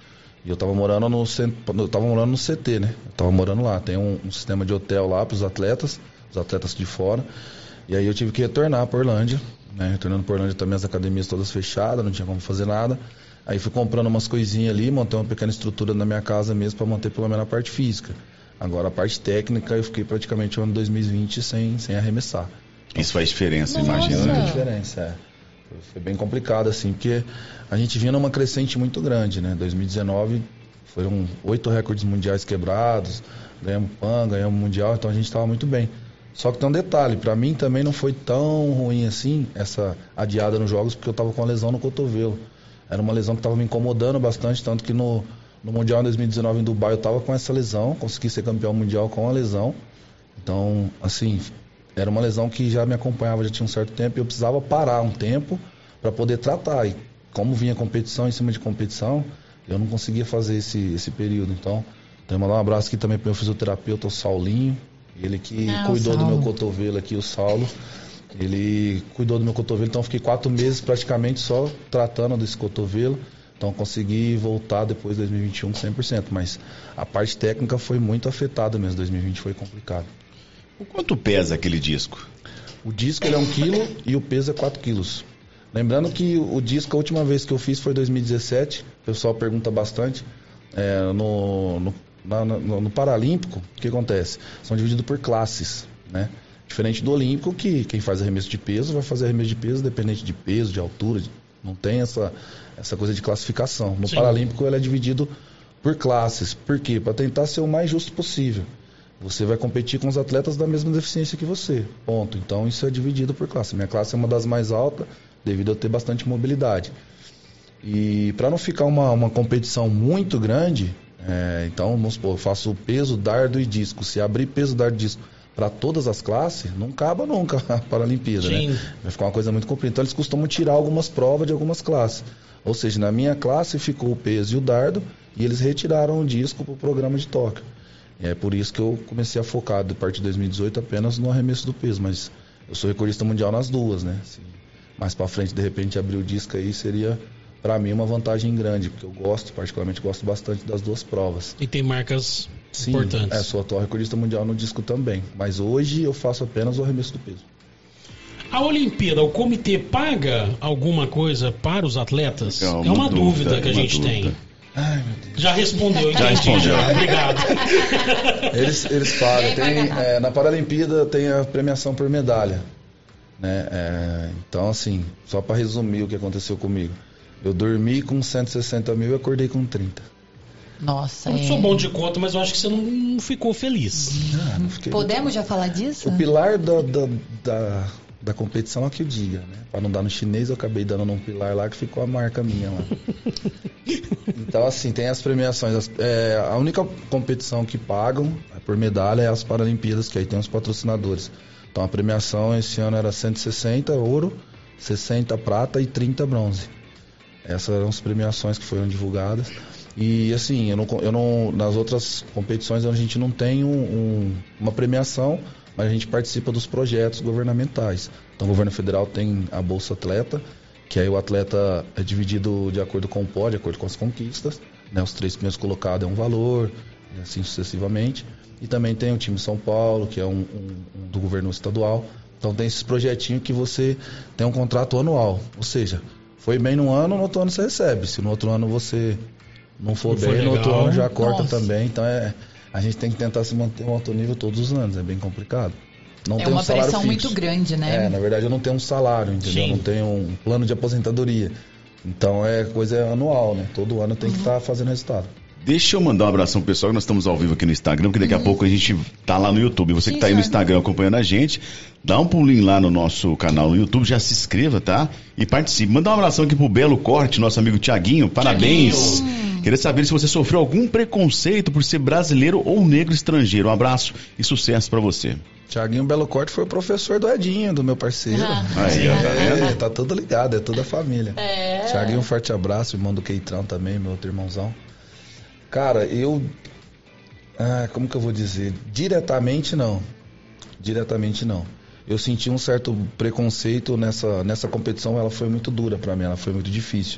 E eu tava morando no eu tava morando no C T, né? Eu tava morando lá. Tem um, um sistema de hotel lá para os atletas, os atletas de fora. E aí eu tive que retornar para Orlândia, né? Retornando para Orlândia também, as academias todas fechadas, não tinha como fazer nada. Aí fui comprando umas coisinhas ali, montei uma pequena estrutura na minha casa mesmo para manter pelo menos a parte física. Agora a parte técnica eu fiquei praticamente o ano dois mil e vinte sem, sem arremessar. Isso faz diferença, Nossa. imagina, né? Faz diferença, é. Foi, foi bem complicado assim, porque a gente vinha numa crescente muito grande, né? dois mil e dezenove foram oito recordes mundiais quebrados, ganhamos P A N, ganhamos Mundial, então a gente estava muito bem. Só que tem um detalhe, pra mim também não foi tão ruim assim, essa adiada nos jogos, porque eu tava com uma lesão no cotovelo. Era uma lesão que tava me incomodando bastante, tanto que no, no Mundial em dois mil e dezenove em Dubai eu tava com essa lesão, consegui ser campeão mundial com a lesão. Então, assim, era uma lesão que já me acompanhava já tinha um certo tempo e eu precisava parar um tempo para poder tratar. E como vinha competição em cima de competição, eu não conseguia fazer esse, esse período. Então, tenho que mandar um abraço aqui também pro meu fisioterapeuta, o Saulinho. Ele que ah, cuidou do meu cotovelo aqui, o Saulo. Ele cuidou do meu cotovelo, então eu fiquei quatro meses praticamente só tratando desse cotovelo. Então consegui voltar depois de dois mil e vinte e um cem por cento. Mas a parte técnica foi muito afetada mesmo. dois mil e vinte foi complicado. O quanto pesa aquele disco? O disco ele é um quilo e o peso é quatro quilos. Lembrando que o disco, a última vez que eu fiz foi em dois mil e dezessete. O pessoal pergunta bastante. É, no... no Na, no, no Paralímpico, o que acontece? São divididos por classes, né? Diferente do Olímpico, que quem faz arremesso de peso vai fazer arremesso de peso dependente de peso, de altura, de, não tem essa, essa coisa de classificação. No Sim. Paralímpico ele é dividido por classes. Por quê? Para tentar ser o mais justo possível. Você vai competir com os atletas da mesma deficiência que você, ponto. Então isso é dividido por classe. Minha classe é uma das mais altas, devido a eu ter bastante mobilidade. E para não ficar uma, uma competição muito grande... É, então, vamos supor, eu faço peso, dardo e disco. Se abrir peso, dardo e disco para todas as classes, não acaba nunca a Paralimpíada, né? Vai ficar uma coisa muito comprida. Então, eles costumam tirar algumas provas de algumas classes. Ou seja, na minha classe ficou o peso e o dardo, e eles retiraram o disco para o programa de Tóquio. E é por isso que eu comecei a focar, a partir de dois mil e dezoito, apenas no arremesso do peso. Mas eu sou recordista mundial nas duas, né? Se mais para frente, de repente, abrir o disco aí seria... Para mim, uma vantagem grande, porque eu gosto, particularmente, gosto bastante das duas provas. E tem marcas Sim, importantes. É, sou atual recordista mundial no disco também. Mas hoje eu faço apenas o arremesso do peso. A Olimpíada, o comitê paga alguma coisa para os atletas? É uma, é uma dúvida, dúvida que a uma gente dúvida. tem. Ai, meu Deus. Já respondeu, Já entendi. respondeu. Já. Obrigado. Eles, eles pagam. Tem, é, na Paralimpíada tem a premiação por medalha. Né? É, então, assim, só para resumir o que aconteceu comigo. Eu dormi com cento e sessenta mil e acordei com trinta. Nossa, Eu não é... sou bom de conta, mas eu acho que você não ficou feliz. Ah, não fiquei... Podemos já falar disso? O pilar da, da, da, da competição é que eu diga, né? Para não dar no chinês, eu acabei dando num pilar lá que ficou a marca minha lá. Então, assim, tem as premiações. As, é, a única competição que pagam por medalha é as Paralimpíadas, que aí tem os patrocinadores. Então, a premiação esse ano era cento e sessenta ouro, sessenta prata e trinta bronze. Essas eram as premiações que foram divulgadas. E assim, eu não, eu não, nas outras competições a gente não tem um, um, uma premiação, mas a gente participa dos projetos governamentais. Então o governo federal tem a Bolsa Atleta, que aí o atleta é dividido de acordo com o pódio, de acordo com as conquistas. Né? Os três primeiros colocados é um valor, e assim sucessivamente. E também tem o time São Paulo, que é um, um, um do governo estadual. Então tem esses projetinhos que você tem um contrato anual, ou seja... Foi bem num ano, no outro ano você recebe. Se no outro ano você não for não bem, no outro ano já corta Nossa. também. Então é, a gente tem que tentar se manter um alto nível todos os anos. É bem complicado. Não é tem uma um salário pressão fixo. muito grande, né? É, na verdade eu não tenho um salário, entendeu? Sim. Eu não tenho um plano de aposentadoria. Então é coisa anual, né? Todo ano tem que estar fazendo resultado. Deixa eu mandar um abração pro pessoal, que nós estamos ao vivo aqui no Instagram, porque daqui a pouco a gente tá lá no YouTube. Você que tá aí no Instagram acompanhando a gente, dá um pulinho lá no nosso canal no YouTube, já se inscreva, tá? E participe. Manda um abração aqui pro Belo Corte, nosso amigo Tiaguinho, parabéns. Tiaguinho. Queria saber se você sofreu algum preconceito por ser brasileiro ou negro estrangeiro. Um abraço e sucesso pra você. Tiaguinho Belo Corte foi o professor do Edinho, do meu parceiro. Ah, aí, ó, tá vendo? É, tá tudo ligado, é toda a família. É. Tiaguinho, um forte abraço, irmão do Keitrão também, meu outro irmãozão. Cara, eu... Ah, como que eu vou dizer? Diretamente não. Diretamente não. Eu senti um certo preconceito nessa, nessa competição, ela foi muito dura pra mim, ela foi muito difícil.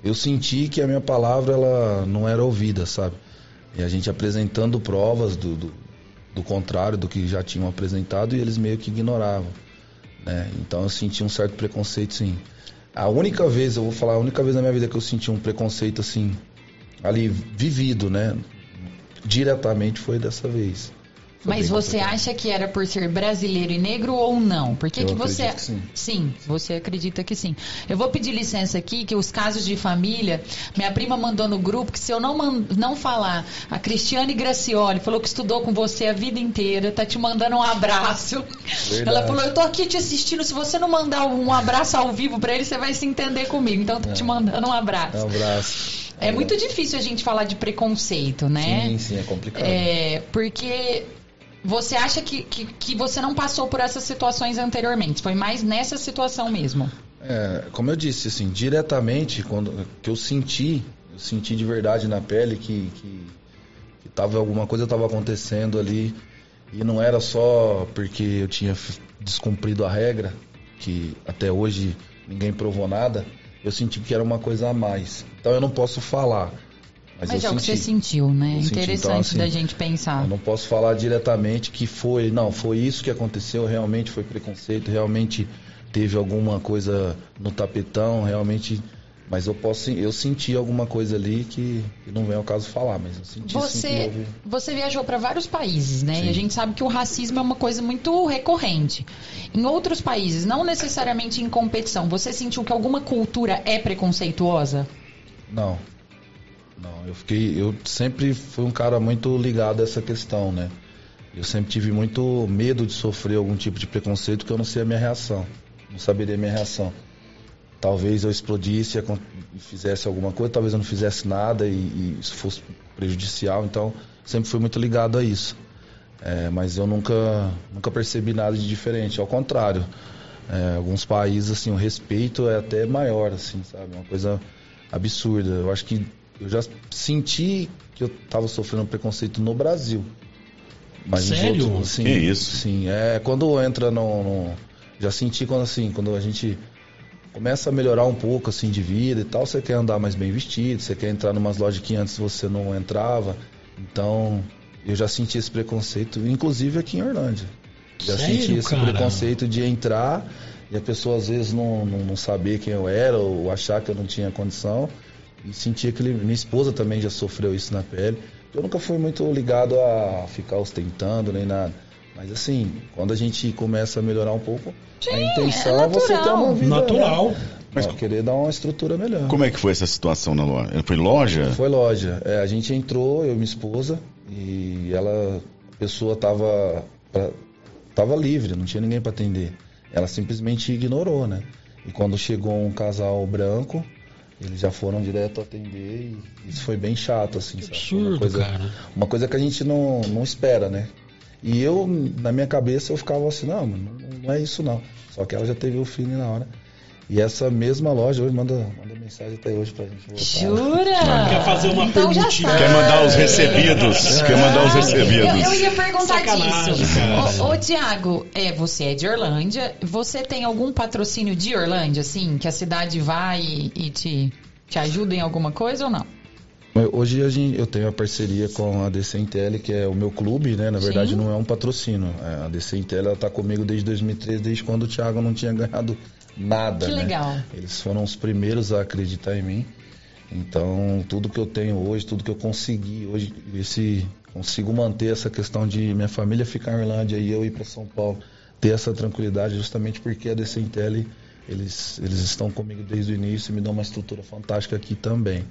eu senti que a minha palavra ela não era ouvida, sabe? E a gente apresentando provas do, do, do contrário do que já tinham apresentado e eles meio que ignoravam, né? Então eu senti um certo preconceito, sim. A única vez, eu vou falar, a única vez na minha vida que eu senti um preconceito assim, ali vivido, né? Diretamente foi dessa vez. Foi Mas você complicado. Acha que era por ser brasileiro e negro ou não? Por que, eu que você. Que sim. sim, você acredita que sim. Eu vou pedir licença aqui, que os casos de família, minha prima mandou no grupo que se eu não, man... não falar, a Cristiane Gracioli falou que estudou com você a vida inteira, tá te mandando um abraço. Verdade. Ela falou, eu tô aqui te assistindo, se você não mandar um abraço ao vivo pra ele, você vai se entender comigo. Então tô é. te mandando um abraço. Um abraço. É, é muito difícil a gente falar de preconceito, né? Sim, sim, é complicado. É, porque você acha que, que, que você não passou por essas situações anteriormente? Foi mais nessa situação mesmo? É, como eu disse, assim, diretamente, quando que eu senti, eu senti de verdade na pele que, que, que tava, alguma coisa estava acontecendo ali. E não era só porque eu tinha descumprido a regra, que até hoje ninguém provou nada. Eu senti que era uma coisa a mais. Então eu não posso falar. Mas, mas eu é o senti. que você sentiu, né? Eu Interessante senti, então, assim, da gente pensar. Eu não posso falar diretamente que foi, não, foi isso que aconteceu, realmente foi preconceito, realmente teve alguma coisa no tapetão, realmente. Mas eu posso, eu senti alguma coisa ali que, que não vem ao caso falar, mas eu senti você, sim que houve... Você viajou para vários países, né? Sim. E a gente sabe que o racismo é uma coisa muito recorrente. Em outros países, não necessariamente em competição, você sentiu que alguma cultura é preconceituosa? Não. Não, eu fiquei, eu sempre fui um cara muito ligado a essa questão, né? Eu sempre tive muito medo de sofrer algum tipo de preconceito, porque eu não sei a minha reação, não saberia a minha reação. Talvez eu explodisse e fizesse alguma coisa, talvez eu não fizesse nada e, e isso fosse prejudicial, então sempre fui muito ligado a isso. É, mas eu nunca, nunca percebi nada de diferente, ao contrário. É, alguns países, assim, o respeito é até maior, assim, sabe? Uma coisa absurda. Eu acho que eu já senti que eu estava sofrendo preconceito no Brasil. Mas sério? Outros, assim, que isso? Sim, é quando entra no, no... Já senti quando, assim, quando a gente começa a melhorar um pouco, assim, de vida e tal, você quer andar mais bem vestido, você quer entrar em umas lojas que antes você não entrava. Então, eu já senti esse preconceito, inclusive aqui em Orlândia. Já sério, senti esse cara? preconceito de entrar e a pessoa às vezes não, não, não saber quem eu era ou achar que eu não tinha condição. E sentia que ele, minha esposa também já sofreu isso na pele. Eu nunca fui muito ligado a ficar ostentando nem nada. Mas assim, quando a gente começa a melhorar um pouco, sim, a intenção é, é você ter uma vida natural. Né? Mas querer dar uma estrutura melhor. Como é que foi essa situação na loja? Foi loja? Foi loja. É, a gente entrou, eu e minha esposa, e ela, a pessoa tava, tava livre, não tinha ninguém para atender. Ela simplesmente ignorou, né? E quando chegou um casal branco, eles já foram direto atender e isso foi bem chato, assim, sabe? Absurdo, uma coisa, cara. Uma coisa que a gente não, não espera, né? E eu, na minha cabeça, eu ficava assim, não, não, não é isso não. Só que ela já teve o feeling na hora. E essa mesma loja hoje manda, manda mensagem até hoje pra gente voltar. Jura? Quer fazer uma então perguntinha? Quer mandar os recebidos. É. Quer mandar os recebidos. Eu, eu ia perguntar Sacanagem, disso. cara. Ô, ô Tiago, é, você é de Orlândia. Você tem algum patrocínio de Orlândia, assim, que a cidade vai e, e te, te ajuda em alguma coisa ou não? Hoje a gente, eu tenho a parceria com a D C Intel, que é o meu clube, né? Na verdade, sim, não é um patrocínio. A D C Intel está comigo desde dois mil e treze, desde quando o Thiago não tinha ganhado nada. Que né? legal. Eles foram os primeiros a acreditar em mim. Então, tudo que eu tenho hoje, tudo que eu consegui hoje, esse, consigo manter essa questão de minha família ficar em Orlândia e eu ir para São Paulo, ter essa tranquilidade, justamente porque a D C Intel, eles, eles estão comigo desde o início e me dão uma estrutura fantástica aqui também.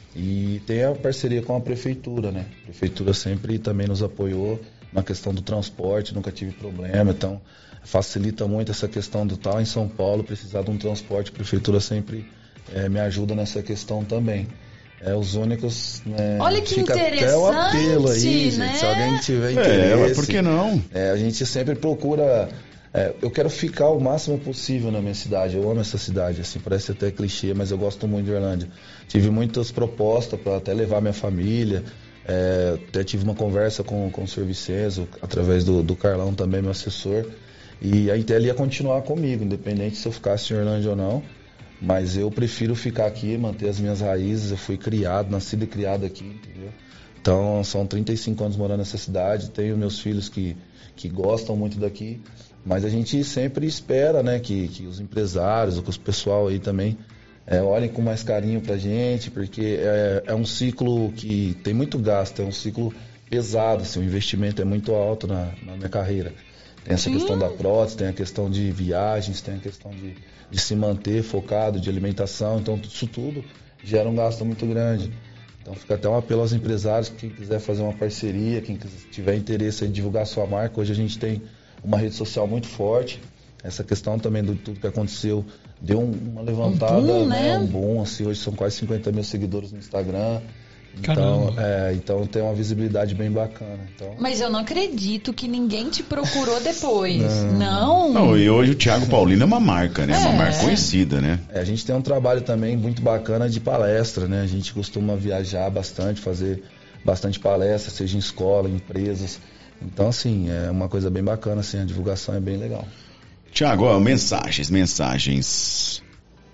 E tem a parceria com a prefeitura, né? A prefeitura sempre também nos apoiou na questão do transporte, nunca tive problema, então facilita muito essa questão do tal em São Paulo, precisar de um transporte, a prefeitura sempre é, me ajuda nessa questão também. É, os únicos, né, olha que fica interessante, até o apelo aí, né? gente, se alguém tiver interesse. É, por que não? É, a gente sempre procura... É, eu quero ficar o máximo possível na minha cidade. Eu amo essa cidade, assim, parece até clichê, mas eu gosto muito de Orlândia. Tive muitas propostas para até levar minha família. É, até tive uma conversa com, com o senhor Vicenzo, através do, do Carlão também, meu assessor. E a Intel ia continuar comigo, independente se eu ficasse em Orlândia ou não. Mas eu prefiro ficar aqui, manter as minhas raízes. Eu fui criado, nascido e criado aqui, entendeu? Então, são trinta e cinco anos morando nessa cidade. Tenho meus filhos que, que gostam muito daqui. Mas a gente sempre espera, né, que, que os empresários, que os pessoal aí também é, olhem com mais carinho pra gente, porque é, é um ciclo que tem muito gasto, é um ciclo pesado, assim, o investimento é muito alto na, na minha carreira. Tem essa questão da prótese, tem a questão de viagens, tem a questão de, de se manter focado, de alimentação. Então, isso tudo gera um gasto muito grande. Então, fica até um apelo aos empresários, quem quiser fazer uma parceria, quem tiver interesse em divulgar sua marca. Hoje a gente tem uma rede social muito forte. Essa questão também de tudo que aconteceu deu uma levantada, um boom, né? né? Um boom, assim, hoje são quase cinquenta mil seguidores no Instagram. Então, é, então tem uma visibilidade bem bacana. Então... Mas eu não acredito que ninguém te procurou depois. Não. Não, não e hoje o Thiago Paulino é uma marca, né? É uma marca conhecida, né? É, a gente tem um trabalho também muito bacana de palestra, né? A gente costuma viajar bastante, fazer bastante palestra, seja em escola, em empresas. Então, assim, é uma coisa bem bacana, assim, a divulgação é bem legal. Thiago, ó, mensagens, mensagens.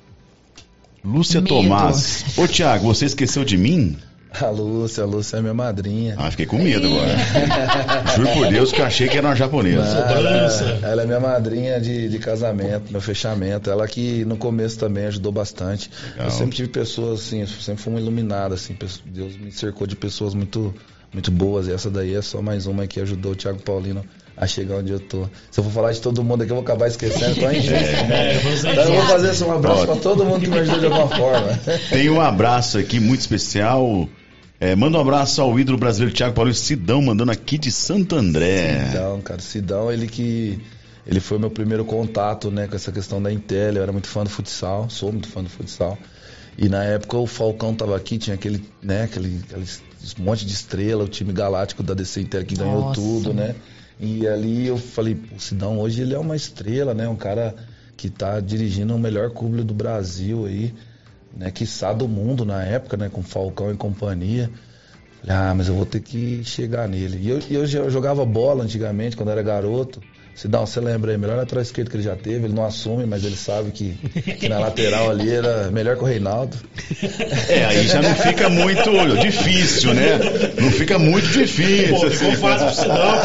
Lúcia Medo. Tomás. Ô, Thiago, você esqueceu de mim? A Lúcia, a Lúcia é minha madrinha. Ah, fiquei com medo agora. Juro por Deus que eu achei que era uma japonesa. Ela, ela é minha madrinha de, de casamento, meu fechamento. Ela que no começo também ajudou bastante. Legal. Eu sempre tive pessoas assim, eu sempre fui um iluminado, assim. Deus me cercou de pessoas muito, muito boas. E essa daí é só mais uma que ajudou o Thiago Paulino a chegar onde eu tô. Se eu for falar de todo mundo aqui, eu vou acabar esquecendo, então é injusto, né? Então eu vou fazer assim, um abraço para todo mundo que me ajudou de alguma forma. Tem um abraço aqui muito especial. É, manda um abraço ao ídolo brasileiro Thiago Paulino, Sidão, mandando aqui de Santo André. Sidão, cara, Sidão, ele que... Ele foi meu primeiro contato, né, com essa questão da Intel. Eu era muito fã do futsal, sou muito fã do futsal. E na época o Falcão tava aqui, tinha aquele, né, aquele, aquele monte de estrela, o time galáctico da D C Intel que ganhou Nossa. tudo, né? E ali eu falei, o Sidão hoje ele é uma estrela, né? Um cara que tá dirigindo o melhor clube do Brasil aí, né? Quiçá do mundo na época, né? Com Falcão e companhia. Falei, ah, mas eu vou ter que chegar nele. E eu, eu, eu jogava bola antigamente, quando era garoto. Sidão, você lembra aí, melhor lateral esquerdo que ele já teve, ele não assume, mas ele sabe que, que na lateral ali era melhor que o Reinaldo. É, aí já não fica muito difícil, né? Não fica muito difícil. Pô, ficou fácil pro Sidão,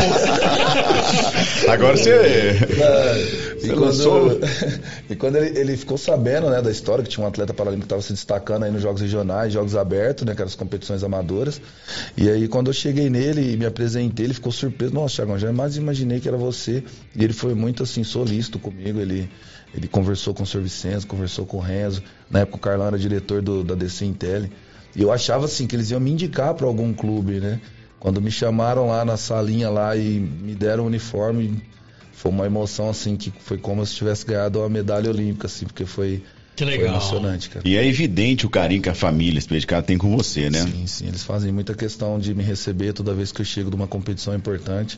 pô. Agora você... É, e, quando, e quando ele, ele ficou sabendo, né, da história, que tinha um atleta paralímpico que estava se destacando aí nos jogos regionais, jogos abertos, né, que eram as competições amadoras. E aí quando eu cheguei nele e me apresentei, ele ficou surpreso. Nossa, Thiago, jamais imaginei que era você. E ele foi muito assim, solícito comigo, ele, ele conversou com o senhor Vicenzo, conversou com o Renzo, na época o Carlão era diretor do, da D C Intel, e eu achava assim, que eles iam me indicar para algum clube, né? Quando me chamaram lá na salinha lá e me deram o uniforme, foi uma emoção assim, que foi como se tivesse ganhado uma medalha olímpica, assim, porque foi... Que legal. Foi emocionante, cara. E é evidente o carinho que a família, esse cara tem com você, né? Sim, sim, eles fazem muita questão de me receber toda vez que eu chego de uma competição importante.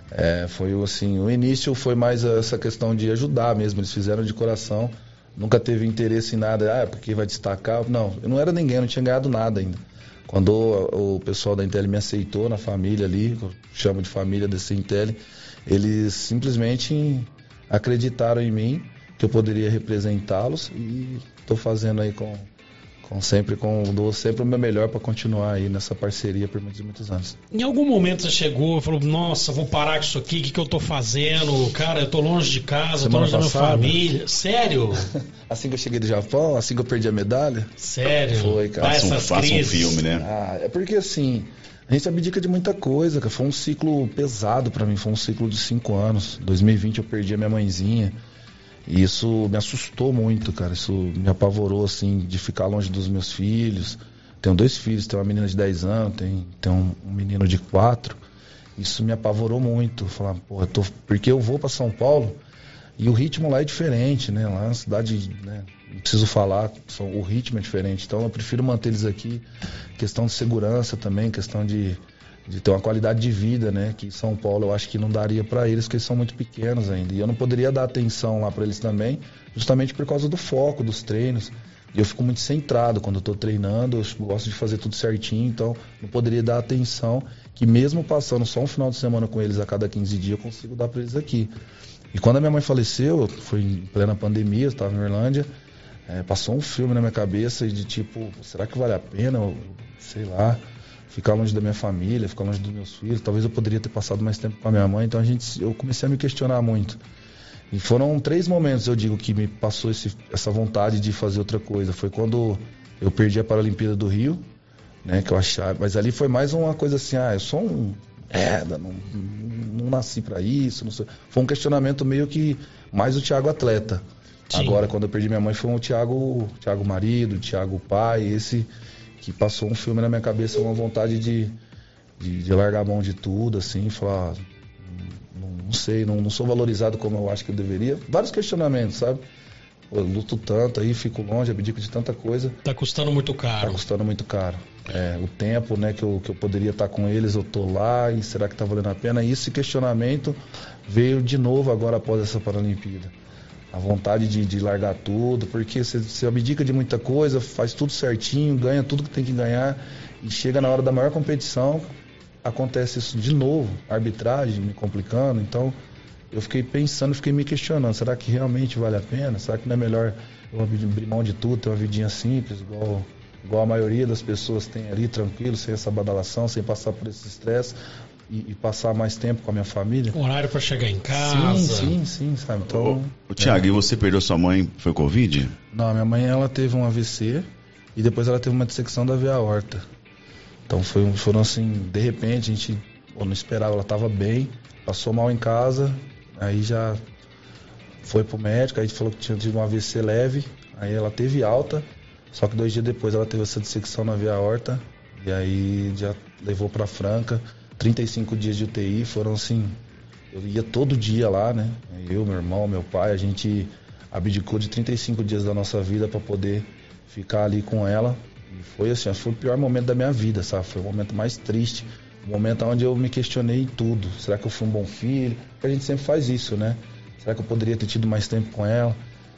É, foi assim, o início foi mais essa questão de ajudar mesmo, eles fizeram de coração, nunca teve interesse em nada, ah, porque vai destacar, não, eu não era ninguém, eu não tinha ganhado nada ainda. Quando o, o pessoal da Intel me aceitou na família ali, eu chamo de família desse Intel, eles simplesmente acreditaram em mim, que eu poderia representá-los e estou fazendo aí com... Com sempre, com, dou sempre o meu melhor para continuar aí nessa parceria por muitos e muitos anos. Em algum momento você chegou e falou, nossa, vou parar com isso aqui, o que, que eu tô fazendo? Cara, eu tô longe de casa, eu tô longe da minha família. Sério? Assim que eu cheguei do Japão, assim que eu perdi a medalha? Sério? Foi, cara. Faça um, faça um filme, né? Ah, é porque assim, a gente abdica de muita coisa, cara. Foi um ciclo pesado para mim, foi um ciclo de cinco anos. Em dois mil e vinte eu perdi a minha mãezinha. E isso me assustou muito, cara. Isso me apavorou, assim, de ficar longe dos meus filhos. Tenho dois filhos, tenho uma menina de dez anos, tem, tem um, um menino de quatro. Isso me apavorou muito. Falar, pô, eu tô... porque eu vou para São Paulo e o ritmo lá é diferente, né? Lá é uma cidade, né? Não preciso falar, o ritmo é diferente. Então eu prefiro manter eles aqui. Questão de segurança também, questão de... de ter uma qualidade de vida, né, que São Paulo eu acho que não daria para eles, porque eles são muito pequenos ainda, e eu não poderia dar atenção lá para eles também, justamente por causa do foco dos treinos, e eu fico muito centrado quando eu tô treinando, eu gosto de fazer tudo certinho, então não poderia dar atenção, que mesmo passando só um final de semana com eles a cada quinze dias, eu consigo dar para eles aqui. E quando a minha mãe faleceu, foi em plena pandemia, eu estava em Orlândia, É, passou um filme na minha cabeça de tipo, será que vale a pena, eu, sei lá, ficar longe da minha família, ficar longe dos meus filhos? Talvez eu poderia ter passado mais tempo com a minha mãe. Então a gente, eu comecei a me questionar muito. E foram três momentos, eu digo, que me passou esse, essa vontade de fazer outra coisa. Foi quando eu perdi a Paralimpíada do Rio, né, que eu achava, mas ali foi mais uma coisa assim, ah, eu sou um merda, não, não nasci pra isso, não sei. Foi um questionamento meio que mais o Thiago atleta. Sim. Agora, quando eu perdi minha mãe, foi o Thiago, o Thiago marido, o Thiago pai, esse que passou um filme na minha cabeça, uma vontade de, de, de largar a mão de tudo, assim, falar, não, não sei, não, não sou valorizado como eu acho que eu deveria. Vários questionamentos, sabe? Eu luto tanto aí, fico longe, abdico de tanta coisa. Tá custando muito caro. Tá custando muito caro. É, o tempo, né, que eu, que eu poderia estar com eles, eu tô lá, e será que tá valendo a pena? E esse questionamento veio de novo agora após essa Paralimpíada. A vontade de, de largar tudo, porque você, você abdica de muita coisa, faz tudo certinho, ganha tudo que tem que ganhar, e chega na hora da maior competição, acontece isso de novo, arbitragem me complicando. Então eu fiquei pensando, fiquei me questionando, será que realmente vale a pena? Será que não é melhor eu abrir mão de tudo, ter uma vidinha simples, igual, igual a maioria das pessoas tem ali, tranquilo, sem essa badalação, sem passar por esse estresse, e, e passar mais tempo com a minha família? Horário para chegar em casa. Sim, sim, sim, sabe? Então, ô, ô, Thiago, é. E você perdeu sua mãe, foi Covid? Não, minha mãe, ela teve um A V C e depois ela teve uma dissecção da veia aorta. Então foi, foram assim, de repente, a gente pô, não esperava, ela estava bem, passou mal em casa, aí já foi pro médico, aí a gente falou que tinha tido um A V C leve, aí ela teve alta, só que dois dias depois ela teve essa dissecção na veia aorta, e aí já levou pra Franca, trinta e cinco dias de U T I, foram assim, eu ia todo dia lá, né, eu, meu irmão, meu pai, a gente abdicou de trinta e cinco dias da nossa vida para poder ficar ali com ela, e foi assim, foi o pior momento da minha vida, sabe, foi o momento mais triste, o momento onde eu me questionei em tudo, será que eu fui um bom filho? Porque a gente sempre faz isso, né, será que eu poderia ter tido mais tempo com ela?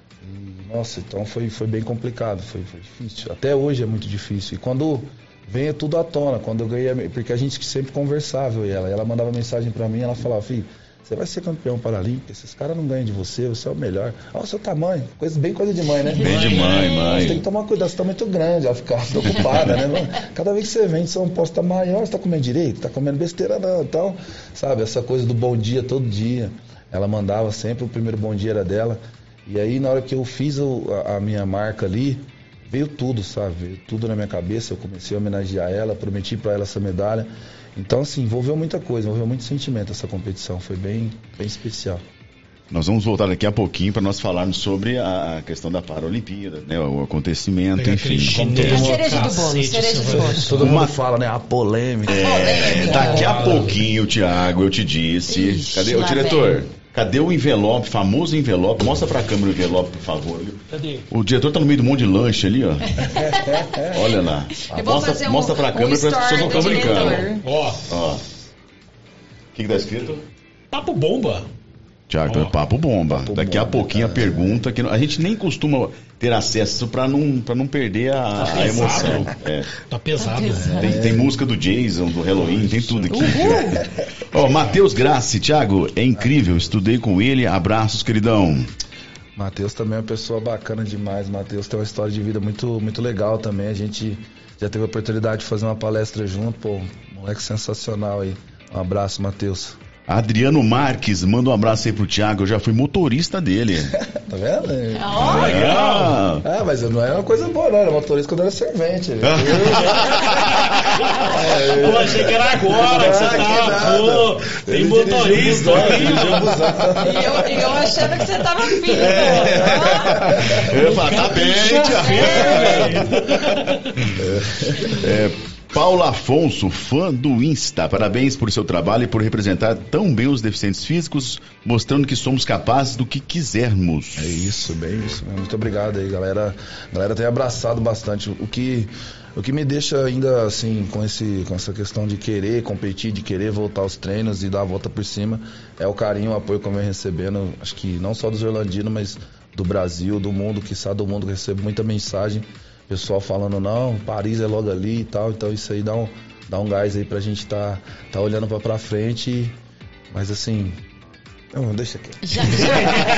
E, nossa, então foi, foi bem complicado, foi, foi difícil, até hoje é muito difícil, e quando vem tudo à tona, quando eu ganhei, porque a gente sempre conversava, eu e ela, ela mandava mensagem pra mim, ela falava, filho, você vai ser campeão paralímpico, esses caras não ganham de você, você é o melhor. Olha o seu tamanho, coisa, bem coisa de mãe, né? Bem de mãe, mãe. Você tem que tomar cuidado, você tá muito grande, ela fica preocupada, né? Cada vez que você vem de São Paulo, você tá maior, você tá comendo direito, tá comendo besteira não, então, sabe, essa coisa do bom dia todo dia, ela mandava sempre, o primeiro bom dia era dela, e aí na hora que eu fiz o, a, a minha marca ali, veio tudo, sabe, veio tudo na minha cabeça, eu comecei a homenagear ela, prometi pra ela essa medalha. Então, assim, envolveu muita coisa, envolveu muito sentimento essa competição, foi bem, bem especial. Nós vamos voltar daqui a pouquinho para nós falarmos sobre a questão da Paralimpíada, né, o acontecimento, Pegar enfim. É a cereja do bolo, cereja do bolo. Todo Uma... mundo fala, né, a polêmica. É, daqui a pouquinho, Thiago, eu te disse. Ixi, Cadê o lá diretor? vem. Cadê o envelope, famoso envelope? Mostra pra câmera o envelope, por favor. Cadê? O diretor tá no meio de um monte de lanche ali, ó. Olha lá. Eu vou Mostra, fazer um, mostra pra um câmera para as pessoas não estão story do brincando. diretor. Ó, Ó. O que, que tá escrito? papo bomba. Tiago, Ó. papo bomba. Papo Daqui a bomba, pouquinho a cara. pergunta, que a gente nem costuma ter acesso pra não, pra não perder a, Tá a pesado. emoção. É. Tá pesado. Tá pesado. Tem, tem música do Jason, do Halloween, tem tudo aqui. Ó, Matheus Grassi, Thiago, é incrível, estudei com ele, abraços, queridão. Matheus também é uma pessoa bacana demais, Matheus tem uma história de vida muito, muito legal também, a gente já teve a oportunidade de fazer uma palestra junto, pô, moleque sensacional aí. Um abraço, Matheus. Adriano Marques, manda um abraço aí pro Thiago, eu já fui motorista dele. Tá vendo? Ó, Legal. Ah, mas não é uma coisa boa, não. Era motorista quando era servente. Eu achei que era agora que você Ah, que tava. nada. Pô, tem Ele motorista dirigiu o busão, aí, dirigiu o ó. busão. E eu, eu achando que você tava firme. Eu ia falar, tá bem, Thiago. É, Paula Afonso, fã do Insta, parabéns por seu trabalho e por representar tão bem os deficientes físicos, mostrando que somos capazes do que quisermos. É isso, bem isso. Muito obrigado aí, galera. A galera tem abraçado bastante. O que, o que me deixa ainda assim, com, esse, com essa questão de querer competir, de querer voltar aos treinos e dar a volta por cima, é o carinho, o apoio que eu venho recebendo, acho que não só dos orlandinos, mas do Brasil, do mundo, quiçá do mundo, que recebo muita mensagem. Pessoal falando, não, Paris é logo ali e tal, então isso aí dá um, dá um gás aí pra gente tá, tá olhando pra, pra frente, mas assim, Não, deixa aqui. Já, já,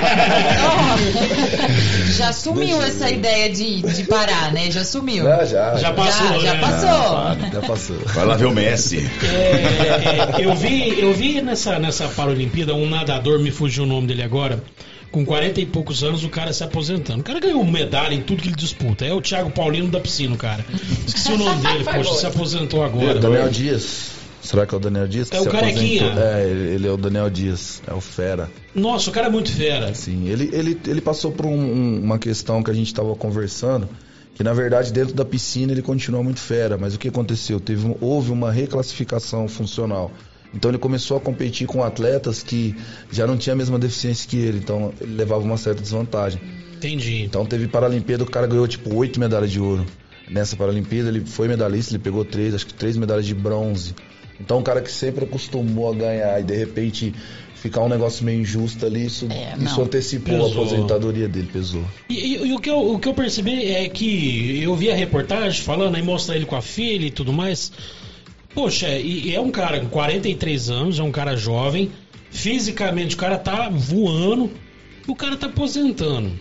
oh, já sumiu Deixa essa eu... ideia de, de parar, né? Já sumiu. Já, já. Já passou, já, né? já passou. Já, já passou. Vai lá ver o Messi. É, é, eu vi, eu vi nessa, nessa Paralimpíada um nadador, me fugiu o nome dele agora, com quarenta e poucos anos, o cara se aposentando. O cara ganhou medalha em tudo que ele disputa. É o Thiago Paulino da piscina, cara. Esqueci o nome dele, poxa, se aposentou agora. É Daniel Dias. Será que é o Daniel Dias? Que é o carequinha. É, ele é o Daniel Dias. É o fera. Nossa, o cara é muito fera. Sim, ele, ele, ele passou por um, um, uma questão que a gente estava conversando, que na verdade dentro da piscina ele continua muito fera, mas o que aconteceu? Teve, houve uma reclassificação funcional. Então ele começou a competir com atletas que já não tinham a mesma deficiência que ele, então ele levava uma certa desvantagem. Entendi. Então teve Paralimpíada, o cara ganhou tipo oito medalhas de ouro. Nessa Paralimpíada ele foi medalhista, ele pegou três, acho que três medalhas de bronze. Então um cara que sempre acostumou a ganhar e de repente ficar um negócio meio injusto ali, isso, é, isso antecipou pesou. a aposentadoria dele, pesou. E, e, e o, que eu, o que eu percebi é que eu vi a reportagem falando, aí mostra ele com a filha e tudo mais. Poxa, e, e é um cara com quarenta e três anos, é um cara jovem, fisicamente o cara tá voando e o cara tá aposentando.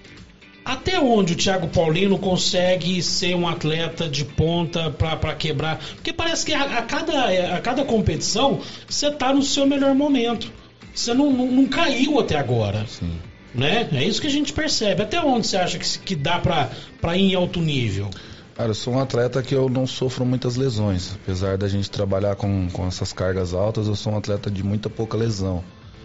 Até onde o Thiago Paulino consegue ser um atleta de ponta para quebrar? Porque parece que a, a, cada, a cada competição você tá no seu melhor momento. Você não, não, não caiu até agora. Sim. Né? É isso que a gente percebe. Até onde você acha que, que dá para ir em alto nível? Cara, eu sou um atleta que eu não sofro muitas lesões. Apesar da gente trabalhar com, com essas cargas altas, eu sou um atleta de muita pouca lesão.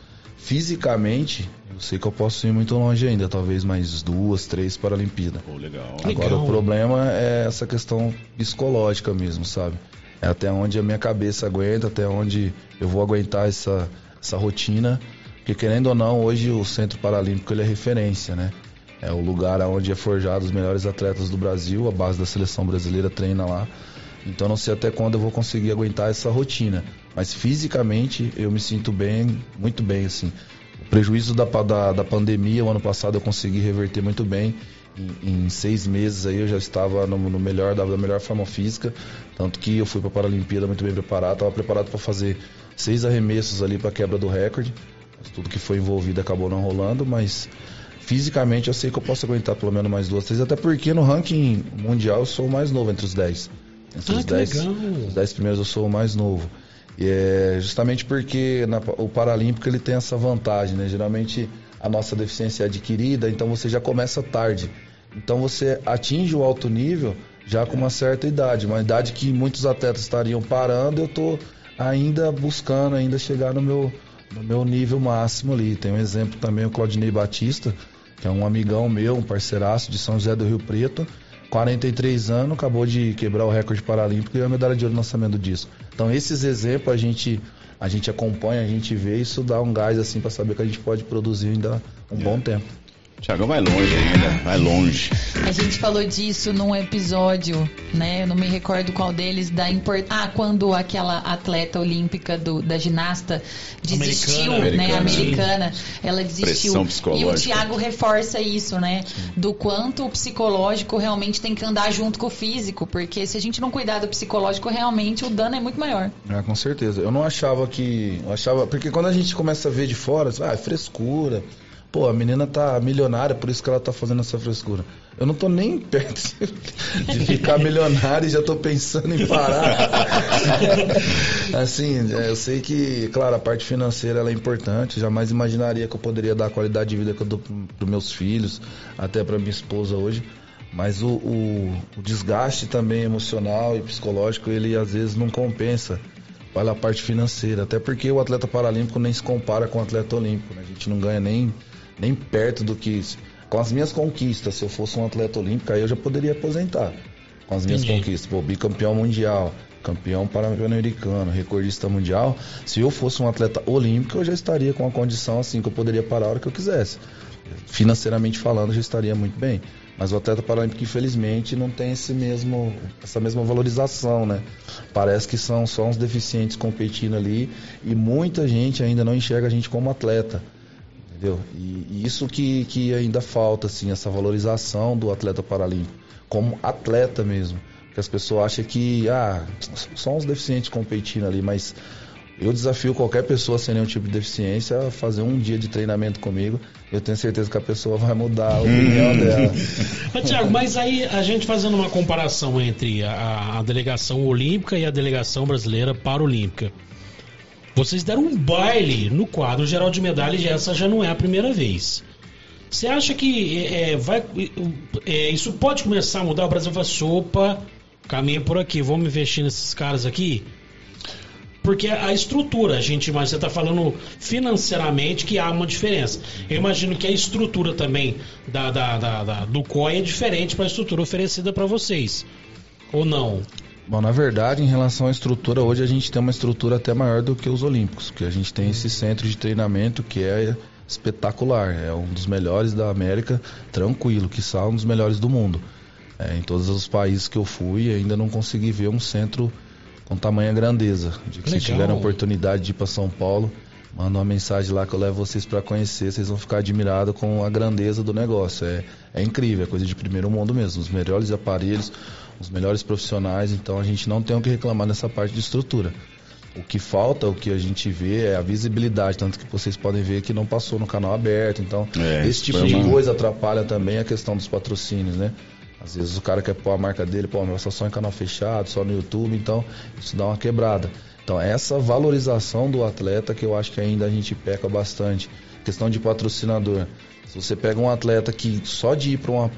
Fisicamente, eu sei que eu posso ir muito longe ainda, talvez mais duas, três Paralimpíadas. Pô, legal. Agora Legal. o problema é essa questão psicológica mesmo, sabe? É até onde a minha cabeça aguenta, até onde eu vou aguentar essa, essa rotina. Porque querendo ou não, hoje o Centro Paralímpico ele é referência, né? É o lugar onde é forjado os melhores atletas do Brasil, a base da seleção brasileira treina lá. Então não sei até quando eu vou conseguir aguentar essa rotina. Mas fisicamente eu me sinto bem, muito bem, assim. O prejuízo da, da, da pandemia, o ano passado eu consegui reverter muito bem. Em, em seis meses aí eu já estava no, no melhor, da, da melhor forma física. Tanto que eu fui para a Paralimpíada muito bem preparado. Estava preparado para fazer seis arremessos ali para quebra do recorde. Mas tudo que foi envolvido acabou não rolando, mas fisicamente eu sei que eu posso aguentar pelo menos mais duas, três. Até porque no ranking mundial eu sou o mais novo entre os dez. Entre ah, os que dez, legal. os dez primeiros eu sou o mais novo. E é justamente porque na, o Paralímpico ele tem essa vantagem, né? Geralmente a nossa deficiência é adquirida, então você já começa tarde. Então você atinge o alto nível já com uma certa idade, uma idade que muitos atletas estariam parando, eu estou ainda buscando ainda chegar no meu, no meu nível máximo ali. Tem um exemplo também, o Claudinei Batista, que é um amigão meu, um parceiraço de São José do Rio Preto, quarenta e três anos, acabou de quebrar o recorde paralímpico e ganhou a medalha de ouro no lançamento do disco. Então esses exemplos a gente, a gente acompanha, a gente vê, isso dá um gás assim para saber que a gente pode produzir ainda um bom tempo. Thiago vai longe ainda, vai longe. A gente falou disso num episódio, né? Eu não me recordo qual deles, da import... Ah, quando aquela atleta olímpica do, da ginasta desistiu, Americana, né? americana. Americana, ela desistiu. Pressão E psicológica. o Thiago reforça isso, né? Do quanto o psicológico realmente tem que andar junto com o físico, porque se a gente não cuidar do psicológico, realmente o dano é muito maior. É, com certeza. Eu não achava que... Eu achava... Porque quando a gente começa a ver de fora, ah, é frescura. Pô, a menina tá milionária, por isso que ela tá fazendo essa frescura. Eu não tô nem perto de ficar milionário e já tô pensando em parar. Assim, eu sei que, claro, a parte financeira ela é importante. Jamais imaginaria que eu poderia dar a qualidade de vida que eu dou pros meus filhos, até pra minha esposa hoje. Mas o, o, o desgaste também emocional e psicológico, ele às vezes não compensa pela parte financeira. Até porque o atleta paralímpico nem se compara com o atleta olímpico, né? A gente não ganha nem... nem perto do que... Com as minhas conquistas, se eu fosse um atleta olímpico, aí eu já poderia aposentar. Com as minhas Entendi. conquistas, pô, bicampeão mundial, campeão pan-americano, recordista mundial. Se eu fosse um atleta olímpico, eu já estaria com uma condição assim, que eu poderia parar a hora que eu quisesse. Financeiramente falando, eu já estaria muito bem. Mas o atleta paralímpico, infelizmente, não tem esse mesmo, essa mesma valorização, né? Parece que são só uns deficientes competindo ali e muita gente ainda não enxerga a gente como atleta. Entendeu? E, e isso que, que ainda falta, assim, essa valorização do atleta paralímpico, como atleta mesmo. Porque as pessoas acham que, ah, só uns deficientes competindo ali, mas Eu desafio qualquer pessoa sem nenhum tipo de deficiência a fazer um dia de treinamento comigo. Eu tenho certeza que a pessoa vai mudar a opinião dela. Mas, Thiago, mas aí a gente fazendo uma comparação entre a, a delegação olímpica e a delegação brasileira paralímpica. Vocês deram um baile no quadro geral de medalhas e essa já não é a primeira vez. Você acha que é, vai, é, isso pode começar a mudar? O Brasil vai assim, opa, caminha por aqui, vamos investir nesses caras aqui? Porque a estrutura, a gente, mas você está falando financeiramente que há uma diferença. Eu imagino que a estrutura também da, da, da, da, do C O I é diferente para a estrutura oferecida para vocês. Ou não? Bom, na verdade, em relação à estrutura, hoje a gente tem uma estrutura até maior do que os Olímpicos, porque a gente tem esse centro de treinamento que é espetacular, é um dos melhores da América, tranquilo, que são um dos melhores do mundo. É, em todos os países que eu fui, ainda não consegui ver um centro com tamanha grandeza. De que se tiverem a oportunidade de ir para São Paulo, manda uma mensagem lá que eu levo vocês para conhecer, vocês vão ficar admirados com a grandeza do negócio. É, é incrível, é coisa de primeiro mundo mesmo, os melhores aparelhos, os melhores profissionais, então a gente não tem o que reclamar nessa parte de estrutura. O que falta, o que a gente vê é a visibilidade, tanto que vocês podem ver que não passou no canal aberto, então é, esse tipo de uma... coisa atrapalha também a questão dos patrocínios, né? Às vezes o cara quer pôr a marca dele, pô, mas só em canal fechado, só no YouTube, então isso dá uma quebrada. Então essa valorização do atleta que eu acho que ainda a gente peca bastante. Questão de patrocinador. Se você pega um atleta que só de ir para uma,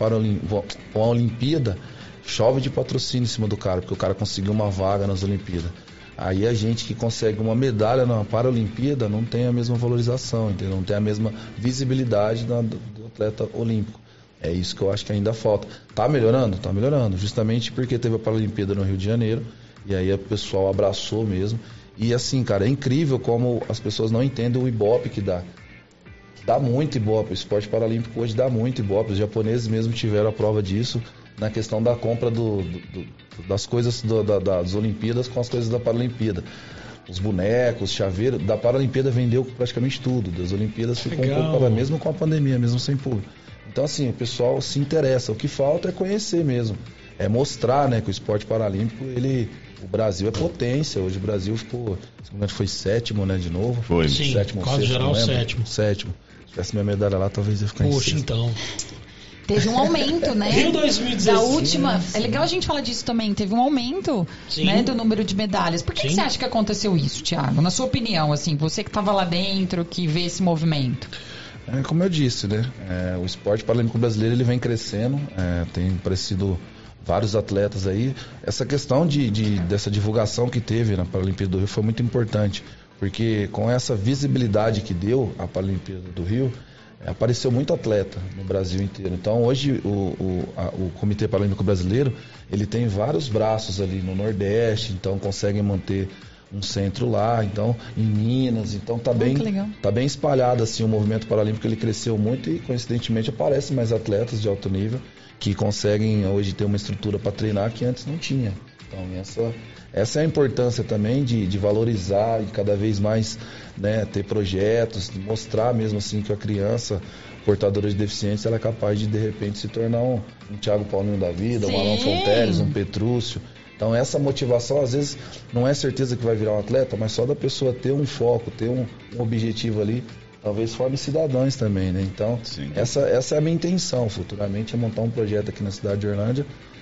uma Olimpíada, chove de patrocínio em cima do cara, porque o cara conseguiu uma vaga nas Olimpíadas. Aí a gente que consegue uma medalha na Paralimpíada não tem a mesma valorização, entendeu? Não tem a mesma visibilidade da, do atleta olímpico. É isso que eu acho que ainda falta. Tá melhorando? Tá melhorando. Justamente porque teve a Paralimpíada no Rio de Janeiro. E aí o pessoal abraçou mesmo. E assim, cara, é incrível como as pessoas não entendem o ibope que dá. Dá muito ibope. O esporte paralímpico hoje dá muito ibope. Os japoneses mesmo tiveram a prova disso na questão da compra do, do, do, das coisas do, da, das Olimpíadas com as coisas da Paralimpíada. Os bonecos, chaveiro. Da Paralimpíada vendeu praticamente tudo. Das Olimpíadas ficou Legal. um pouco para mesmo com a pandemia, mesmo sem público. Então, assim, o pessoal se interessa. O que falta é conhecer mesmo. É mostrar, né, que o esporte paralímpico, ele... O Brasil é potência. Hoje o Brasil ficou... Se foi sétimo, né, de novo. Foi. Sim, sétimo, quase sexto, geral sétimo. Sétimo. Se tivesse minha medalha lá, talvez eu ia ficar em Poxa, sexto. então... Teve um aumento, né? Rio dois mil e dezesseis. Da última. É legal a gente falar disso também. Teve um aumento, né, do número de medalhas. Por que, que você acha que aconteceu isso, Thiago? Na sua opinião, assim, você que estava lá dentro, que vê esse movimento. É, como eu disse, né? É, o esporte paralímpico brasileiro ele vem crescendo. É, tem aparecido vários atletas aí. Essa questão de, de, dessa divulgação que teve na Paralimpíada do Rio foi muito importante. Porque com essa visibilidade que deu a Paralimpíada do Rio, apareceu muito atleta no Brasil inteiro. Então hoje o, o, a, o Comitê Paralímpico Brasileiro ele tem vários braços ali no Nordeste, então conseguem manter um centro lá, então em Minas, então tá bem, tá bem espalhado assim o movimento paralímpico, ele cresceu muito e coincidentemente aparecem mais atletas de alto nível que conseguem hoje ter uma estrutura para treinar que antes não tinha. Então essa, essa é a importância também de, de valorizar e cada vez mais, né, ter projetos, mostrar mesmo assim que a criança portadora de deficiência ela é capaz de de repente se tornar um, um Thiago Paulinho da vida, Sim. um Alan Fonteles, um Petrúcio. Então essa motivação às vezes não é certeza que vai virar um atleta, mas só da pessoa ter um foco, ter um, um objetivo ali, talvez forme cidadãos também, né? Então essa, essa é a minha intenção futuramente, é montar um projeto aqui na cidade de Orlândia,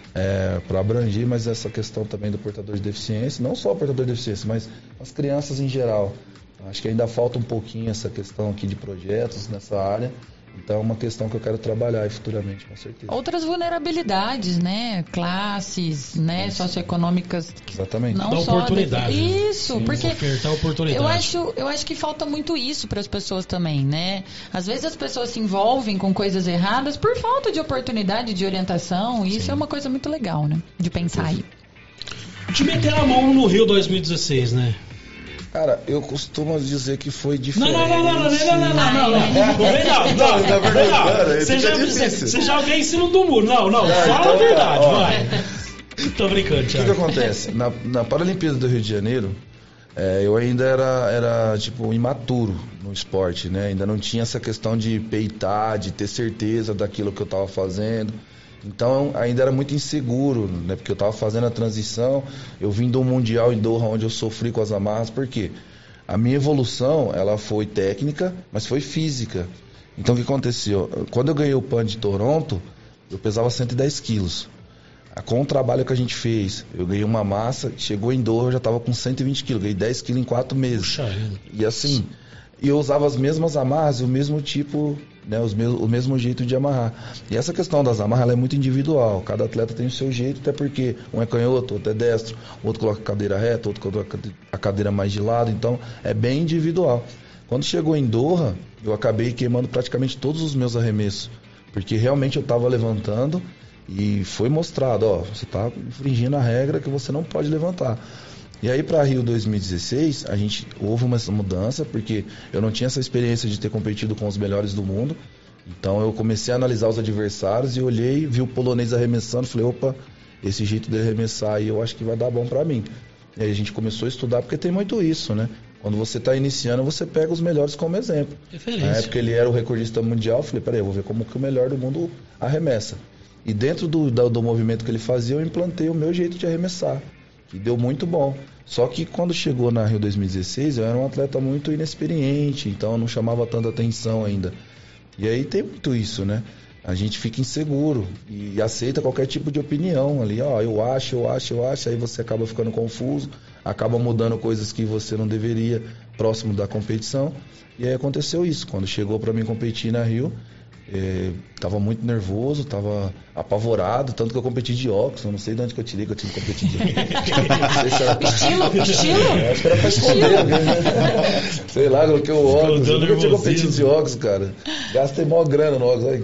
É, para abranger, mas essa questão também do portador de deficiência, não só o portador de deficiência, mas as crianças em geral. Acho que ainda falta um pouquinho essa questão aqui de projetos nessa área, então é uma questão que eu quero trabalhar aí futuramente, com certeza. Outras vulnerabilidades, né? Classes, né? Isso. Socioeconômicas. Exatamente. Não Dá só oportunidade. De... Isso, Sim, porque oportunidade. Eu, acho, eu acho que falta muito isso para as pessoas também, né? Às vezes as pessoas se envolvem com coisas erradas por falta de oportunidade, de orientação, e isso é uma coisa muito legal, né? De pensar aí. De meter a mão no Rio dois mil e dezesseis, né? Cara, eu costumo dizer que foi diferente. Não, não, não, não, não, não, não, não, não, não, não, você já, você já vem em cima do muro, não, não, fala a verdade, vai. Tô brincando, Thiago. O que que acontece? Na, na Paralimpíada do Rio de Janeiro, é, eu ainda era, era, tipo, imaturo no esporte, né? Ainda não tinha essa questão de peitar, de ter certeza daquilo que eu tava fazendo. Então ainda era muito inseguro, né? Porque eu estava fazendo a transição, eu vim do Mundial em Doha, onde eu sofri com as amarras, por quê? A minha evolução, ela foi técnica, mas foi física. Então o que aconteceu? Quando eu ganhei o Pan de Toronto, eu pesava cento e dez quilos. Com o trabalho que a gente fez, eu ganhei uma massa, chegou em Doha, eu já estava com cento e vinte quilos, ganhei dez quilos em quatro meses. Puxa, e assim, eu usava as mesmas amarras, o mesmo tipo, né, os mesmos, o mesmo jeito de amarrar. E essa questão das amarras, ela é muito individual, cada atleta tem o seu jeito, até porque um é canhoto, outro é destro, outro coloca a cadeira reta, outro coloca a cadeira mais de lado, então é bem individual. Quando chegou em Doha, eu acabei queimando praticamente todos os meus arremessos, porque realmente eu estava levantando e foi mostrado, ó, você está infringindo a regra que você não pode levantar. E aí para Rio dois mil e dezesseis, a gente houve uma mudança, porque eu não tinha essa experiência de ter competido com os melhores do mundo. Então eu comecei a analisar os adversários e olhei, vi o polonês arremessando, falei, opa, esse jeito dele arremessar aí eu acho que vai dar bom para mim. E aí a gente começou a estudar, porque tem muito isso, né? Quando você está iniciando, você pega os melhores como exemplo. Referência. Na época ele era o recordista mundial, falei, peraí, eu vou ver como que o melhor do mundo arremessa. E dentro do, do, do movimento que ele fazia, eu implantei o meu jeito de arremessar, que deu muito bom. Só que quando chegou na Rio dois mil e dezesseis, eu era um atleta muito inexperiente, então eu não chamava tanta atenção ainda. E aí tem muito isso, né? A gente fica inseguro e aceita qualquer tipo de opinião ali, ó, eu acho, eu acho, eu acho, aí você acaba ficando confuso, acaba mudando coisas que você não deveria próximo da competição. E aí aconteceu isso, quando chegou para mim competir na Rio, É, tava muito nervoso, tava apavorado, tanto que eu competi de óculos, eu não sei de onde que eu tirei que eu tinha que competir de óculos. Estilo, estilo. É, acho que era pra esconder alguém, né? Sei lá, coloquei o óculos, eu nunca tinha competido de óculos, cara. Gastei mó grana no óculos aí.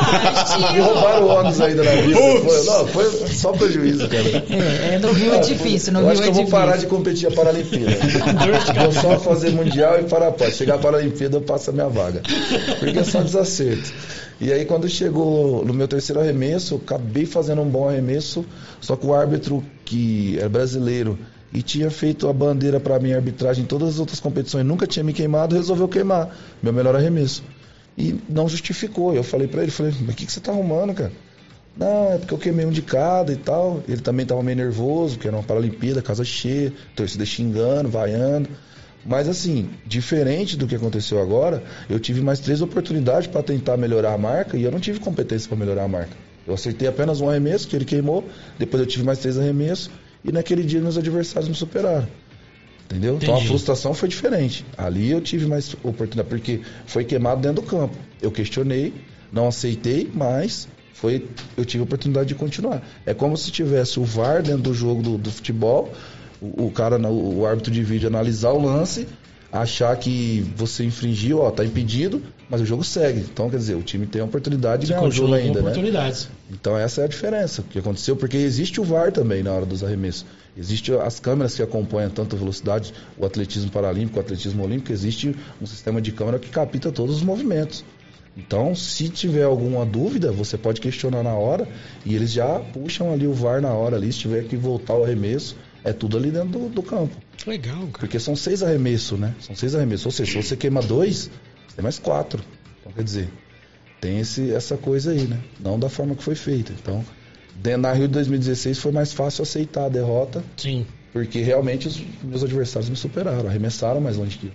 Ah, me roubaram o óculos ainda na vida. Foi, não, foi só prejuízo, cara. É, no Rio é difícil, no eu Rio acho que é eu vou difícil. parar de competir a Paralimpíada. Vou só fazer Mundial e Parapós. Chegar a Paralimpíada eu passo a minha vaga. Porque é só desacerto. E aí quando chegou no meu terceiro arremesso, eu acabei fazendo um bom arremesso, só que o árbitro, que era brasileiro e tinha feito a bandeira para minha arbitragem em todas as outras competições, nunca tinha me queimado, resolveu queimar meu melhor arremesso. E não justificou. Eu falei para ele, falei, mas o que, que você tá arrumando, cara? Não, é porque eu queimei um de cada e tal. Ele também tava meio nervoso, porque era uma Paralimpíada, casa cheia, torcida xingando, vaiando. Mas assim, diferente do que aconteceu agora, eu tive mais três oportunidades para tentar melhorar a marca e eu não tive competência para melhorar a marca. Eu acertei apenas um arremesso, que ele queimou, depois eu tive mais três arremessos e naquele dia meus adversários me superaram. Entendeu? Entendi. Então a frustração foi diferente. Ali eu tive mais oportunidade, porque foi queimado dentro do campo. Eu questionei, não aceitei, mas foi, eu tive a oportunidade de continuar. É como se tivesse o V A R dentro do jogo do, do futebol. O cara, o árbitro de vídeo analisar o lance, achar que você infringiu, ó, tá impedido, mas o jogo segue. Então, quer dizer, o time tem a oportunidade de ganhar o jogo ainda, né? Então essa é a diferença que aconteceu, porque existe o V A R também na hora dos arremessos. Existem as câmeras que acompanham tanto a velocidade, o atletismo paralímpico, o atletismo olímpico, existe um sistema de câmera que capta todos os movimentos. Então, se tiver alguma dúvida, você pode questionar na hora e eles já puxam ali o V A R na hora ali, se tiver que voltar o arremesso. É tudo ali dentro do, do campo. Legal, cara. Porque são seis arremessos, né? São seis arremessos. Ou seja, se você queima dois, você tem mais quatro. Então, quer dizer, tem esse, essa coisa aí, né? Não da forma que foi feita. Então, na Rio de dois mil e dezesseis foi mais fácil aceitar a derrota. Sim. Porque realmente os meus adversários me superaram, arremessaram mais longe que eu.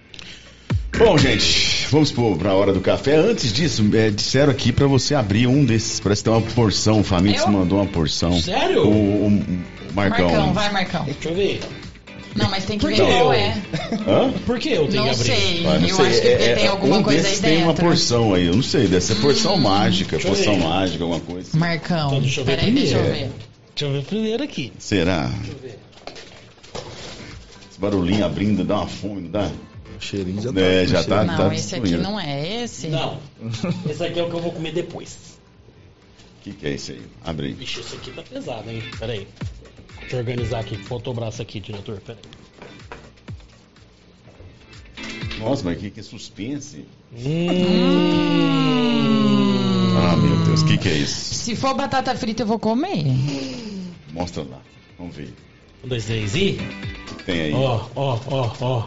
Bom, gente, vamos para a hora do café. Antes disso, é, disseram aqui para você abrir um desses. Parece que tem uma porção. O Famintos Eu? mandou uma porção. Sério? O, o, o Marcão. Marcão, vai, Marcão. Deixa eu ver. Não, mas tem que Por ver quê? qual é. Hã? Por que eu tenho Não que abrir? sei. Ah, não Eu sei. acho que é, tem é, alguma um coisa aí desses dentro. tem uma porção aí. Eu não sei. Deve ser porção Hum, mágica, deixa eu porção ver. mágica, alguma coisa. Marcão, Então, deixa eu ver peraí, deixa eu primeiro. ver. Deixa eu ver primeiro aqui. Será? Deixa eu ver. Esse barulhinho abrindo dá uma fome, não dá? O cheirinho já tá. É, já tá. Não, tá esse aqui destruindo. não é esse. Não. Esse aqui é o que eu vou comer depois. O que, que é isso aí? Abre aí. Vixe, esse aqui tá pesado, hein? Pera aí. Deixa eu organizar aqui. Faltou o braço aqui, diretor. Pera aí. Nossa, mas que, que suspense. Hum. Ah, meu Deus, o que, que é isso? Se for batata frita, eu vou comer. Mostra lá. Vamos ver. Um, dois, três e. O que tem aí? Ó, ó, ó, ó.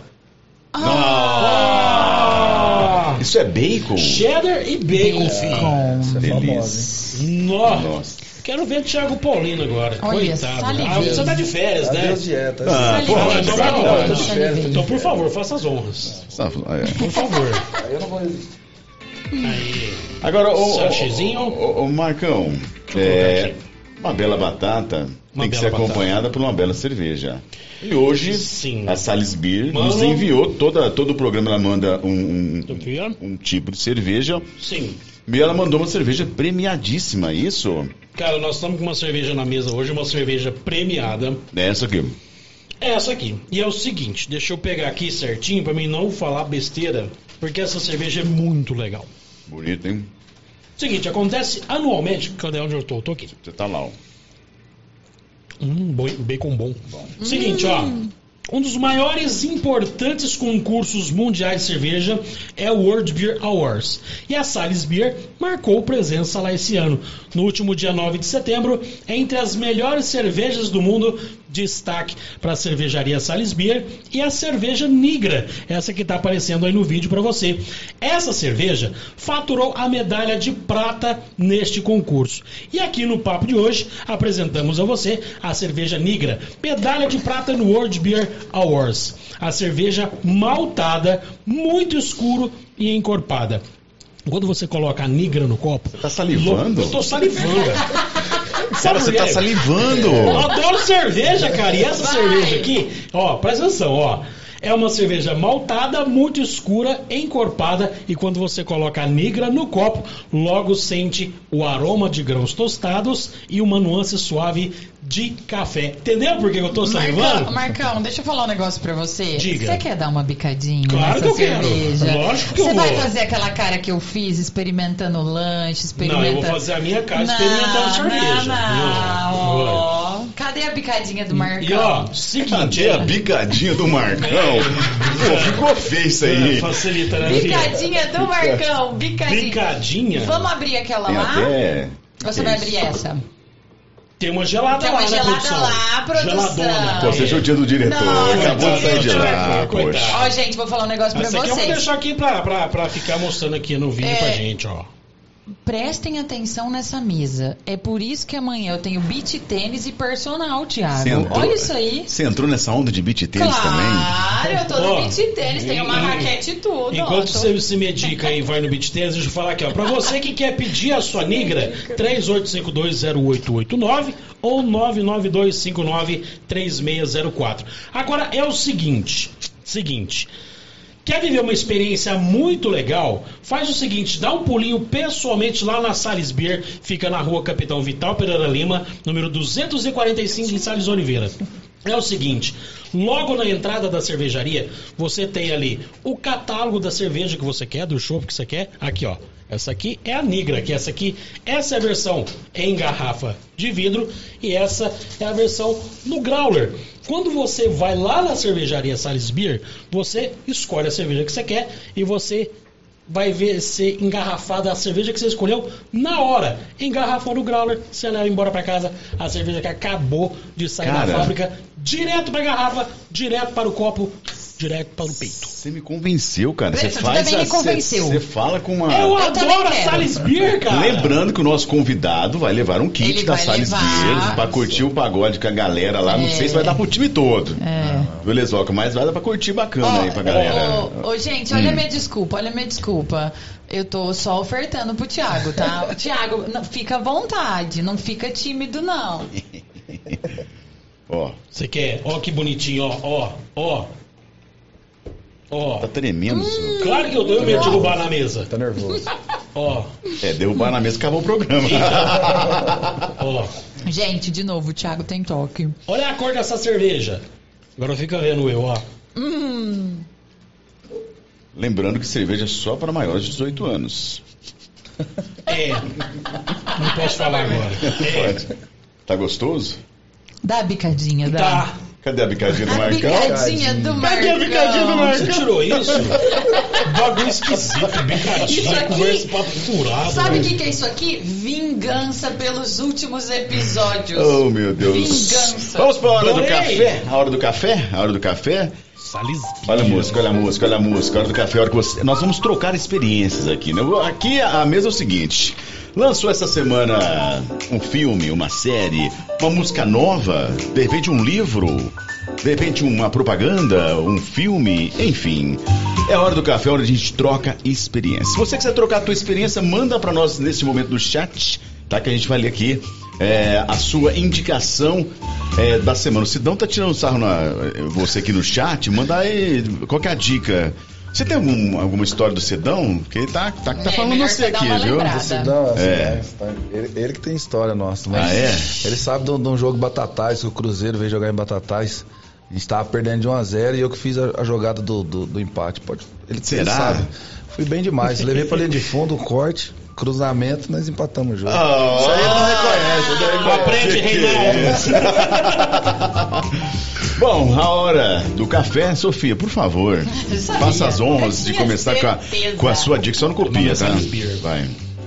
Ah! Isso é bacon? Cheddar e bacon, filho. Com Essa é Delícia. famosa, hein? Nossa. Nossa. Quero ver o Thiago Paulino agora. Olha, coitado. salivei. Ah, você tá de férias, né? Adeus dieta. Ah, Salivei, porra, então, salivei, não, não, salivei. Então, por favor, faça as honras. Por favor. Aí eu não vou resistir. Aí. Agora, o, Sachezinho. o, o, o Marcão, eu é, colocar aqui. uma bela batata Uma tem que bela ser acompanhada por uma bela cerveja. E hoje, Sim. a Sales Beer Mano. nos enviou, toda, todo o programa ela manda um, um, Tá vendo? um tipo de cerveja. Sim. E ela mandou uma cerveja premiadíssima, isso? Cara, nós estamos com uma cerveja na mesa hoje, uma cerveja premiada. É essa aqui. É essa aqui. E é o seguinte, deixa eu pegar aqui certinho pra mim não falar besteira, porque essa cerveja é muito legal. Bonito, hein? Seguinte, acontece anualmente. Cadê onde eu tô? Eu tô aqui. Você tá lá, ó. Hum, boi- bacon bom. Seguinte, ó. Um dos maiores e importantes concursos mundiais de cerveja é o World Beer Awards. E a Sales Beer marcou presença lá esse ano. No último dia nove de setembro, entre as melhores cervejas do mundo, destaque para a cervejaria Sales Beer e a cerveja Nigra, essa que está aparecendo aí no vídeo para você. Essa cerveja faturou a medalha de prata neste concurso. E aqui no papo de hoje, apresentamos a você a cerveja Nigra, medalha de prata no World Beer Awards. A cerveja maltada, muito escuro e encorpada. Quando você coloca a Nigra no copo... Tá salivando? Eu tô salivando. Cara, Sabe você por tá quê? salivando. Eu adoro cerveja, cara. E essa Vai. cerveja aqui, ó, presta atenção, ó. É uma cerveja maltada, muito escura, encorpada, e quando você coloca a Nigra no copo, logo sente o aroma de grãos tostados e uma nuance suave de café. Entendeu por que eu tô salivando? Marcão, Marcão, deixa eu falar um negócio pra você. Diga. Você quer dar uma bicadinha Claro nessa que eu quero. cerveja? Lógico que eu Você vai vou. fazer aquela cara que eu fiz, experimentando o lanche, experimentando... Não, eu vou fazer a minha cara experimentando a cerveja. Não, Não, não. Ó, cadê a bicadinha do Marcão? E ó, seguinte, Cadê a bicadinha do Marcão? Pô, ficou feio isso aí. facilita, né, filha? Bicadinha do Marcão, bicadinha. Bicadinha? Vamos abrir aquela Tem lá? até... Ou você que vai isso? abrir essa? Tem uma gelada Tem uma lá, gelada né, produção? lá, produção. Geladona. Pô, você judia do diretor, Não, acabou de sair de lá, coitado. poxa. Ó, gente, vou falar um negócio pra Essa aqui eu vou vocês. deixar aqui pra, pra, pra ficar mostrando aqui no vídeo É. pra gente, ó. Prestem atenção nessa mesa. É por isso que amanhã eu tenho beach tênis e personal, Thiago. Você entrou- Olha isso aí. Você entrou nessa onda de beat tênis também? Claro, eu tô no Ó, beach tênis, tenho uma e- raquete e tudo. Enquanto ó, tô- você se medica aí e vai no beach tênis, deixa eu falar aqui, ó. Pra você que quer pedir a sua Nigra, três oito cinco dois zero oito oito nove ou nove nove dois cinco nove três seis zero quatro. Agora é o seguinte, seguinte. Quer viver uma experiência muito legal? Faz o seguinte, dá um pulinho pessoalmente lá na Sales Beer, fica na rua Capitão Vital Pereira Lima, número duzentos e quarenta e cinco em Sales Oliveira. É o seguinte, logo na entrada da cervejaria, você tem ali o catálogo da cerveja que você quer, do chopp que você quer. Aqui, ó. Essa aqui é a Nigra, que essa aqui, essa é a versão em garrafa de vidro e essa é a versão no growler. Quando você vai lá na cervejaria Sales Beer, você escolhe a cerveja que você quer e você vai ver ser engarrafada a cerveja que você escolheu na hora. Engarrafou no growler, você leva embora pra casa a cerveja que acabou de sair Cara. da fábrica, direto pra garrafa, direto para o copo, direto para o peito. Você me convenceu, cara. Você Você faz também me a- convenceu. Você, você fala com uma... Eu, Eu também adoro a quero. Sales Beer, cara. Lembrando que o nosso convidado vai levar um kit Ele da vai Sales levar. Beer pra curtir o pagode com a galera lá. Não É. sei se vai dar pro time todo. É. Beleza, Oca, mas vai dar pra curtir bacana aí pra galera. Ô, ô, gente, olha a Hum. minha desculpa, olha a minha desculpa. Eu tô só ofertando pro Thiago, tá? Thiago, não, fica à vontade, não fica tímido, não. Ó, Você quer? Ó que bonitinho, ó, ó, ó. Ó. tá tremendo. Hum. senhor. Claro que eu tenho medo de derrubar na mesa. Tá nervoso. Ó, É, derrubar na mesa acabou o programa. ó. Gente, de novo, o Thiago tem toque. Olha a cor dessa cerveja. Agora fica vendo eu, ó. Hum, Lembrando que cerveja é só para maiores de dezoito anos. É. Não posso falar agora. É. Pode. Tá gostoso? dá a bicadinha, dá. Tá. Cadê a bicadinha do A Marcão? bicadinha do Marcão. Cadê a bicadinha do Marcão? Você tirou isso? Bagulho esquisito, Isso bicadinha, aqui- conversa papo furado. Sabe o que, que é isso aqui? Vingança pelos últimos episódios. Oh, meu Deus. Vingança. Vamos para a hora do Adorei. café? A hora do café? A hora do café? Sales Olha a música, olha a música, olha a música. A hora do café, a hora que você... Nós vamos trocar experiências aqui, né? Aqui a mesa é o seguinte. Lançou essa semana um filme, uma série, uma música nova, de repente um livro, de repente uma propaganda, um filme, enfim. É hora do café, é hora de a gente troca experiência. Se você quiser trocar a tua experiência, manda pra nós nesse momento no chat, tá? Que a gente vai ler aqui é, a sua indicação é, da semana. O Sidão tá tirando sarro na você aqui no chat, manda aí qual que é a dica. Você tem algum, alguma história do Sidão? Porque ele tá, tá, tá É, falando melhor você você dar aqui, uma viu? lembrada. Sidão, assim, É. né, ele, ele que tem história nossa. Mas Ah, é? Ele sabe de um, de um jogo Batatais, que o Cruzeiro veio jogar em Batatais. A gente tava perdendo de um a zero e eu que fiz a, a jogada do, do, do empate. Pode, ele, Será? ele sabe. Fui bem demais. Levei pra linha de fundo, corte, cruzamento, nós empatamos o jogo. Oh, Isso aí ele não reconhece. Ele não Aprende, reconhece. Reinaldo. Bom, a hora do café, Sofia, por favor, Eu sabia. faça as honras Eu de tinha começar com a, certeza. com a sua dica. Só não copia, tá? Beer. Vai.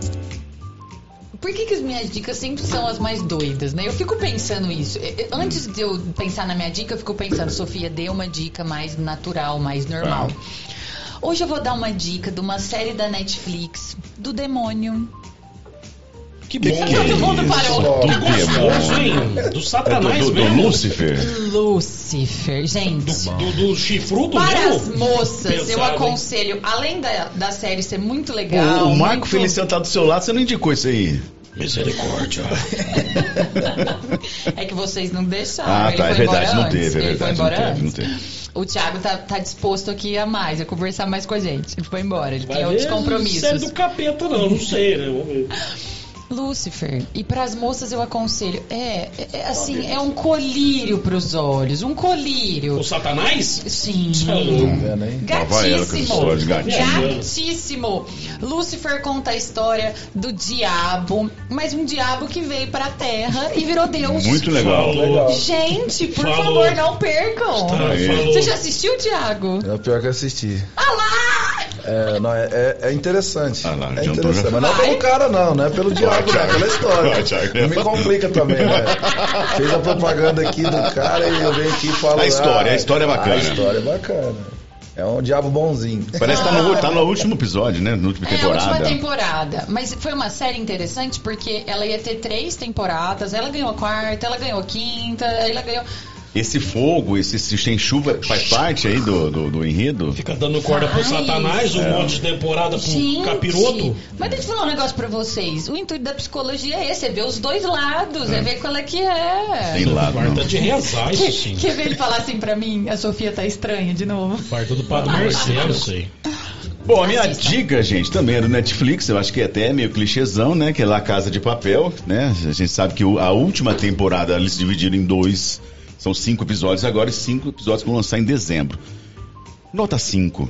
Por que, que as minhas dicas sempre são as mais doidas, né? Eu fico pensando isso. Eu- eu- Antes de eu pensar na minha dica, eu fico pensando, Sofia, dê uma dica mais natural, mais normal. Hoje eu vou dar uma dica de uma série da Netflix, do demônio. Que bom. Que Todo mundo isso? parou. Do Tá gostoso, demônio. hein? Do É Satanás do, do, do mesmo. Lúcifer. Lucifer, gente. Do, do chifrudo Para mesmo? as moças, eu Pesado, hein? aconselho, além da, da série ser muito Pô, legal. o Marco muito... Feliciano tá do seu lado, você não indicou isso aí. Misericórdia. É que vocês não deixaram. Ah, Ele tá, é foi embora verdade, não antes. teve, é Ele foi verdade, não embora teve, não antes. teve. O Thiago tá, tá disposto aqui a mais, a conversar mais com a gente. Ele foi embora, ele Vai tem outros ver, Isso é compromissos. do capeta, não, não sei, né? Vamos ver. Lucifer, e para as moças eu aconselho, é, é, é assim, é um colírio para os olhos, um colírio. O Satanás? Sim. Isso é louco. Tá vendo aí? Lá vai ela com essa história de Gatíssimo. gatinho. Gatíssimo. Lúcifer conta a história do diabo, mas um diabo que veio pra terra e virou Deus. Muito legal. Falou. Gente, por Falou. favor, não percam. Tá, Aí. falou. Você já assistiu, Thiago? É o pior que eu assisti. Ah lá! É, não, é, é, é interessante. Ah lá, é adiantou interessante. já. Mas não é Vai. pelo cara, não. Não é pelo diabo, não. É pela história. Vai, Thiago. Não me complica também, né? Fez a propaganda aqui do cara e eu venho aqui e falo... A história, ah, a história é bacana. A história é bacana. É um diabo bonzinho. Parece que tá no, tá no último episódio, né? Na última É a temporada. última temporada. Mas foi uma série interessante porque ela ia ter três temporadas. Ela ganhou a quarta, ela ganhou a quinta, ela ganhou. Esse fogo, esse, esse sem chuva faz parte aí do, do, do enredo? Fica dando corda pro Faz. Satanás, um É. monte de temporada com Gente, capiroto. mas deixa eu falar um negócio pra vocês. O intuito da psicologia é esse, é ver os dois lados, é, ver qual é que é. Tem lado, Quarta não. de rezar, isso sim. Quer ver ele falar assim pra mim? A Sofia tá estranha de novo. Quarta do Padre Marcelo, sei. Bom, a minha Assistam. dica, gente, também é do Netflix, eu acho que é até meio clichêzão, né? Que é lá Casa de Papel, né? A gente sabe que o- a última temporada eles dividiram em dois, são cinco episódios agora e cinco episódios vão lançar em dezembro. Nota cinco.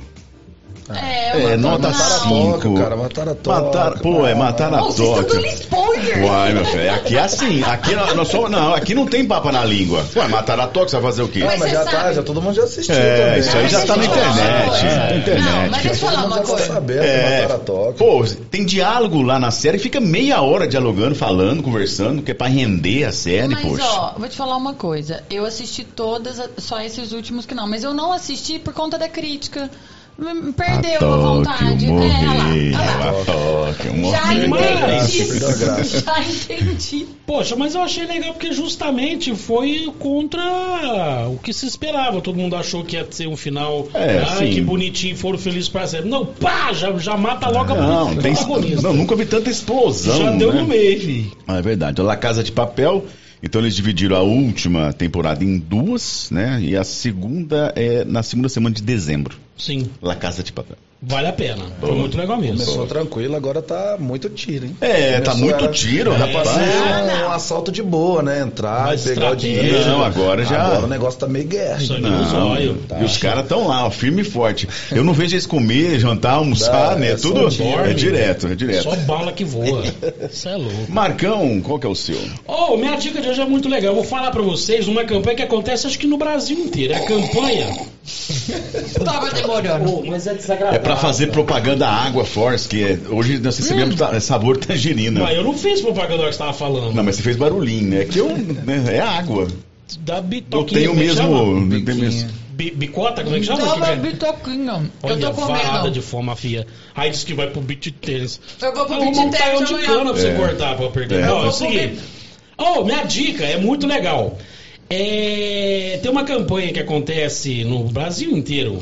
É, É, uma- nota não. Mataram a cinco. toca, cara. Mataram a toca. Matar, pô, é matar a Ô, vocês estão toca. dando spoiler. Uai, meu filho, aqui é assim, aqui nós somos, não, aqui não tem papa na língua. Ué, matar a toca, você vai fazer o quê? Não, Mas mas você já sabe- tá, já todo mundo já assistiu É, também. isso aí já tá na Deixa eu falar uma internet, coisa. na Não, internet. mas deixa eu falar Todo mundo uma já tá coisa. sabendo que É, mataram a toca. pô, tem diálogo lá na série, fica meia hora dialogando, falando, conversando, que é pra render a série, Mas, poxa. ó, vou te falar uma coisa. Eu assisti todas, só esses últimos que não. Mas eu não assisti por conta da crítica. Me perdeu a Toque, vontade. eu morri, É, olha lá, olha lá. a toque, eu Já morri. Mas- entendi. Perdeu a graça. Já entendi. Poxa, mas eu achei legal porque justamente foi contra o que se esperava. Todo mundo achou que ia ser um final. É, ah, sim. que bonitinho, foram felizes pra sempre. Não, pá, já, já mata logo a Não, a tem, protagonista. não, nunca vi tanta explosão. Já deu né? no meio, filho. Ah, é verdade. La Casa de Papel, então eles dividiram a última temporada em duas, né? E a segunda é na segunda semana de dezembro. Sim, La Casa de Papel. vale a pena. Foi muito legal mesmo. Começou tranquilo, agora tá muito tiro, hein? É, tá Começou, muito era- tiro, Era pra rapaz. ser um assalto de boa, né? Entrar, Mais pegar o estratégia. dinheiro. Não, agora já- Agora o negócio tá meio guerra. Sangue hein? nos Não, olhos. e os caras estão lá, ó, firme e forte. Eu não vejo eles comer, jantar, almoçar, Dá, né? é só Tudo dorme. é direto, é direto. Só bala que voa. Isso é louco. Marcão, qual que é o seu? Oh, minha dica de hoje é muito legal. Eu vou falar pra vocês uma campanha que acontece acho que no Brasil inteiro. É a campanha. Tava demorando. Oh, mas é desagradável. É pra fazer propaganda Água Force, que é, hoje nós recebemos Hum. ta- é sabor tangerina. Mas eu não fiz propaganda que você tava falando. Não, mas você fez barulhinho, né? Que eu, né, é água. Da Eu bitoquinha. tenho como é que chama? mesmo. eu tenho Biquinho. mesmo- bi, bicota, como é que chama? Não, que meu é? bitoquinho. Olha, Eu tô varada comendo. de fome, a filha. Aí diz que vai pro beat tênis. Eu vou pro Arruma beach um taião tennis de amanhã. cana pra você É. cortar pra perder. É. Não, é o Eu vou seguinte. Oh, minha dica é muito legal. É, tem uma campanha que acontece no Brasil inteiro.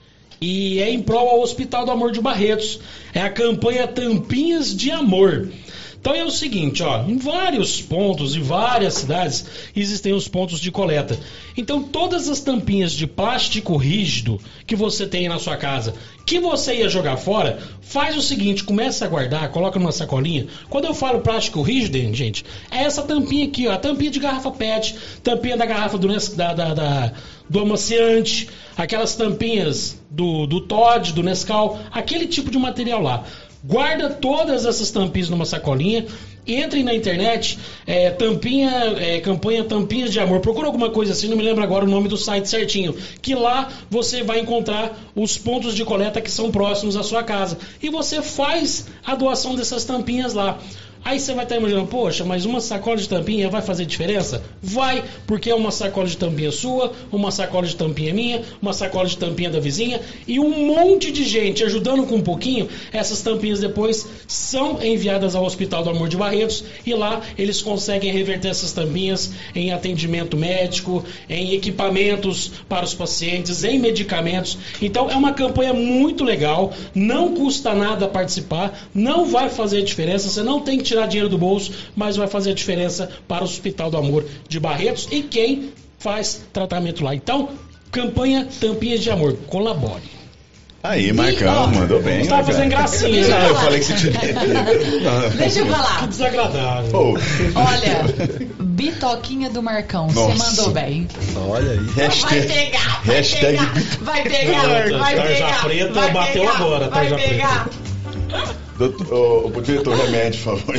E é em prol ao Hospital do Amor de Barretos. É a campanha Tampinhas de Amor. Então é o seguinte, ó, em vários pontos, em várias cidades, existem os pontos de coleta. Então todas as tampinhas de plástico rígido que você tem na sua casa, que você ia jogar fora, faz o seguinte, começa a guardar, coloca numa sacolinha. Quando eu falo plástico rígido, hein, gente, é essa tampinha aqui, ó, a tampinha de garrafa pet, tampinha da garrafa do, Nes- da, da, da, do amaciante, aquelas tampinhas do, do Toddy, do Nescau, aquele tipo de material lá. Guarda todas essas tampinhas numa sacolinha. Entre na internet, é, tampinha, é, campanha Tampinhas de Amor. Procura alguma coisa assim, não me lembro agora o nome do site certinho. Que lá você vai encontrar os pontos de coleta que são próximos à sua casa. E você faz a doação dessas tampinhas lá. Aí você vai estar imaginando, poxa, mas uma sacola de tampinha vai fazer diferença? Vai, porque é uma sacola de tampinha sua, uma sacola de tampinha minha, uma sacola de tampinha da vizinha e um monte de gente ajudando com um pouquinho. Essas tampinhas depois são enviadas ao Hospital do Amor de Barretos e lá eles conseguem reverter essas tampinhas em atendimento médico, em equipamentos para os pacientes, em medicamentos. Então é uma campanha muito legal, não custa nada participar, não vai fazer diferença, você não tem que tirar dinheiro do bolso, mas vai fazer a diferença para o Hospital do Amor de Barretos e quem faz tratamento lá. Então, campanha Tampinhas de Amor, colabore. Aí, Marcão, mandou bem. Você tava fazendo gracinha, Não, né? eu falei que você tinha. Deixa eu Que falar. desagradável. Pô, Olha, bitoquinha do Marcão, você Nossa. mandou bem. Olha aí. Vai hashtag, pegar, vai hashtag pegar, vai pegar, Tarja vai pegar, preta vai bateu pegar, agora, vai tarja pegar. Doutor, ô, ô, diretor, remédio, por favor.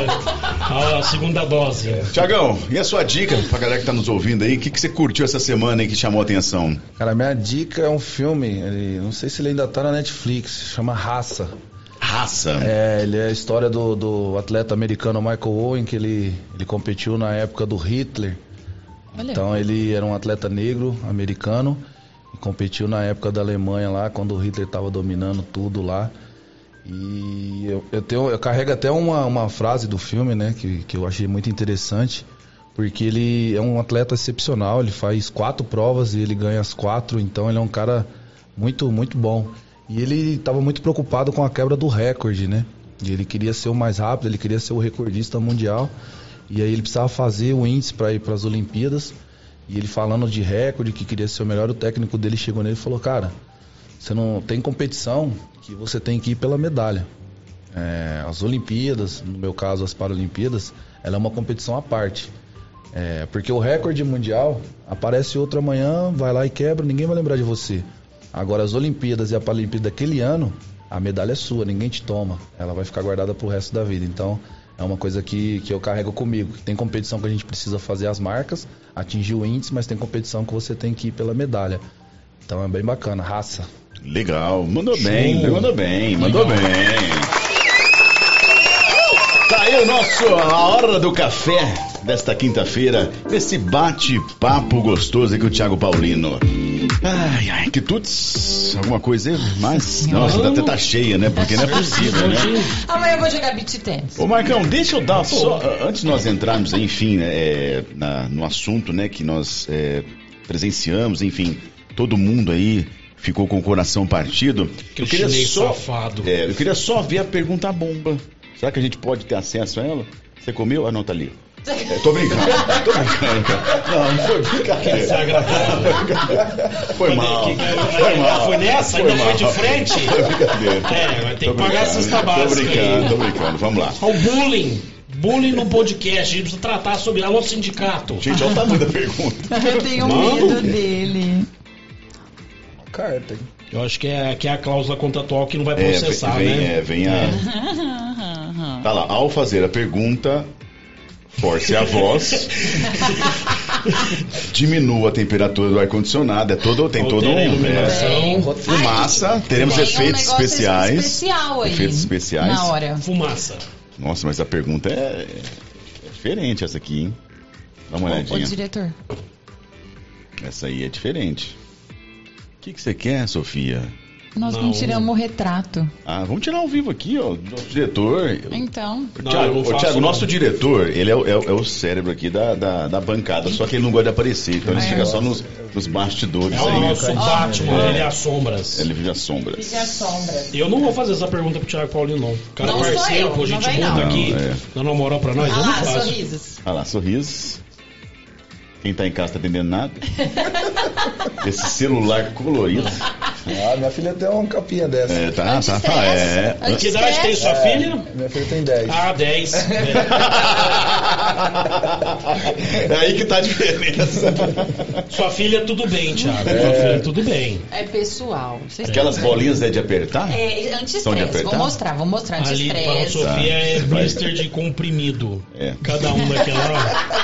É, a segunda dose. Tiagão, e a sua dica pra galera que tá nos ouvindo aí? O que, que você curtiu essa semana aí que chamou a atenção? Cara, minha dica é um filme, ele, não sei se ele ainda tá na Netflix, chama Raça. Raça. É, ele é a história do, do atleta americano Michael Owen, que ele, ele competiu na época do Hitler. Olha. Então ele era um atleta negro, americano, e competiu na época da Alemanha lá, quando o Hitler estava dominando tudo lá. E eu, eu, tenho, eu carrego até uma, uma frase do filme, né, que, que eu achei muito interessante, porque ele é um atleta excepcional, ele faz quatro provas e ele ganha as quatro, então ele é um cara muito, muito bom. E ele estava muito preocupado com a quebra do recorde, né? E ele queria ser o mais rápido, ele queria ser o recordista mundial. E aí ele precisava fazer o índice para ir para as Olimpíadas. E ele falando de recorde, que queria ser o melhor, o técnico dele chegou nele e falou: cara, você não tem competição que você tem que ir pela medalha. É, as Olimpíadas, no meu caso as Paralimpíadas, ela é uma competição à parte. É, porque o recorde mundial aparece outro amanhã, vai lá e quebra, ninguém vai lembrar de você. Agora as Olimpíadas e a Paralimpíada daquele ano, a medalha é sua, ninguém te toma. Ela vai ficar guardada pro resto da vida. Então é uma coisa que, que eu carrego comigo. Tem competição que a gente precisa fazer as marcas, atingir o índice, mas tem competição que você tem que ir pela medalha. Então é bem bacana, Raça. Legal, mandou bem, Show. mandou bem, mandou bem. Tá aí o nosso A Hora do Café desta quinta-feira, esse bate-papo gostoso aí com o Thiago Paulino. Ai, ai, que tuts, alguma coisa aí? Mas, nossa, até tá cheia, né? Porque não é possível, né? Amanhã eu vou jogar beach tennis. Ô Marcão, deixa eu dar só, antes de nós entrarmos, enfim, né, é, na, no assunto, né, que nós é, presenciamos, enfim, todo mundo aí ficou com o coração partido. Que eu queria chinês só, safado. é, eu queria só ver a pergunta bomba. Será que a gente pode ter acesso a ela? Você comeu? Ah, não, tá ali. É, tô brincando, tô brincando, cara. Não, não foi brincadeira. Desagradável. Foi mal. Que- que- Foi mal. Foi nessa? Ainda foi de frente? Foi brincadeira. É, vai ter Tô que pagar a brincando, cesta Tô básica brincando, aí. tô brincando. Vamos lá. Olha o bullying. Bullying no podcast. A gente precisa tratar sobre alô sindicato. Gente, olha o tamanho da pergunta. Eu tenho Mano. medo dele. Carta. Eu acho que é, que é a cláusula contratual que não vai É, processar, vem, né? é, vem a... Tá lá, ao fazer a pergunta, force a voz, diminua a temperatura do ar-condicionado, é todo, tem todo Altera a um... iluminação. É, fumaça, teremos Tem um efeitos negócio especiais. especial aí, Efeitos especiais. na hora. Fumaça. Nossa, mas a pergunta é, é diferente essa aqui, hein? Dá uma Ô, olhadinha. diretor. Essa aí é diferente. O que, que você quer, Sofia? Nós não, Não. tiramos o retrato. Ah, vamos tirar ao vivo aqui, ó. O diretor. Então, O Não, Thiago, eu não o faço, Thiago, não. nosso diretor, ele é, o- é o- é o cérebro aqui da, da, da bancada, só que ele não gosta de aparecer, então ele É. fica só nos, nos bastidores É o aí. nosso Batman, É. ele é as sombras. Ele vive as sombras. a sombra. Eu não vou fazer essa pergunta pro Thiago Paulino, não. O cara Não sou parceiro, eu, pô, não gente vai boa não. aqui, Não, é. dando uma moral pra nós, eu Olha não lá, faço. sorrisos. Olha lá, sorrisos. Quem tá em casa tá entendendo nada. Esse celular colorido. Ah, minha filha tem uma capinha dessa. É, tá, tá, Anti-estresse. tá. É. Que idade tem sua filha? Minha filha tem dez. Ah, dez. É aí que tá a diferença. Sua filha, tudo bem, Thiago. Sua filha, tudo bem. É pessoal. Vocês Aquelas têm que ver. bolinhas é de apertar? É, São de anti-estresse. apertar? Vou mostrar, vou mostrar Ali para a anti-estresse. Sofia é Tá. blister de comprimido. É. Cada um daquela.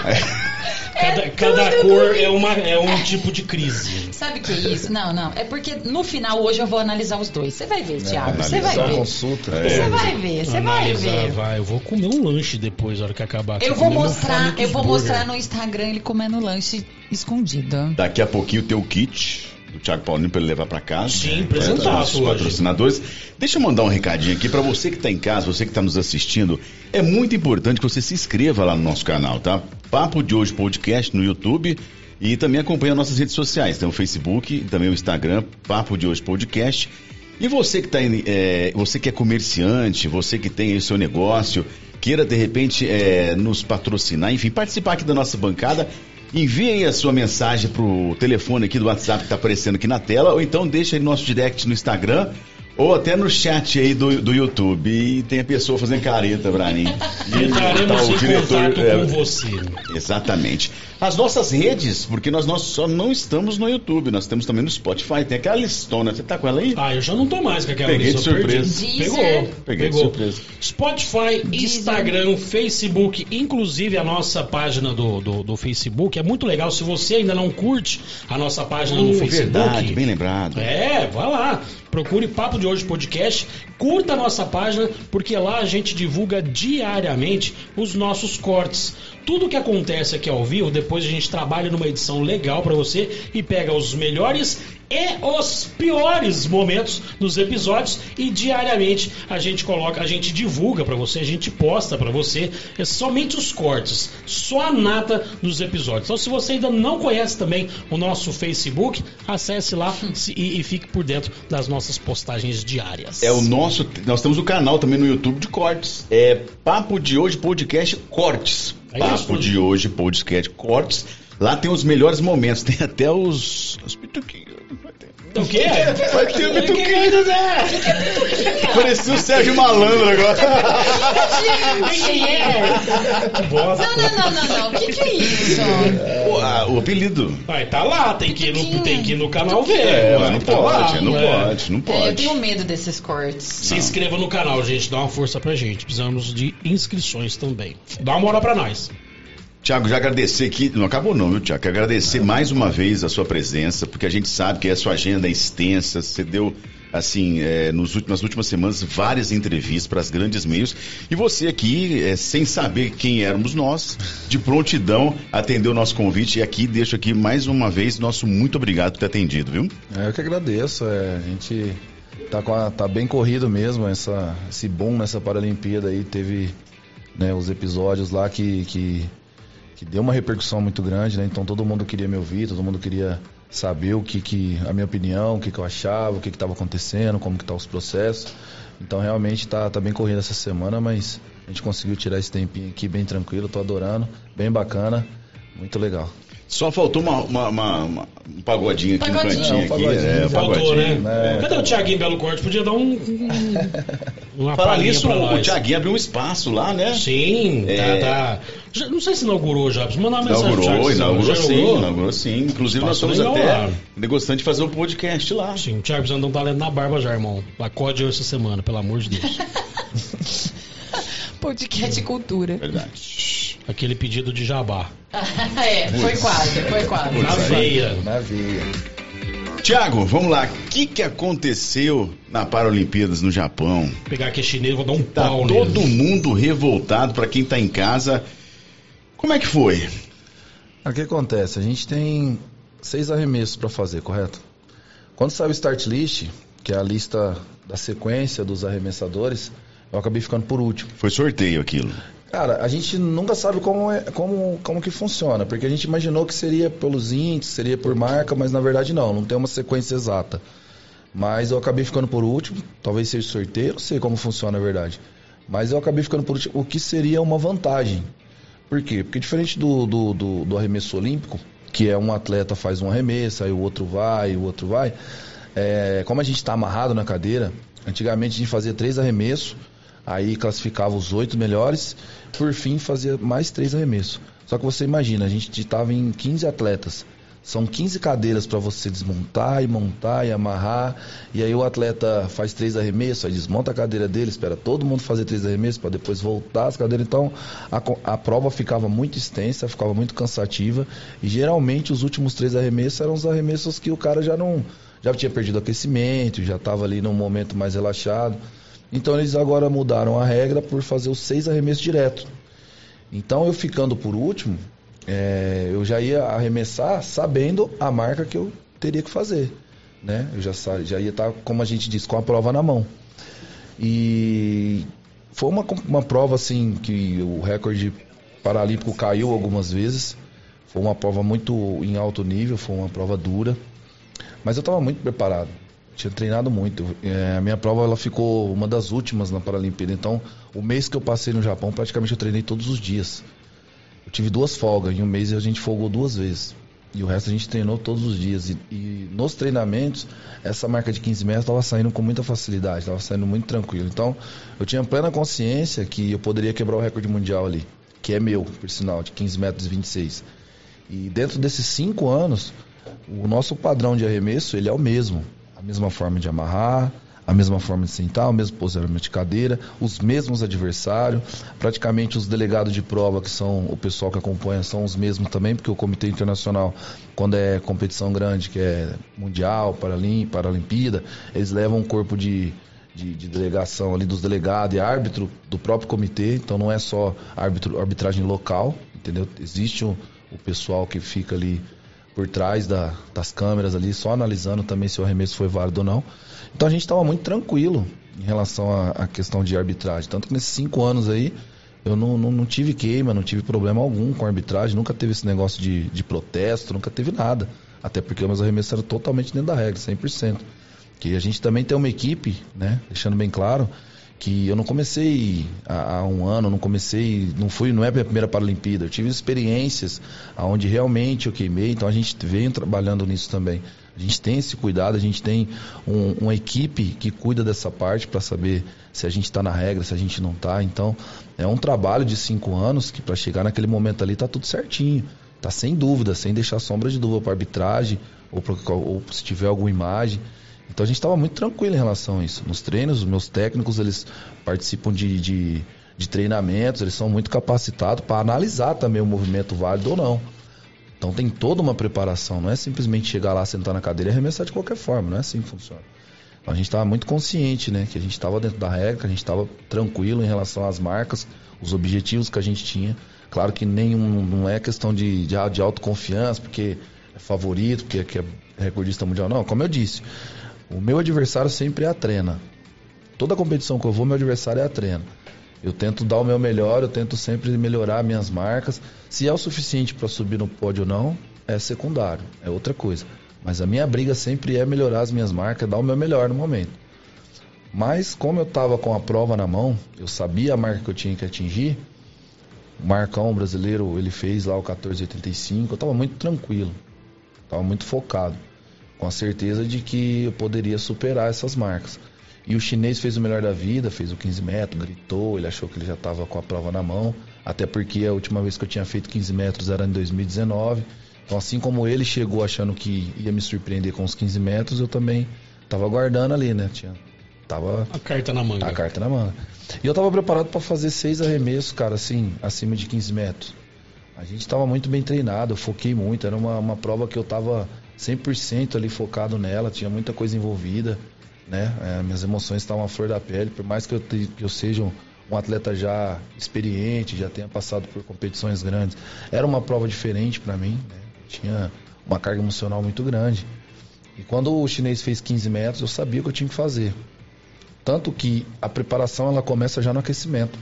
Cada, É cada tudo cor doido. é, uma, é um tipo de crise. Sabe o que é isso? Não, não. É porque no final hoje eu vou analisar os dois. Você vai ver, Thiago. Você vai analisar. Só ver. consulta. É. Você vai ver, você vai Analisar, ver. vai. Eu vou comer um lanche depois, na hora que acabar. Eu aqui, vou comer meu mostrar, Famintos eu vou Burger. mostrar no Instagram ele comendo lanche escondido. Daqui a pouquinho o teu kit do Thiago Paulino pra ele levar pra casa. Sim, Para presentaço os hoje. patrocinadores. Deixa eu mandar um recadinho aqui pra você que tá em casa, você que tá nos assistindo. É muito importante que você se inscreva lá no nosso canal, tá? Papo de Hoje Podcast no YouTube e também acompanha nossas redes sociais. Tem o Facebook e também o Instagram, Papo de Hoje Podcast. E você que tá em, é, você que é comerciante, você que tem aí o seu negócio, queira de repente é, nos patrocinar, enfim, participar aqui da nossa bancada, envie aí a sua mensagem pro telefone aqui do WhatsApp que tá aparecendo aqui na tela, ou então deixa aí no nosso direct no Instagram, ou até no chat aí do, do YouTube. E tem a pessoa fazendo careta pra mim. E Entraremos tá o em diretor, contato é, com você. Exatamente. As nossas redes, porque nós, nós só não estamos no YouTube, nós temos também no Spotify. Tem aquela listona, você tá com ela aí? Ah, eu já não tô mais com aquela Peguei lista, de eu perdi. surpresa. Pegou, Deezer. Peguei de pegou. surpresa. Spotify, Deezer. Instagram, Facebook, inclusive a nossa página do, do, do Facebook. É muito legal. Se você ainda não curte a nossa página no Uh, Facebook. verdade, bem lembrado. É, vai lá. Procure Papo de Hoje Podcast, curta a nossa página, porque lá a gente divulga diariamente os nossos cortes. Tudo que acontece aqui ao vivo, depois a gente trabalha numa edição legal pra você e pega os melhores e os piores momentos dos episódios e diariamente a gente coloca, a gente divulga pra você, a gente posta pra você é somente os cortes, só a nata dos episódios. Então, se você ainda não conhece também o nosso Facebook, acesse lá se- e, e fique por dentro das nossas postagens diárias. É o nosso. Nós temos o canal também no YouTube de cortes. É Papo de Hoje Podcast Cortes. É Papo isso. de Hoje Podcast Cortes. Lá tem os melhores momentos. Tem até os. Os pituquinhos. O quê? Vai ter o O que pituquinho. que é isso, Zé? Parecia o Sérgio Malandro agora. Quem é? Que bosta. Não, não, não, não, não. O que, que é isso? O, a- o apelido. Vai, tá lá, tem que ir no, tem que ir no canal ver. É, vai, mas não tá pode, lá, não é. pode, não É, eu pode. tenho medo desses cortes. Se inscreva no canal, gente, dá uma força pra gente. Precisamos de inscrições também. Dá uma hora pra nós. Tiago, já agradecer aqui, não acabou não, viu, Tiago? Quero agradecer mais uma vez a sua presença, porque a gente sabe que a sua agenda é extensa, você deu, assim, é, nos últimos, nas últimas semanas, várias entrevistas para as grandes meios, e você aqui, é, sem saber quem éramos nós, de prontidão, atendeu o nosso convite, e aqui, deixo aqui mais uma vez, nosso muito obrigado por ter atendido, viu? É, eu que agradeço. É, a gente tá, com a- tá bem corrido mesmo, essa, esse boom nessa Paralimpíada aí. Teve, né, os episódios lá que, que, que deu uma repercussão muito grande, né? Então todo mundo queria me ouvir, todo mundo queria saber o que, que a minha opinião, o que, que eu achava, o que estava acontecendo, como que tá os processos. Então realmente tá, tá bem corrido essa semana, mas a gente conseguiu tirar esse tempinho aqui bem tranquilo, tô adorando, bem bacana, muito legal. Só faltou uma, uma- uma- uma- um pagodinho aqui Pagodinho. no cantinho. É, um aqui, pagodinho, é, um Faltou, pagodinho, né? é. Cadê o Thiaguinho Belo Corte? Podia dar um, um- uma Falar palhinha nisso, pra o nós. Tiaguinho abriu um espaço lá, né? Sim, É. tá, tá. Já- não sei se inaugurou já, preciso mandar uma mensagem pro Inaugurou, Thiago. inaugurou Já sim, inaugurou? inaugurou sim. Inclusive nós Espaço estamos legal até lá. negociando de fazer o podcast lá. Sim, o Thiago precisa dar um talento na barba já, irmão. Acorde eu essa semana, pelo amor de Deus. Podcast cultura. Verdade. Aquele pedido de jabá. É, foi quase, foi quase. Na veia. Na veia. Tiago, vamos lá. O que, que aconteceu na Paralimpíadas no Japão? Pegar aquele chinês, vou dar um Tá pau todo nele. mundo revoltado para quem tá em casa. Como é que foi? O que acontece? A gente tem seis arremessos para fazer, correto? Quando saiu o start list, que é a lista da sequência dos arremessadores, eu acabei ficando por último. Foi sorteio aquilo? Cara, a gente nunca sabe como, é, como, como que funciona, porque a gente imaginou que seria pelos índices, seria por marca, mas na verdade não, não tem uma sequência exata. Mas eu acabei ficando por último, talvez seja sorteio, não sei como funciona na verdade. Mas eu acabei ficando por último, o que seria uma vantagem. Por quê? Porque diferente do, do, do, do arremesso olímpico, que é um atleta faz um arremesso, aí o outro vai, o outro vai, é, como a gente está amarrado na cadeira, antigamente a gente fazia três arremessos, aí classificava os oito melhores, por fim fazia mais três arremessos. Só que você imagina, a gente estava em quinze atletas. São quinze cadeiras para você desmontar e montar e amarrar. E aí o atleta faz três arremessos, aí desmonta a cadeira dele, espera todo mundo fazer três arremessos para depois voltar as cadeiras. Então a, a prova ficava muito extensa, ficava muito cansativa. E geralmente os últimos três arremessos eram os arremessos que o cara já não já tinha perdido o aquecimento, já estava ali num momento mais relaxado. Então eles agora mudaram a regra por fazer os seis arremessos direto. Então eu ficando por último, é, eu já ia arremessar sabendo a marca que eu teria que fazer, né? Eu já, já ia estar, como a gente disse, com a prova na mão. E foi uma, uma prova assim que o recorde paralímpico caiu algumas vezes. Foi uma prova muito em alto nível, foi uma prova dura. Mas eu estava muito preparado. Tinha treinado muito. É, a minha prova ela ficou uma das últimas na Paralimpíada. Então, o mês que eu passei no Japão, praticamente eu treinei todos os dias. Eu tive duas folgas. Em um mês a gente folgou duas vezes. E o resto a gente treinou todos os dias. E, e nos treinamentos, essa marca de quinze metros estava saindo com muita facilidade. Estava saindo muito tranquilo. Então, eu tinha plena consciência que eu poderia quebrar o recorde mundial ali. Que é meu, por sinal, de quinze metros e vinte e seis. E dentro desses cinco anos, o nosso padrão de arremesso, ele é o mesmo. A mesma forma de amarrar, a mesma forma de sentar, o mesmo posicionamento de cadeira, os mesmos adversários. Praticamente os delegados de prova, que são o pessoal que acompanha, são os mesmos também, porque o Comitê Internacional, quando é competição grande, que é Mundial, Paralim, Paralimpíada, eles levam um corpo de, de, de delegação ali dos delegados e árbitro do próprio comitê. Então não é só árbitro, arbitragem local, entendeu? Existe o, o pessoal que fica ali por trás da, das câmeras ali, só analisando também se o arremesso foi válido ou não. Então a gente estava muito tranquilo em relação à, à questão de arbitragem. Tanto que nesses cinco anos aí, eu não, não, não tive queima, não tive problema algum com a arbitragem, nunca teve esse negócio de, de protesto, nunca teve nada. Até porque os meus arremessos eram totalmente dentro da regra, cem por cento. Que a gente também tem uma equipe, né, deixando bem claro, que eu não comecei há, há um ano, não comecei, não fui, não é a minha primeira Paralimpíada, eu tive experiências onde realmente eu queimei, então a gente vem trabalhando nisso também. A gente tem esse cuidado, a gente tem um, uma equipe que cuida dessa parte para saber se a gente está na regra, se a gente não está. Então é um trabalho de cinco anos que para chegar naquele momento ali tá tudo certinho, tá sem dúvida, sem deixar sombra de dúvida para arbitragem ou, pra, ou se tiver alguma imagem. Então a gente estava muito tranquilo em relação a isso. Nos treinos, os meus técnicos, eles participam de, de, de treinamentos, eles são muito capacitados para analisar também o movimento válido ou não. Então tem toda uma preparação, não é simplesmente chegar lá, sentar na cadeira e arremessar de qualquer forma, não é assim que funciona. Então a gente estava muito consciente, né, que a gente estava dentro da regra, que a gente estava tranquilo em relação às marcas, os objetivos que a gente tinha. Claro que nenhum, não é questão de, de, de autoconfiança, porque é favorito, porque é recordista mundial, não. Como eu disse, o meu adversário sempre é a treina. Toda competição que eu vou, meu adversário é a treina. Eu tento dar o meu melhor, eu tento sempre melhorar minhas marcas. Se é o suficiente para subir no pódio ou não, é secundário, é outra coisa. Mas a minha briga sempre é melhorar as minhas marcas, dar o meu melhor no momento. Mas como eu estava com a prova na mão, eu sabia a marca que eu tinha que atingir. O Marcão brasileiro, ele fez lá o quatorze oitenta e cinco, eu estava muito tranquilo, estava muito focado, com a certeza de que eu poderia superar essas marcas. E o chinês fez o melhor da vida, fez o quinze metros, gritou, ele achou que ele já estava com a prova na mão, até porque a última vez que eu tinha feito quinze metros era em dois mil e dezenove. Então assim como ele chegou achando que ia me surpreender com os quinze metros, eu também estava aguardando ali, né? Tinha, tava a carta na manga. A carta na manga. E eu estava preparado para fazer seis arremessos, cara, assim, acima de quinze metros. A gente estava muito bem treinado, eu foquei muito, era uma, uma prova que eu estava cem por cento ali focado nela, tinha muita coisa envolvida, né? É, minhas emoções estavam à flor da pele, por mais que eu, te, que eu seja um, um atleta já experiente, já tenha passado por competições grandes, era uma prova diferente para mim, né? Tinha uma carga emocional muito grande. E quando o chinês fez quinze metros, eu sabia o que eu tinha que fazer. Tanto que a preparação ela começa já no aquecimento.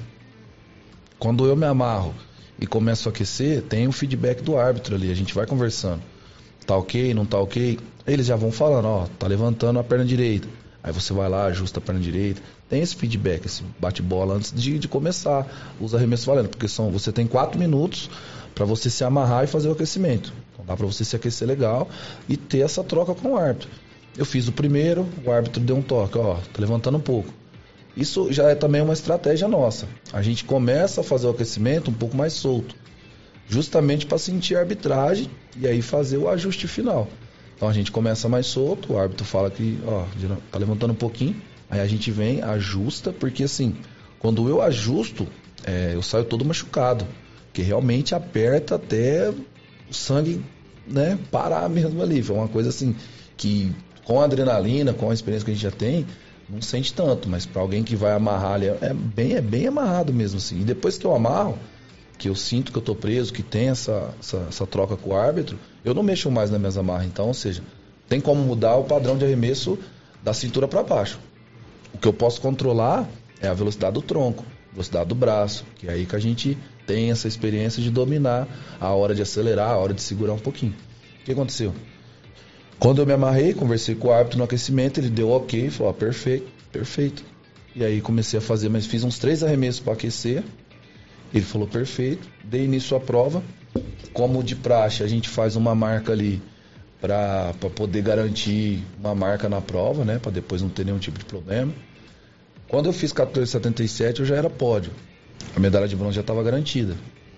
Quando eu me amarro e começo a aquecer, tem o feedback do árbitro ali, a gente vai conversando. Tá ok, não tá ok? Eles já vão falando, ó, tá levantando a perna direita. Aí você vai lá, ajusta a perna direita. Tem esse feedback, esse bate-bola antes de, de começar os arremessos valendo. Porque são, você tem quatro minutos para você se amarrar e fazer o aquecimento. Então dá para você se aquecer legal e ter essa troca com o árbitro. Eu fiz o primeiro, o árbitro deu um toque, ó, tá levantando um pouco. Isso já é também uma estratégia nossa. A gente começa a fazer o aquecimento um pouco mais solto. Justamente para sentir a arbitragem e aí fazer o ajuste final. Então a gente começa mais solto, o árbitro fala que ó, tá levantando um pouquinho, aí a gente vem, ajusta, porque assim, quando eu ajusto, é, eu saio todo machucado, porque realmente aperta até o sangue, né, parar mesmo ali. Foi uma coisa assim, que com a adrenalina, com a experiência que a gente já tem, não sente tanto, mas para alguém que vai amarrar ali, é bem, é bem amarrado mesmo assim. E depois que eu amarro, que eu sinto que eu tô preso, que tem essa, essa, essa troca com o árbitro, eu não mexo mais nas minhas amarras. Então, ou seja, tem como mudar o padrão de arremesso da cintura para baixo. O que eu posso controlar é a velocidade do tronco, velocidade do braço, que é aí que a gente tem essa experiência de dominar a hora de acelerar, a hora de segurar um pouquinho. O que aconteceu? Quando eu me amarrei, conversei com o árbitro no aquecimento, ele deu ok, falou, ó, perfeito, perfeito. E aí comecei a fazer, mas fiz uns três arremessos para aquecer. Ele falou, perfeito, dei início à prova. Como de praxe, a gente faz uma marca ali para poder garantir uma marca na prova, né? Para depois não ter nenhum tipo de problema. Quando eu fiz quatorze e setenta e sete, eu já era pódio. A medalha de bronze já estava garantida.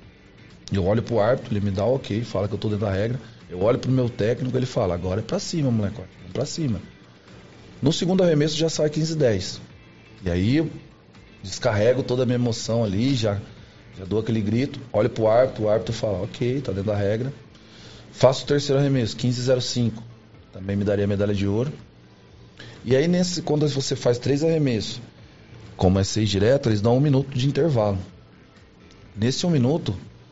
Eu olho pro árbitro, ele me dá o ok, fala que eu tô dentro da regra. Eu olho pro meu técnico, ele fala, agora é pra cima, molecote, vamos pra cima. No segundo arremesso já sai quinze a dez. E aí eu descarrego toda a minha emoção ali, já... Já dou aquele grito, olho pro árbitro, o árbitro fala, ok, tá dentro da regra. Faço o terceiro arremesso, quinze a zero cinco. Também me daria a medalha de ouro. E aí, nesse, quando você faz três arremessos, como é seis direto, eles dão um minuto de intervalo. Nesse um minuto,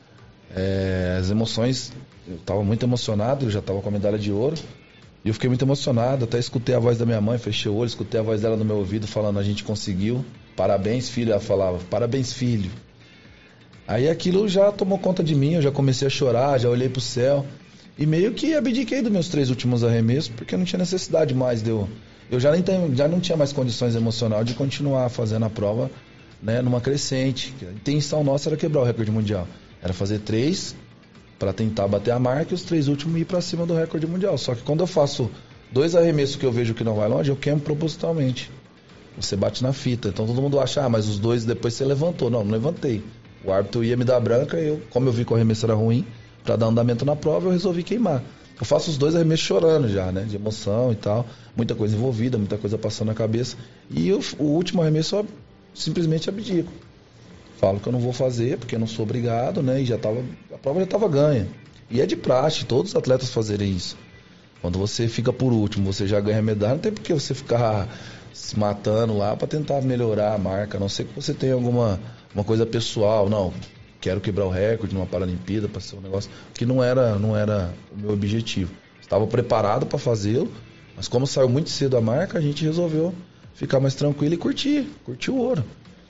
é, as emoções... Eu tava muito emocionado, eu já tava com a medalha de ouro. E eu fiquei muito emocionado, até escutei a voz da minha mãe, fechei o olho, escutei a voz dela no meu ouvido, falando, a gente conseguiu. Parabéns, filho. Ela falava, parabéns, filho. Aí aquilo já tomou conta de mim, eu já comecei a chorar, já olhei pro céu. E meio que abdiquei dos meus três últimos arremessos, porque não tinha necessidade mais de eu... Eu já, nem tenho, já não tinha mais condições emocionais de continuar fazendo a prova, né, numa crescente. A intenção nossa era quebrar o recorde mundial. Era fazer três para tentar bater a marca e os três últimos ir para cima do recorde mundial. Só que quando eu faço dois arremessos que eu vejo que não vai longe, eu queimo propositalmente. Você bate na fita. Então todo mundo acha, ah, mas os dois depois você levantou. Não, não levantei. O árbitro ia me dar branca e eu, como eu vi que o arremesso era ruim, para dar andamento na prova, eu resolvi queimar. Eu faço os dois arremessos chorando já, né? De emoção e tal. Muita coisa envolvida, muita coisa passando na cabeça. E eu, o último arremesso eu simplesmente abdico. Falo que eu não vou fazer, porque eu não sou obrigado, né? E já tava, a prova já estava ganha. E é de praxe, todos os atletas fazerem isso. Quando você fica por último, você já ganha medalha, não tem por que você ficar se matando lá para tentar melhorar a marca. A não ser que você tenha alguma uma coisa pessoal. Não, quero quebrar o recorde numa Paralimpíada para ser um negócio que não era, não era o meu objetivo. Estava preparado para fazê-lo, mas como saiu muito cedo a marca, a gente resolveu ficar mais tranquilo e curtir, curtir o ouro.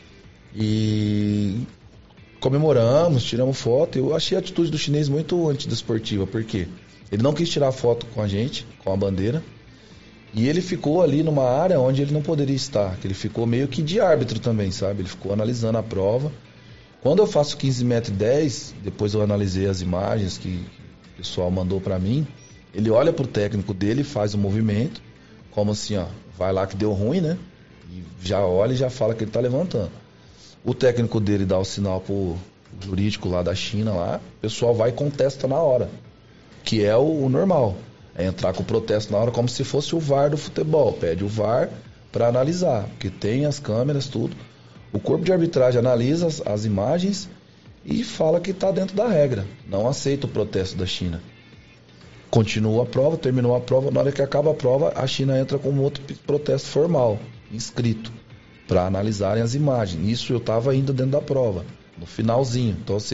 E comemoramos, tiramos foto. Eu achei a atitude do chinês muito antidesportiva, porque ele não quis tirar foto com a gente, com a bandeira, e ele ficou ali numa área onde ele não poderia estar, que ele ficou meio que de árbitro também, sabe? Ele ficou analisando a prova. Quando eu faço quinze metros e dez, depois eu analisei as imagens que o pessoal mandou pra mim, ele olha pro técnico dele, faz o movimento, como assim, ó, vai lá que deu ruim, né? E já olha e já fala que ele tá levantando. O técnico dele dá o sinal pro jurídico lá da China, lá, o pessoal vai e contesta na hora, que é o, o normal. É entrar com o protesto na hora como se fosse o V A R do futebol. Pede o V A R para analisar, porque tem as câmeras, tudo. O corpo de arbitragem analisa as, as imagens e fala que está dentro da regra. Não aceita o protesto da China. Continua a prova, terminou a prova. Na hora que acaba a prova, a China entra com um outro protesto formal, inscrito, para analisarem as imagens. Isso eu estava ainda dentro da prova, no finalzinho. Então, ou seja,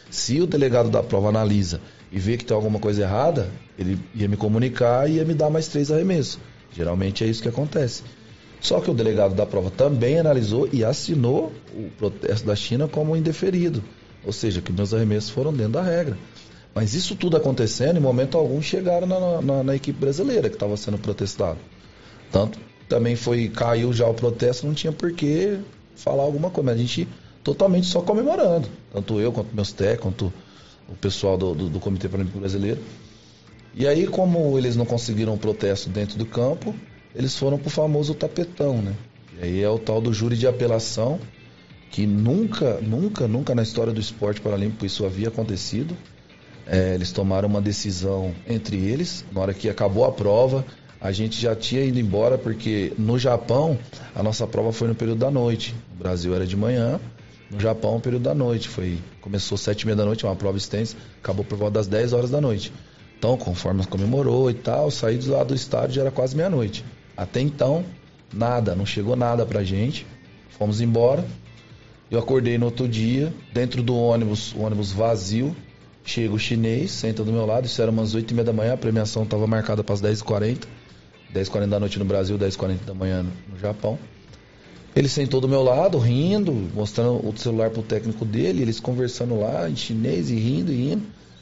Se o delegado da prova analisa e vê que tem alguma coisa errada, ele ia me comunicar e ia me dar mais três arremessos. Geralmente é isso que acontece. Só que o delegado da prova também analisou e assinou o protesto da China como indeferido. Ou seja, que meus arremessos foram dentro da regra. Mas isso tudo acontecendo, em momento algum chegaram na, na, na equipe brasileira que estava sendo protestado. Tanto também foi, caiu já o protesto, não tinha por que falar alguma coisa. Mas a gente totalmente só comemorando. Tanto eu, quanto meus técnicos, quanto o pessoal do, do, do Comitê Paralímpico Brasileiro. E aí, como eles não conseguiram o protesto dentro do campo, eles foram pro famoso tapetão, né? E aí é o tal do júri de apelação, que nunca, nunca, nunca na história do esporte paralímpico isso havia acontecido. É, eles tomaram uma decisão entre eles, na hora que acabou a prova, a gente já tinha ido embora, porque no Japão, a nossa prova foi no período da noite. No Brasil era de manhã, no Japão o período da noite. Foi, começou às sete e meia da noite, uma prova extensa, acabou por volta das dez horas da noite. Então, conforme comemorou e tal, saí do lado do estádio, já era quase meia-noite. Até então, nada, não chegou nada pra gente. Fomos embora. Eu acordei no outro dia, dentro do ônibus, o ônibus vazio. Chega o chinês, senta do meu lado, isso era umas oito e meia da manhã, a premiação estava marcada para as dez e quarenta. dez e quarenta da noite no Brasil, dez e quarenta da manhã no Japão. Ele sentou do meu lado, rindo, mostrando o celular pro técnico dele, eles conversando lá em chinês e rindo e rindo.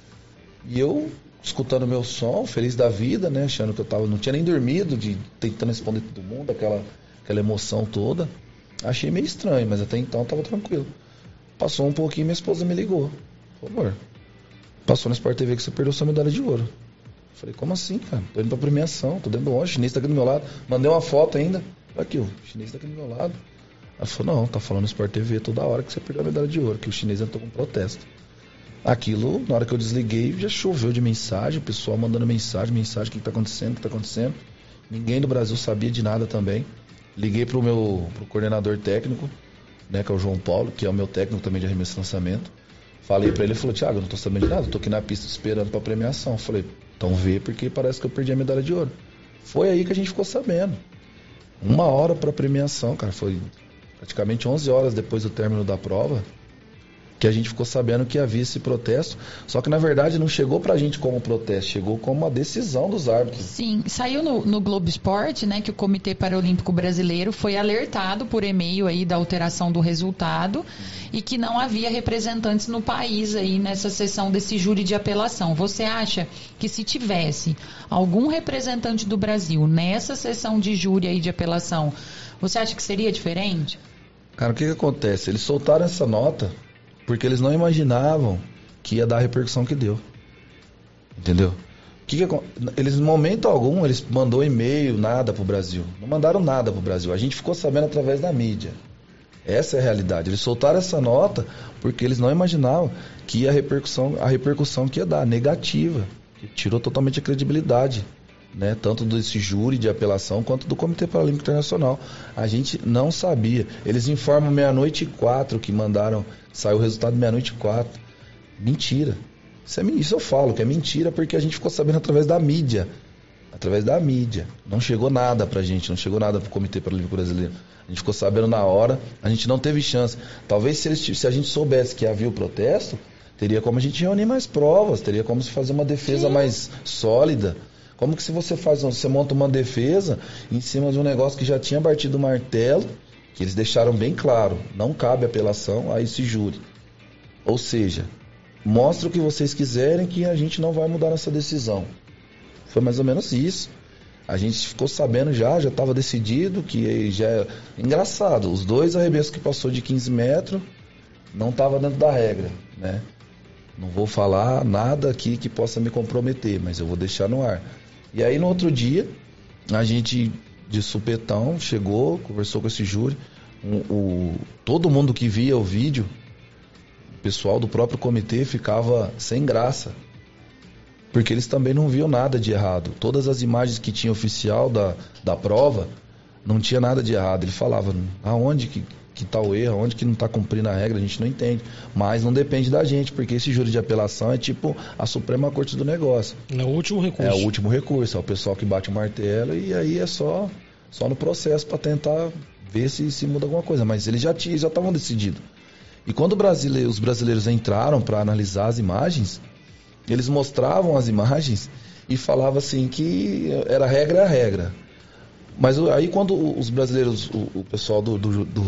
E eu escutando meu som, feliz da vida, né? Achando que eu tava, não tinha nem dormido, de tentando responder todo mundo, aquela, aquela emoção toda. Achei meio estranho, mas até então tava tranquilo. Passou um pouquinho, minha esposa me ligou. Falou, amor, passou no Sport T V que você perdeu sua medalha de ouro. Falei, como assim, cara? Tô indo pra premiação, tô dentro do ônibus, o chinês tá aqui do meu lado. Mandei uma foto ainda. Aqui, o chinês tá aqui do meu lado. Ela falou, não, tá falando no Sport T V toda hora que você perdeu a medalha de ouro, que o chinês entrou com protesto. Aquilo, na hora que eu desliguei, já choveu de mensagem, o pessoal mandando mensagem, mensagem, o que tá acontecendo, o que tá acontecendo. Ninguém do Brasil sabia de nada também. Liguei pro meu pro coordenador técnico, né, que é o João Paulo, que é o meu técnico também de arremesso e lançamento. Falei pra ele, ele falou, Thiago, eu não tô sabendo de nada, eu tô aqui na pista esperando pra premiação. Falei, então vê, porque parece que eu perdi a medalha de ouro. Foi aí que a gente ficou sabendo. Uma hora pra premiação, cara, foi praticamente onze horas depois do término da prova, que a gente ficou sabendo que havia esse protesto, só que na verdade não chegou pra gente como protesto, chegou como uma decisão dos árbitros. Sim, saiu no, no Globo Esporte, né, que o Comitê Paralímpico Brasileiro foi alertado por e-mail aí da alteração do resultado e que não havia representantes no país aí nessa sessão desse júri de apelação. Você acha que se tivesse algum representante do Brasil nessa sessão de júri aí de apelação, você acha que seria diferente? Cara, o que que acontece? Eles soltaram essa nota porque eles não imaginavam que ia dar a repercussão que deu. Entendeu? Que que, eles, no momento algum, eles mandou e-mail, nada pro Brasil. Não mandaram nada pro Brasil. A gente ficou sabendo através da mídia. Essa é a realidade. Eles soltaram essa nota porque eles não imaginavam que ia a repercussão, a repercussão que ia dar, negativa. Que tirou totalmente a credibilidade, né, tanto desse júri de apelação quanto do Comitê Paralímpico Internacional. A gente não sabia. Eles informam meia-noite e quatro que mandaram, saiu o resultado meia-noite e quatro. Mentira. Isso, é, isso eu falo, que é mentira, porque a gente ficou sabendo através da mídia. Através da mídia. Não chegou nada pra gente, não chegou nada pro Comitê Paralímpico Brasileiro. A gente ficou sabendo na hora, a gente não teve chance. Talvez se, eles, se a gente soubesse que havia o protesto, teria como a gente reunir mais provas, teria como se fazer uma defesa Sim. mais sólida. Como que se você faz, você monta uma defesa em cima de um negócio que já tinha batido o martelo, que eles deixaram bem claro, não cabe apelação a esse júri. Ou seja, mostra o que vocês quiserem que a gente não vai mudar essa decisão. Foi mais ou menos isso. A gente ficou sabendo já, já estava decidido que já é engraçado, os dois arremessos que passou de quinze metros não estava dentro da regra, né? Não vou falar nada aqui que possa me comprometer, mas eu vou deixar no ar. E aí no outro dia, a gente de supetão chegou, conversou com esse júri, o, o, todo mundo que via o vídeo, o pessoal do próprio comitê ficava sem graça, porque eles também não viam nada de errado. Todas as imagens que tinha oficial da, da prova, não tinha nada de errado. Ele falava, aonde que, que tá o erro, aonde que não está cumprindo a regra, a gente não entende. Mas não depende da gente, porque esse júri de apelação é tipo a Suprema Corte do negócio. É o último recurso. É o último recurso, é o pessoal que bate o martelo e aí é só, só no processo para tentar ver se, se muda alguma coisa. Mas eles já tinham, já estavam decididos. E quando brasileiro, os brasileiros entraram para analisar as imagens, eles mostravam as imagens e falavam assim que era regra é a regra. Mas aí quando os brasileiros, o, o pessoal do, do, do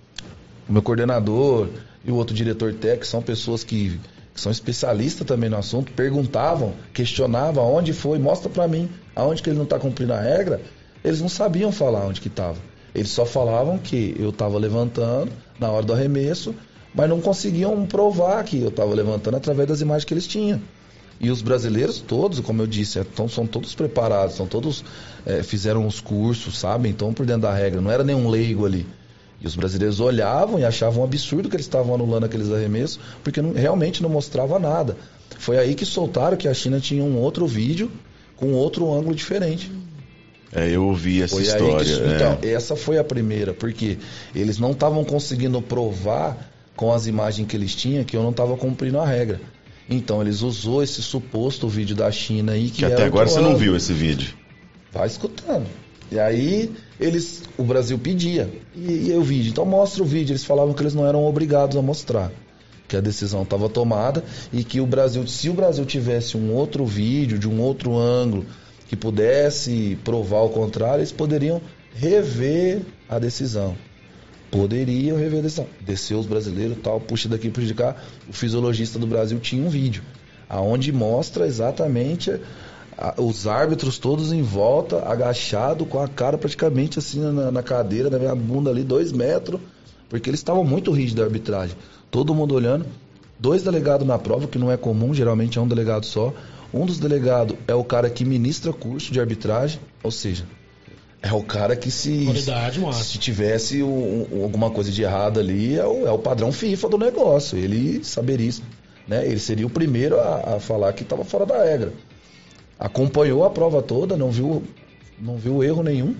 o meu coordenador e o outro diretor técnico, são pessoas que, que são especialistas também no assunto, perguntavam, questionavam aonde foi, mostra pra mim aonde que ele não está cumprindo a regra, eles não sabiam falar onde que estava. Eles só falavam que eu estava levantando na hora do arremesso, mas não conseguiam provar que eu estava levantando através das imagens que eles tinham. E os brasileiros todos, como eu disse, então, são todos preparados, são todos é, fizeram os cursos, sabe? Então, por dentro da regra, não era nenhum leigo ali. E os brasileiros olhavam e achavam um absurdo que eles estavam anulando aqueles arremessos, porque não, realmente não mostrava nada. Foi aí que soltaram que a China tinha um outro vídeo com outro ângulo diferente. É, eu ouvi essa foi história. Que, é. Então, essa foi a primeira, porque eles não estavam conseguindo provar com as imagens que eles tinham que eu não estava cumprindo a regra. Então, eles usou esse suposto vídeo da China aí que, que até agora você ângulo. não viu esse vídeo. Vai escutando. E aí, eles, o Brasil pedia. E, e o vídeo. Então, mostra o vídeo. Eles falavam que eles não eram obrigados a mostrar. Que a decisão estava tomada e que o Brasil, se o Brasil tivesse um outro vídeo, de um outro ângulo, que pudesse provar o contrário, eles poderiam rever a decisão. Poderiam rever a decisão. Desceu os brasileiros e tal, puxa daqui para cá. O fisiologista do Brasil tinha um vídeo, aonde mostra exatamente a, os árbitros todos em volta, agachado, com a cara praticamente assim na, na cadeira, na minha bunda ali, dois metros, porque eles estavam muito rígidos da arbitragem. Todo mundo olhando. Dois delegados na prova, que não é comum, geralmente é um delegado só. Um dos delegados é o cara que ministra curso de arbitragem, ou seja, é o cara que se, se tivesse um, um, alguma coisa de errado ali, é o, é o padrão FIFA do negócio. Ele saberia isso, né? Ele seria o primeiro a, a falar que estava fora da regra. Acompanhou a prova toda, não viu, não viu erro nenhum.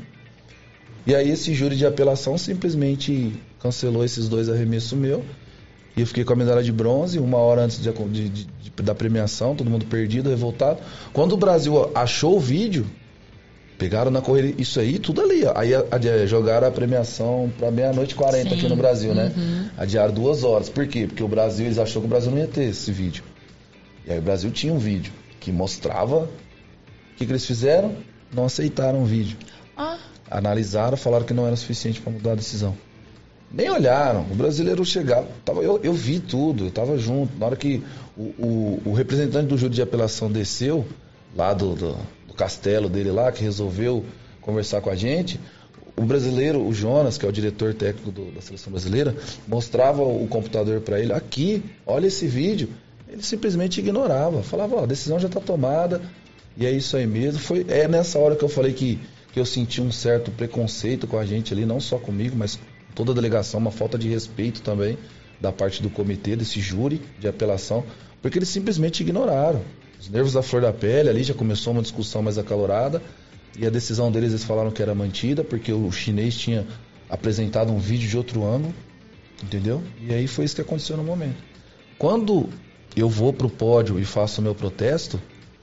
E aí esse júri de apelação simplesmente cancelou esses dois arremessos meus. E eu fiquei com a medalha de bronze, uma hora antes de, de, de, da premiação, todo mundo perdido, revoltado. Quando o Brasil achou o vídeo, pegaram na correria, isso aí, tudo ali. Ó. Aí a, a, jogaram a premiação para meia-noite e quarenta aqui no Brasil, né? Uhum. Adiaram duas horas. Por quê? Porque o Brasil, eles acharam que o Brasil não ia ter esse vídeo. E aí o Brasil tinha um vídeo que mostrava. O que, que eles fizeram? Não aceitaram o vídeo. Ah. Analisaram, falaram que não era suficiente para mudar a decisão. Nem olharam, o brasileiro chegava, tava, eu, eu vi tudo, eu estava junto. Na hora que o, o, o representante do júri de apelação desceu, lá do, do, do castelo dele lá, que resolveu conversar com a gente, o brasileiro, o Jonas, que é o diretor técnico do, da seleção brasileira, mostrava o computador para ele, aqui, olha esse vídeo. Ele simplesmente ignorava, falava, ó, a decisão já está tomada, e é isso aí mesmo. Foi, é nessa hora que eu falei que, que eu senti um certo preconceito com a gente ali, não só comigo, mas toda a delegação, uma falta de respeito também da parte do comitê, desse júri de apelação, porque eles simplesmente ignoraram. Os nervos da flor da pele, ali já começou uma discussão mais acalorada, e a decisão deles, eles falaram que era mantida, porque o chinês tinha apresentado um vídeo de outro ângulo, entendeu? E aí foi isso que aconteceu no momento. Quando eu vou pro pódio e faço o meu protesto,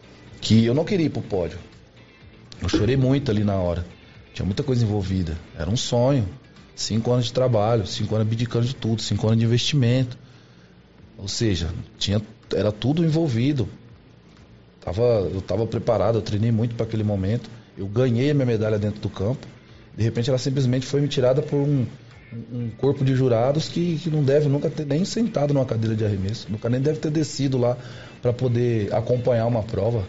que eu não queria ir pro pódio, eu chorei muito ali na hora, tinha muita coisa envolvida, era um sonho. Cinco anos de trabalho, cinco anos abdicando de tudo, cinco anos de investimento. Ou seja, tinha, era tudo envolvido. Tava, eu estava preparado, eu treinei muito para aquele momento. Eu ganhei a minha medalha dentro do campo. De repente ela simplesmente foi me tirada por um, um corpo de jurados que, que não deve nunca ter nem sentado numa cadeira de arremesso. Nunca nem deve ter descido lá para poder acompanhar uma prova.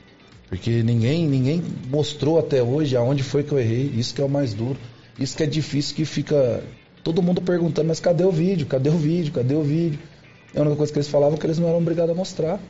Porque ninguém, ninguém mostrou até hoje aonde foi que eu errei. Isso que é o mais duro. Isso que é difícil, que fica todo mundo perguntando, mas cadê o vídeo? Cadê o vídeo? Cadê o vídeo? E a única coisa que eles falavam é que eles não eram obrigados a mostrar.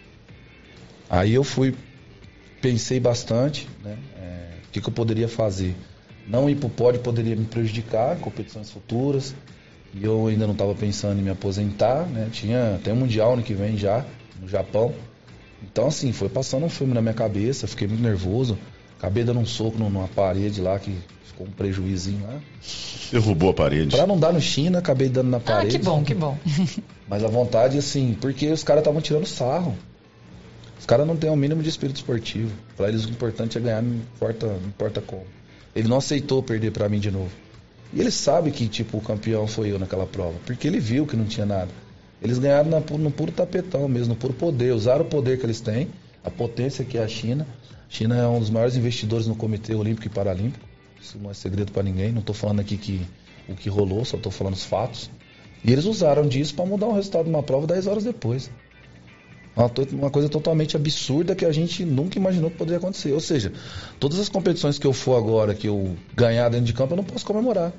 Aí eu fui, pensei bastante, né? É, o que, que eu poderia fazer? Não ir pro pódio poderia me prejudicar em competições futuras. E eu ainda não estava pensando em me aposentar, né? Tinha até o Mundial ano que vem já, no Japão. Então assim, foi passando um filme na minha cabeça, fiquei muito nervoso. Acabei dando um soco numa parede lá que ficou um prejuízinho lá. Derrubou a parede. Pra não dar no China, acabei dando na parede. Ah, que bom, que bom. Mas a vontade, assim, porque os caras estavam tirando sarro. Os caras não têm o mínimo de espírito esportivo. Pra eles o importante é ganhar, não importa, não importa como. Ele não aceitou perder pra mim de novo. E ele sabe que, tipo, o campeão foi eu naquela prova, porque ele viu que não tinha nada. Eles ganharam na, no puro tapetão mesmo, no puro poder, usaram o poder que eles têm, a potência que é a China. A China é um dos maiores investidores no Comitê Olímpico e Paralímpico, isso não é segredo para ninguém, não estou falando aqui que, o que rolou, só estou falando os fatos. E eles usaram disso para mudar o resultado de uma prova dez horas depois. Uma, uma coisa totalmente absurda que a gente nunca imaginou que poderia acontecer. Ou seja, todas as competições que eu for agora, que eu ganhar dentro de campo, eu não posso comemorar.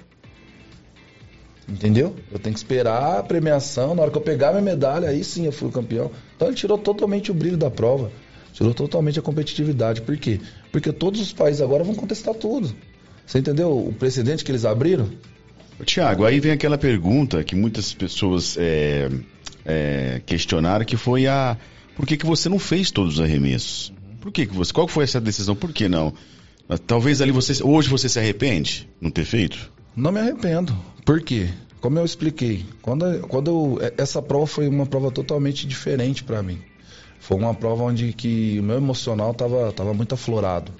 Entendeu? Eu tenho que esperar a premiação, na hora que eu pegar minha medalha, aí sim eu fui o campeão. Então ele tirou totalmente o brilho da prova, tirou totalmente a competitividade. Por quê? Porque todos os países agora vão contestar tudo. Você entendeu o precedente que eles abriram? Tiago, aí vem aquela pergunta que muitas pessoas é, é, questionaram, que foi a... Por que, que você não fez todos os arremessos? Por que, que você... Qual foi essa decisão? Por que não? Talvez ali você... Hoje você se arrepende de não ter feito? Não me arrependo. Por quê? Como eu expliquei, quando, quando eu, essa prova foi uma prova totalmente diferente para mim. Foi uma prova onde que o meu emocional estava tava muito aflorado.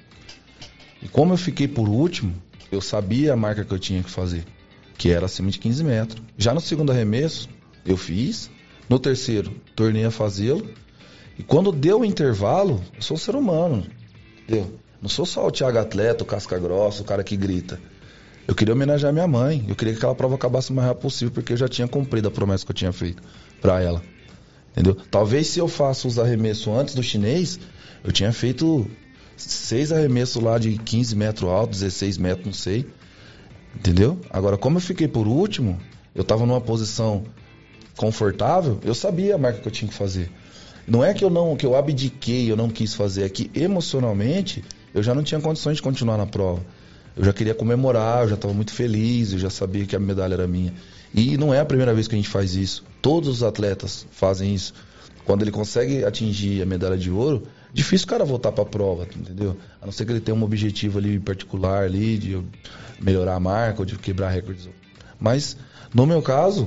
E como eu fiquei por último, eu sabia a marca que eu tinha que fazer, que era acima de quinze metros. Já no segundo arremesso, eu fiz. No terceiro, tornei a fazê-lo. E quando deu o intervalo, eu sou um ser humano. Entendeu? Não sou só o Thiago atleta, o casca grossa, o cara que grita. Eu queria homenagear minha mãe. Eu queria que aquela prova acabasse o mais rápido possível, porque eu já tinha cumprido a promessa que eu tinha feito para ela. Entendeu? Talvez se eu faço os arremessos antes do chinês, eu tinha feito seis arremessos lá de quinze metros alto, dezesseis metros, não sei. Entendeu? Agora, como eu fiquei por último, eu estava numa posição confortável, eu sabia a marca que eu tinha que fazer. Não é que eu não, que eu abdiquei, eu não quis fazer, é que emocionalmente eu já não tinha condições de continuar na prova. Eu já queria comemorar, eu já estava muito feliz, eu já sabia que a medalha era minha. E não é a primeira vez que a gente faz isso. Todos os atletas fazem isso. Quando ele consegue atingir a medalha de ouro, difícil o cara voltar para a prova, entendeu? A não ser que ele tenha um objetivo ali particular ali, de melhorar a marca ou de quebrar recordes. Mas, no meu caso,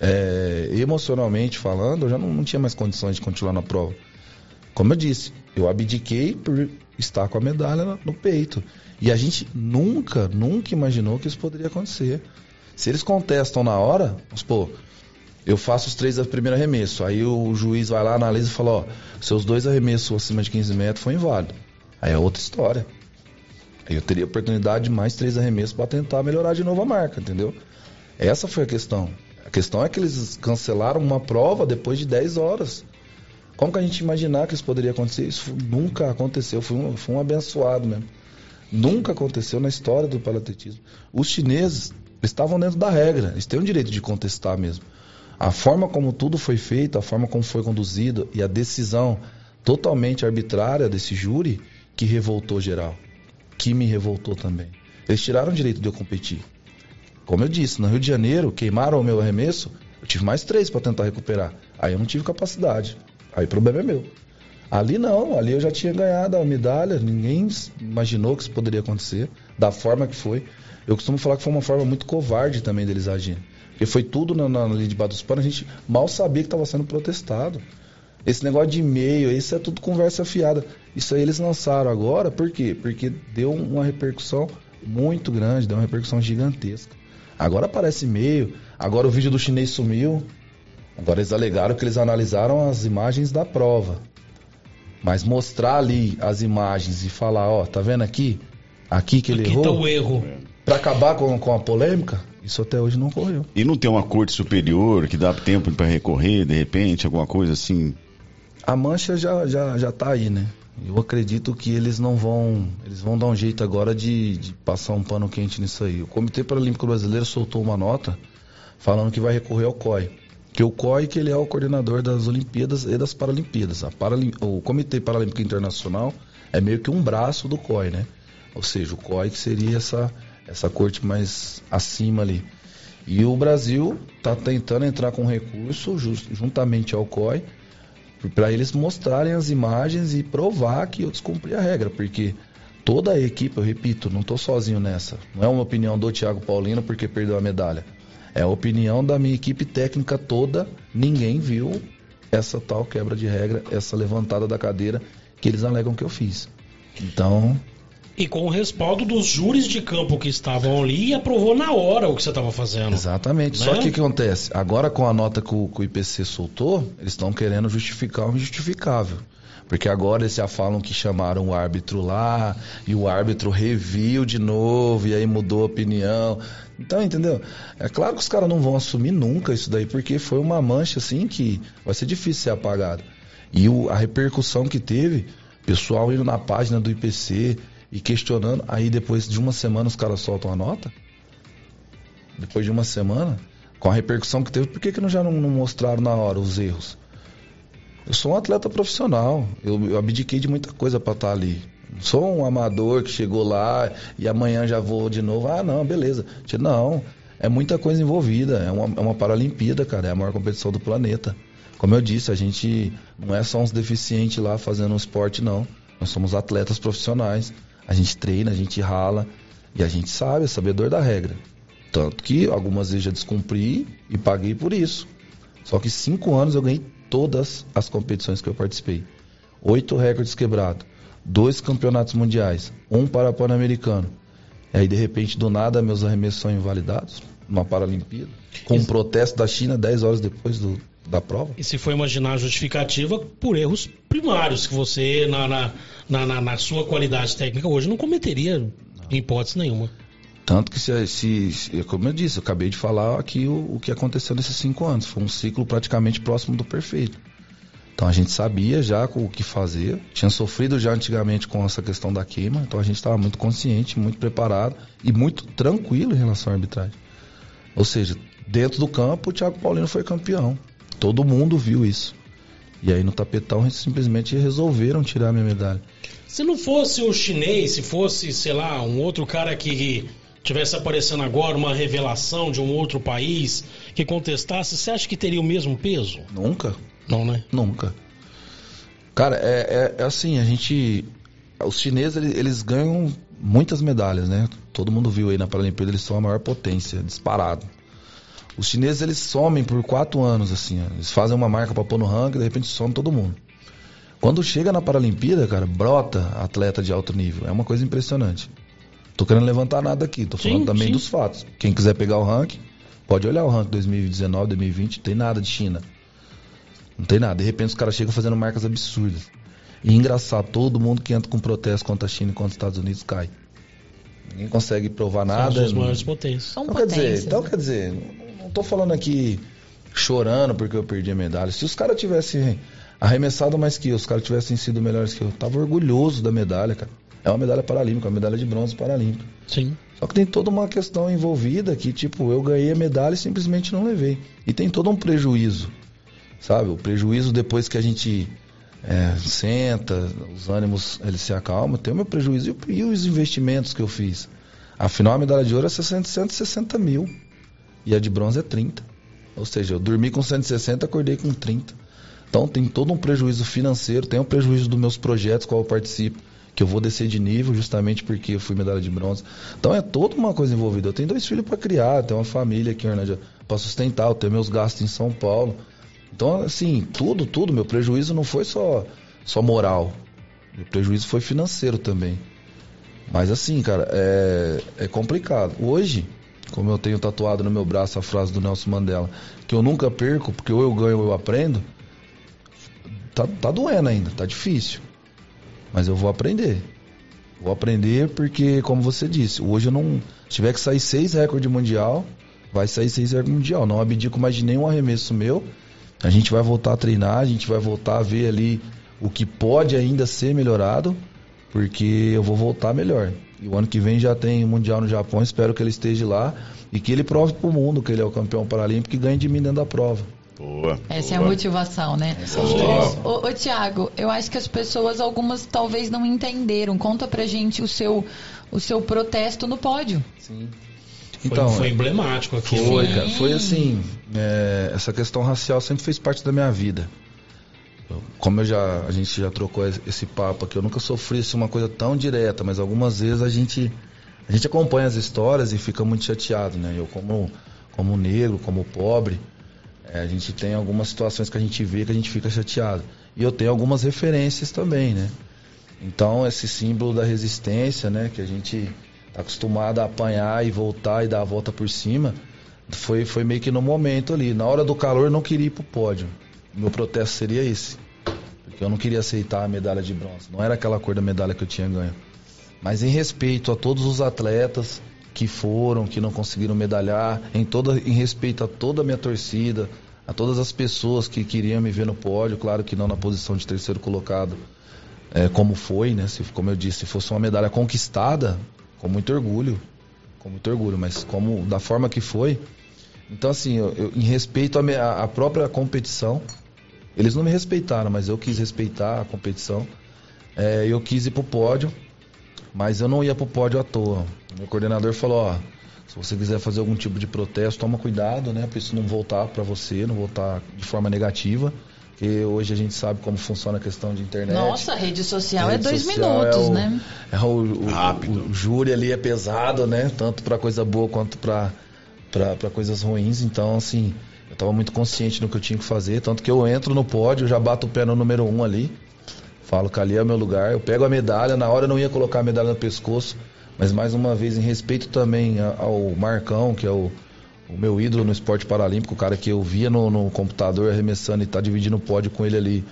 é, emocionalmente falando, eu já não, não tinha mais condições de continuar na prova. Como eu disse, eu abdiquei por estar com a medalha no peito. E a gente nunca, nunca imaginou que isso poderia acontecer. Se eles contestam na hora, vamos supor, eu faço os três primeiros arremessos, aí o juiz vai lá, analisa e fala, ó, seus dois arremessos acima de quinze metros foi inválido. Aí é outra história. Aí eu teria a oportunidade de mais três arremessos para tentar melhorar de novo a marca, entendeu? Essa foi a questão. A questão é que eles cancelaram uma prova depois de dez horas. Como que a gente imaginar que isso poderia acontecer? Isso nunca aconteceu, foi um, foi um abençoado mesmo. Nunca aconteceu na história do paraatletismo. Os chineses estavam dentro da regra, eles têm o direito de contestar mesmo. A forma como tudo foi feito, a forma como foi conduzido e a decisão totalmente arbitrária desse júri que revoltou geral, que me revoltou também. Eles tiraram o direito de eu competir. Como eu disse, no Rio de Janeiro, queimaram o meu arremesso, eu tive mais três para tentar recuperar. Aí eu não tive capacidade, aí o problema é meu. Ali não, ali eu já tinha ganhado a medalha, ninguém imaginou que isso poderia acontecer, da forma que foi. Eu costumo falar que foi uma forma muito covarde também deles agirem. Porque foi tudo na, na linha de baixo dos panos, a gente mal sabia que estava sendo protestado. Esse negócio de e-mail, isso é tudo conversa fiada. Isso aí eles lançaram agora, por quê? Porque deu uma repercussão muito grande, deu uma repercussão gigantesca. Agora aparece e-mail, agora o vídeo do chinês sumiu. Agora eles alegaram que eles analisaram as imagens da prova. Mas mostrar ali as imagens e falar, ó, tá vendo aqui? Aqui que ele aqui errou. Tá o erro. Pra acabar com, com a polêmica, isso até hoje não ocorreu. E não tem uma corte superior que dá tempo para recorrer, de repente, alguma coisa assim? A mancha já, já, já tá aí, né? Eu acredito que eles não vão... Eles vão dar um jeito agora de, de passar um pano quente nisso aí. O Comitê Paralímpico Brasileiro soltou uma nota falando que vai recorrer ao C O I. Que o C O I que ele é o coordenador das Olimpíadas e das Paralimpíadas. A Paralim... O Comitê Paralímpico Internacional é meio que um braço do C O I, né? Ou seja, o C O I que seria essa, essa corte mais acima ali. E o Brasil está tentando entrar com recurso just, juntamente ao C O I para eles mostrarem as imagens e provar que eu descumpri a regra. Porque toda a equipe, eu repito, não estou sozinho nessa. Não é uma opinião do Thiago Paulino porque perdeu a medalha. É a opinião da minha equipe técnica toda. Ninguém viu essa tal quebra de regra, essa levantada da cadeira que eles alegam que eu fiz. Então... E com o respaldo dos júris de campo que estavam ali e aprovou na hora o que você estava fazendo. Exatamente. Né? Só que o que acontece? Agora com a nota que o, que o I P C soltou, eles estão querendo justificar o injustificável. Porque agora eles já falam que chamaram o árbitro lá, e o árbitro reviu de novo, e aí mudou a opinião. Então, entendeu? É claro que os caras não vão assumir nunca isso daí, porque foi uma mancha assim que vai ser difícil ser apagada. E o, a repercussão que teve, pessoal indo na página do I P C e questionando, aí depois de uma semana os caras soltam a nota? Depois de uma semana, com a repercussão que teve, por que, que não, já não, não mostraram na hora os erros? Eu sou um atleta profissional, eu, eu abdiquei de muita coisa para estar ali. Não sou um amador que chegou lá e amanhã já vou de novo. Ah, não, beleza. Não, é muita coisa envolvida, é uma, é uma Paralimpíada, cara, é a maior competição do planeta. Como eu disse, a gente não é só uns deficientes lá fazendo um esporte, não. Nós somos atletas profissionais. A gente treina, a gente rala e a gente sabe, é sabedor da regra. Tanto que algumas vezes já descumpri e paguei por isso. Só que cinco anos eu ganhei todas as competições que eu participei. Oito recordes quebrados, dois campeonatos mundiais, um para Pan-Americano. E aí, de repente, do nada, meus arremessos são invalidados numa Paralimpíada, com um protesto da China dez horas depois do, da prova. E se for imaginar a justificativa por erros primários que você, na, na, na, na sua qualidade técnica, hoje não cometeria não. Em hipótese nenhuma. Tanto que, se, se, se, como eu disse, eu acabei de falar aqui o, o que aconteceu nesses cinco anos. Foi um ciclo praticamente próximo do perfeito. Então a gente sabia já o que fazer, tinha sofrido já antigamente com essa questão da queima, então a gente estava muito consciente, muito preparado e muito tranquilo em relação à arbitragem. Ou seja, dentro do campo o Thiago Paulino foi campeão. Todo mundo viu isso. E aí no tapetão eles simplesmente resolveram tirar a minha medalha. Se não fosse o chinês, se fosse, sei lá, um outro cara que tivesse aparecendo agora, uma revelação de um outro país que contestasse, você acha que teria o mesmo peso? Nunca. Não, né? Nunca. Cara, é, é, é assim, a gente... Os chineses, eles, eles ganham muitas medalhas, né? Todo mundo viu aí na Paralimpíada, eles são a maior potência, disparado. Os chineses, eles somem por quatro anos, assim, ó. Eles fazem uma marca pra pôr no ranking, de repente some todo mundo. Quando chega na Paralimpíada, cara, brota atleta de alto nível. É uma coisa impressionante. Tô querendo levantar nada aqui, tô falando sim, também sim. dos fatos. Quem quiser pegar o ranking, pode olhar o ranking dois mil e dezenove, dois mil e vinte, não tem nada de China. Não tem nada. De repente os caras chegam fazendo marcas absurdas. E engraçado, todo mundo que entra com protesto contra a China e contra os Estados Unidos cai. Ninguém consegue provar nada. São as maiores potências. Então, quer dizer, então quer dizer, não, não tô falando aqui chorando porque eu perdi a medalha. Se os caras tivessem arremessado mais que eu, os caras tivessem sido melhores que eu, eu tava orgulhoso da medalha, cara. É uma medalha paralímpica, uma medalha de bronze paralímpica. Sim. Só que tem toda uma questão envolvida que, tipo, eu ganhei a medalha e simplesmente não levei. E tem todo um prejuízo. Sabe, o prejuízo depois que a gente é, senta, os ânimos eles se acalmam, tem o meu prejuízo e, e os investimentos que eu fiz. Afinal, a medalha de ouro é cento e sessenta mil e a de bronze é trinta. Ou seja, eu dormi com cento e sessenta, acordei com trinta. Então tem todo um prejuízo financeiro, tem um prejuízo dos meus projetos qual eu participo, que eu vou descer de nível justamente porque eu fui medalha de bronze. Então é toda uma coisa envolvida. Eu tenho dois filhos para criar, tenho uma família aqui para sustentar, eu tenho meus gastos em São Paulo. Então, assim, tudo, tudo, meu prejuízo não foi só, só moral. Meu prejuízo foi financeiro também. Mas assim, cara, é, é complicado. Hoje, como eu tenho tatuado no meu braço a frase do Nelson Mandela, que eu nunca perco, porque ou eu ganho ou eu aprendo, tá, tá doendo ainda, tá difícil. Mas eu vou aprender. Vou aprender porque, como você disse, hoje eu não... Se tiver que sair seis recordes mundial, vai sair seis recordes mundial. Não abdico mais de nenhum arremesso meu. A gente vai voltar a treinar, a gente vai voltar a ver ali o que pode ainda ser melhorado, porque eu vou voltar melhor. E o ano que vem já tem Mundial no Japão, espero que ele esteja lá e que ele prove pro mundo que ele é o campeão paralímpico e ganhe de mim dentro da prova. Boa. Essa boa. é a motivação, né? Essa é a ô, ô, Thiago, eu acho que as pessoas, algumas talvez não entenderam. Conta pra gente o seu, o seu protesto no pódio. Sim. Então, foi, foi emblemático aqui. Foi, cara, foi assim, é, essa questão racial sempre fez parte da minha vida. Como eu já, a gente já trocou esse papo aqui, eu nunca sofri assim, uma coisa tão direta, mas algumas vezes a gente, a gente acompanha as histórias e fica muito chateado, né? Eu como, como negro, como pobre, é, a gente tem algumas situações que a gente vê que a gente fica chateado. E eu tenho algumas referências também, né? Então, esse símbolo da resistência, né, que a gente tá acostumado a apanhar e voltar e dar a volta por cima, foi, foi meio que no momento ali. Na hora do calor, eu não queria ir pro pódio. O meu protesto seria esse. Porque eu não queria aceitar a medalha de bronze. Não era aquela cor da medalha que eu tinha ganho. Mas em respeito a todos os atletas que foram, que não conseguiram medalhar, em, toda, em respeito a toda a minha torcida, a todas as pessoas que queriam me ver no pódio, claro que não na posição de terceiro colocado, é, como foi, né? Se, como eu disse, se fosse uma medalha conquistada, com muito orgulho, com muito orgulho, mas como da forma que foi. Então, assim, eu, eu, em respeito à minha, à própria competição, eles não me respeitaram, mas eu quis respeitar a competição. É, eu quis ir pro pódio, mas eu não ia pro pódio à toa. O meu coordenador falou, ó, se você quiser fazer algum tipo de protesto, toma cuidado, né, pra isso não voltar pra você, não voltar de forma negativa, porque hoje a gente sabe como funciona a questão de internet. Nossa, a rede social a é rede dois social minutos, é o, né? É o, o, Rápido. O, o júri ali é pesado, né, tanto pra coisa boa quanto pra, pra, pra coisas ruins, então, assim, eu tava muito consciente do que eu tinha que fazer, tanto que eu entro no pódio, já bato o pé no número um ali, falo que ali é o meu lugar, eu pego a medalha, na hora eu não ia colocar a medalha no pescoço, mas mais uma vez em respeito também ao Marcão, que é o, o meu ídolo no esporte paralímpico, o cara que eu via no, no computador arremessando e tá dividindo o pódio com ele ali,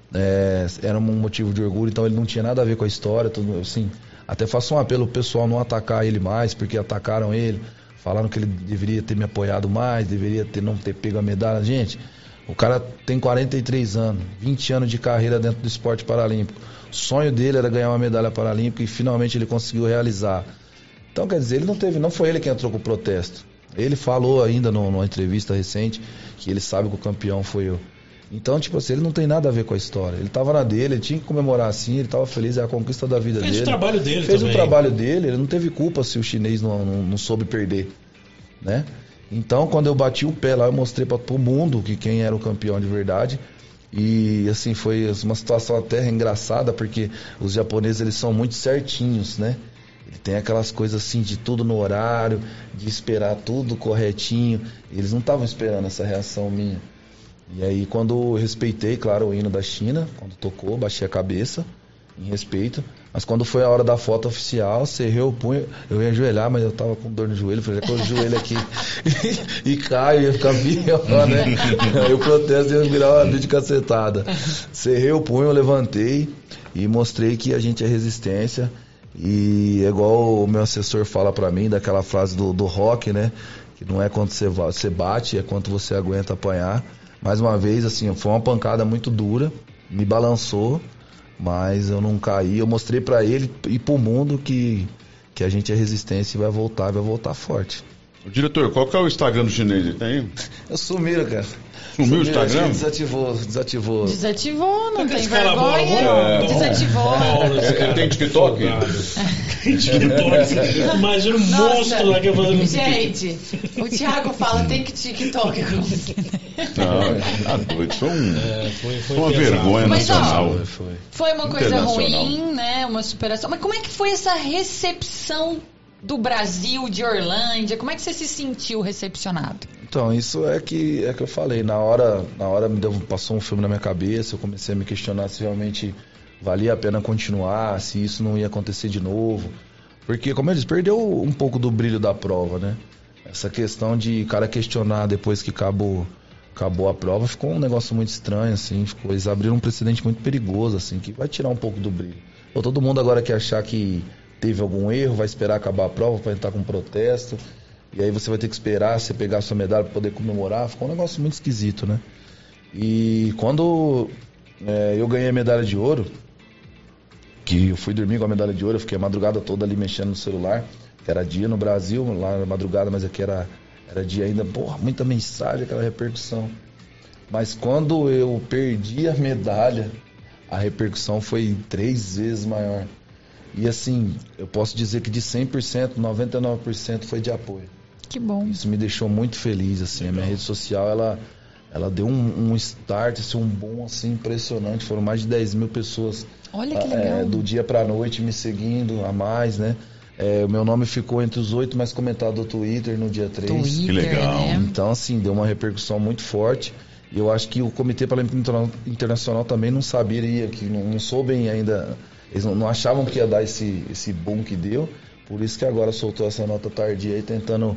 é, era um motivo de orgulho, então ele não tinha nada a ver com a história, tudo, assim, até faço um apelo pro pessoal não atacar ele mais, porque atacaram ele, falaram que ele deveria ter me apoiado mais, deveria ter, não ter pego a medalha. Gente, o cara tem quarenta e três anos, vinte anos de carreira dentro do esporte paralímpico. O sonho dele era ganhar uma medalha paralímpica e finalmente ele conseguiu realizar. Então, quer dizer, ele não teve, não foi ele que entrou com o protesto. Ele falou ainda no, numa entrevista recente que ele sabe que o campeão foi eu. Então, tipo assim, ele não tem nada a ver com a história. Ele estava na dele, ele tinha que comemorar assim, ele estava feliz, é a conquista da vida Fez dele. Fez o trabalho dele Fez também. o trabalho dele, ele não teve culpa se o chinês não, não, não soube perder, né? Então, quando eu bati o pé lá, eu mostrei para o mundo que quem era o campeão de verdade. E, assim, foi uma situação até engraçada, porque os japoneses, eles são muito certinhos, né? Ele tem aquelas coisas assim, de tudo no horário, de esperar tudo corretinho. Eles não estavam esperando essa reação minha. E aí, quando eu respeitei, claro, o hino da China, quando tocou, baixei a cabeça, em respeito. Mas quando foi a hora da foto oficial, cerrei o punho, eu ia ajoelhar, mas eu tava com dor no joelho, falei, com o joelho aqui e, e caio, ia ficar pior, né? Aí o protesto ia virar uma vídeo cacetada. Cerrei o punho, eu levantei e mostrei que a gente é resistência. E é igual o meu assessor fala pra mim, daquela frase do, do rock, né? Que não é quando você, você bate, é quando você aguenta apanhar. Mais uma vez, assim, foi uma pancada muito dura, me balançou. Mas eu não caí, eu mostrei pra ele e pro mundo que, que a gente é resistência e vai voltar, vai voltar forte. O diretor, qual que é o Instagram do chinês? Ele tem? Eu sumiram, cara. Sumiu o Instagram? Desativou, desativou. Desativou, não tem vergonha. É, Desativou. Ele tem TikTok? Tem TikTok. Imagina um monstro lá que eu fazendo Gente, o Thiago fala, tem que TikTok. Não, tá doido. Foi, um, é, foi, foi uma pesado. vergonha Mas, nacional. Ó, foi. foi uma coisa ruim, né? Uma superação. Mas como é que foi essa recepção do Brasil, de Orlândia? Como é que você se sentiu recepcionado? Então, isso é que, é que eu falei. Na hora, na hora me deu, passou um filme na minha cabeça, eu comecei a me questionar se realmente valia a pena continuar, se isso não ia acontecer de novo. Porque, como eu disse, perdeu um pouco do brilho da prova, né? Essa questão de cara questionar depois que acabou, acabou a prova ficou um negócio muito estranho, assim. Ficou, eles abriram um precedente muito perigoso, assim, que vai tirar um pouco do brilho. Ou todo mundo agora quer achar que teve algum erro, vai esperar acabar a prova para entrar com protesto. E aí você vai ter que esperar você pegar a sua medalha para poder comemorar. Ficou um negócio muito esquisito, né? E quando é, eu ganhei a medalha de ouro, que eu fui dormir com a medalha de ouro, eu fiquei a madrugada toda ali mexendo no celular, que era dia no Brasil, lá na madrugada, mas aqui era, era dia ainda, porra, muita mensagem, aquela repercussão. Mas quando eu perdi a medalha, a repercussão foi três vezes maior. E assim, eu posso dizer que de cem por cento, noventa e nove por cento foi de apoio. Que bom. Isso me deixou muito feliz, assim. Legal. A minha rede social, ela, ela deu um, um start, assim, um boom, assim, impressionante. Foram mais de dez mil pessoas. Olha que legal. É, do dia pra noite me seguindo, a mais, né? É, o meu nome ficou entre os oito mais comentados do Twitter no dia três. Twitter, que legal. Né? Então, assim, deu uma repercussão muito forte. E eu acho que o Comitê Paralímpico Internacional também não sabia, que não, não soube ainda eles não, não achavam que ia dar esse, esse boom que deu. Por isso que agora soltou essa nota tardia aí, tentando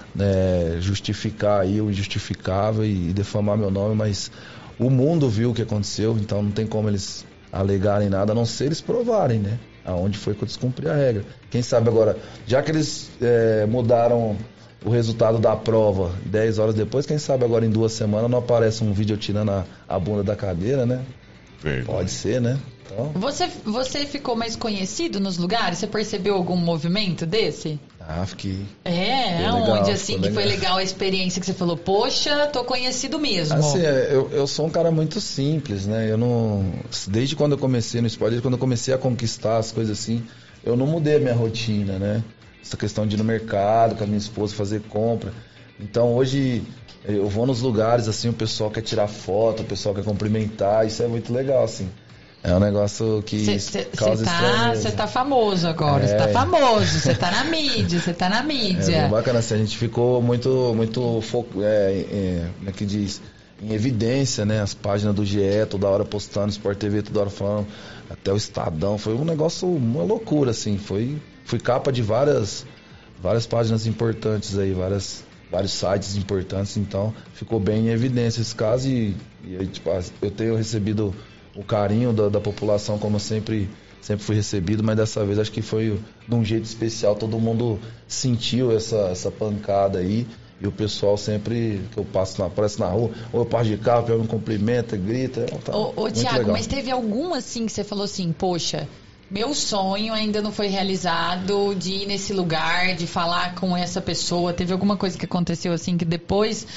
é, justificar aí o injustificável e, e defamar meu nome, mas o mundo viu o que aconteceu, então não tem como eles alegarem nada, a não ser eles provarem, né? Aonde foi que eu descumpri a regra. Quem sabe agora, já que eles é, mudaram o resultado da prova dez horas depois, quem sabe agora em duas semanas não aparece um vídeo tirando a, a bunda da cadeira, né? Verdade. Pode ser, né? Então... Você, você ficou mais conhecido nos lugares? Você percebeu algum movimento desse? Ah, fiquei. É, foi onde legal, assim foi que legal. foi legal a experiência que você falou, poxa, tô conhecido mesmo. Assim, eu, eu sou um cara muito simples, né? Eu não. Desde quando eu comecei no esporte, desde quando eu comecei a conquistar as coisas assim, eu não mudei a minha rotina, né? Essa questão de ir no mercado com a minha esposa, fazer compra. Então hoje eu vou nos lugares, assim, o pessoal quer tirar foto, o pessoal quer cumprimentar, isso é muito legal, assim. É um negócio que cê, cê, causa estranheza. Você tá famoso agora, você é. tá famoso, você tá na mídia, você tá na mídia. É bacana, assim, a gente ficou muito, muito foco, é, é, como é que diz, em evidência, né? As páginas do G E, toda hora postando, Sport T V toda hora falando, até o Estadão, foi um negócio, uma loucura, assim, foi, foi capa de várias, várias páginas importantes aí, várias, vários sites importantes, então ficou bem em evidência esse caso e, e aí, tipo, eu tenho recebido o carinho da, da população, como eu sempre, sempre fui recebido, mas dessa vez acho que foi de um jeito especial, todo mundo sentiu essa, essa pancada aí, e o pessoal sempre que eu passo na, aparece na rua, ou eu passo de carro, eu me cumprimenta, grita. Tá ô, ô Thiago, legal. mas teve alguma assim que você falou assim, poxa, meu sonho ainda não foi realizado de ir nesse lugar, de falar com essa pessoa, teve alguma coisa que aconteceu assim que depois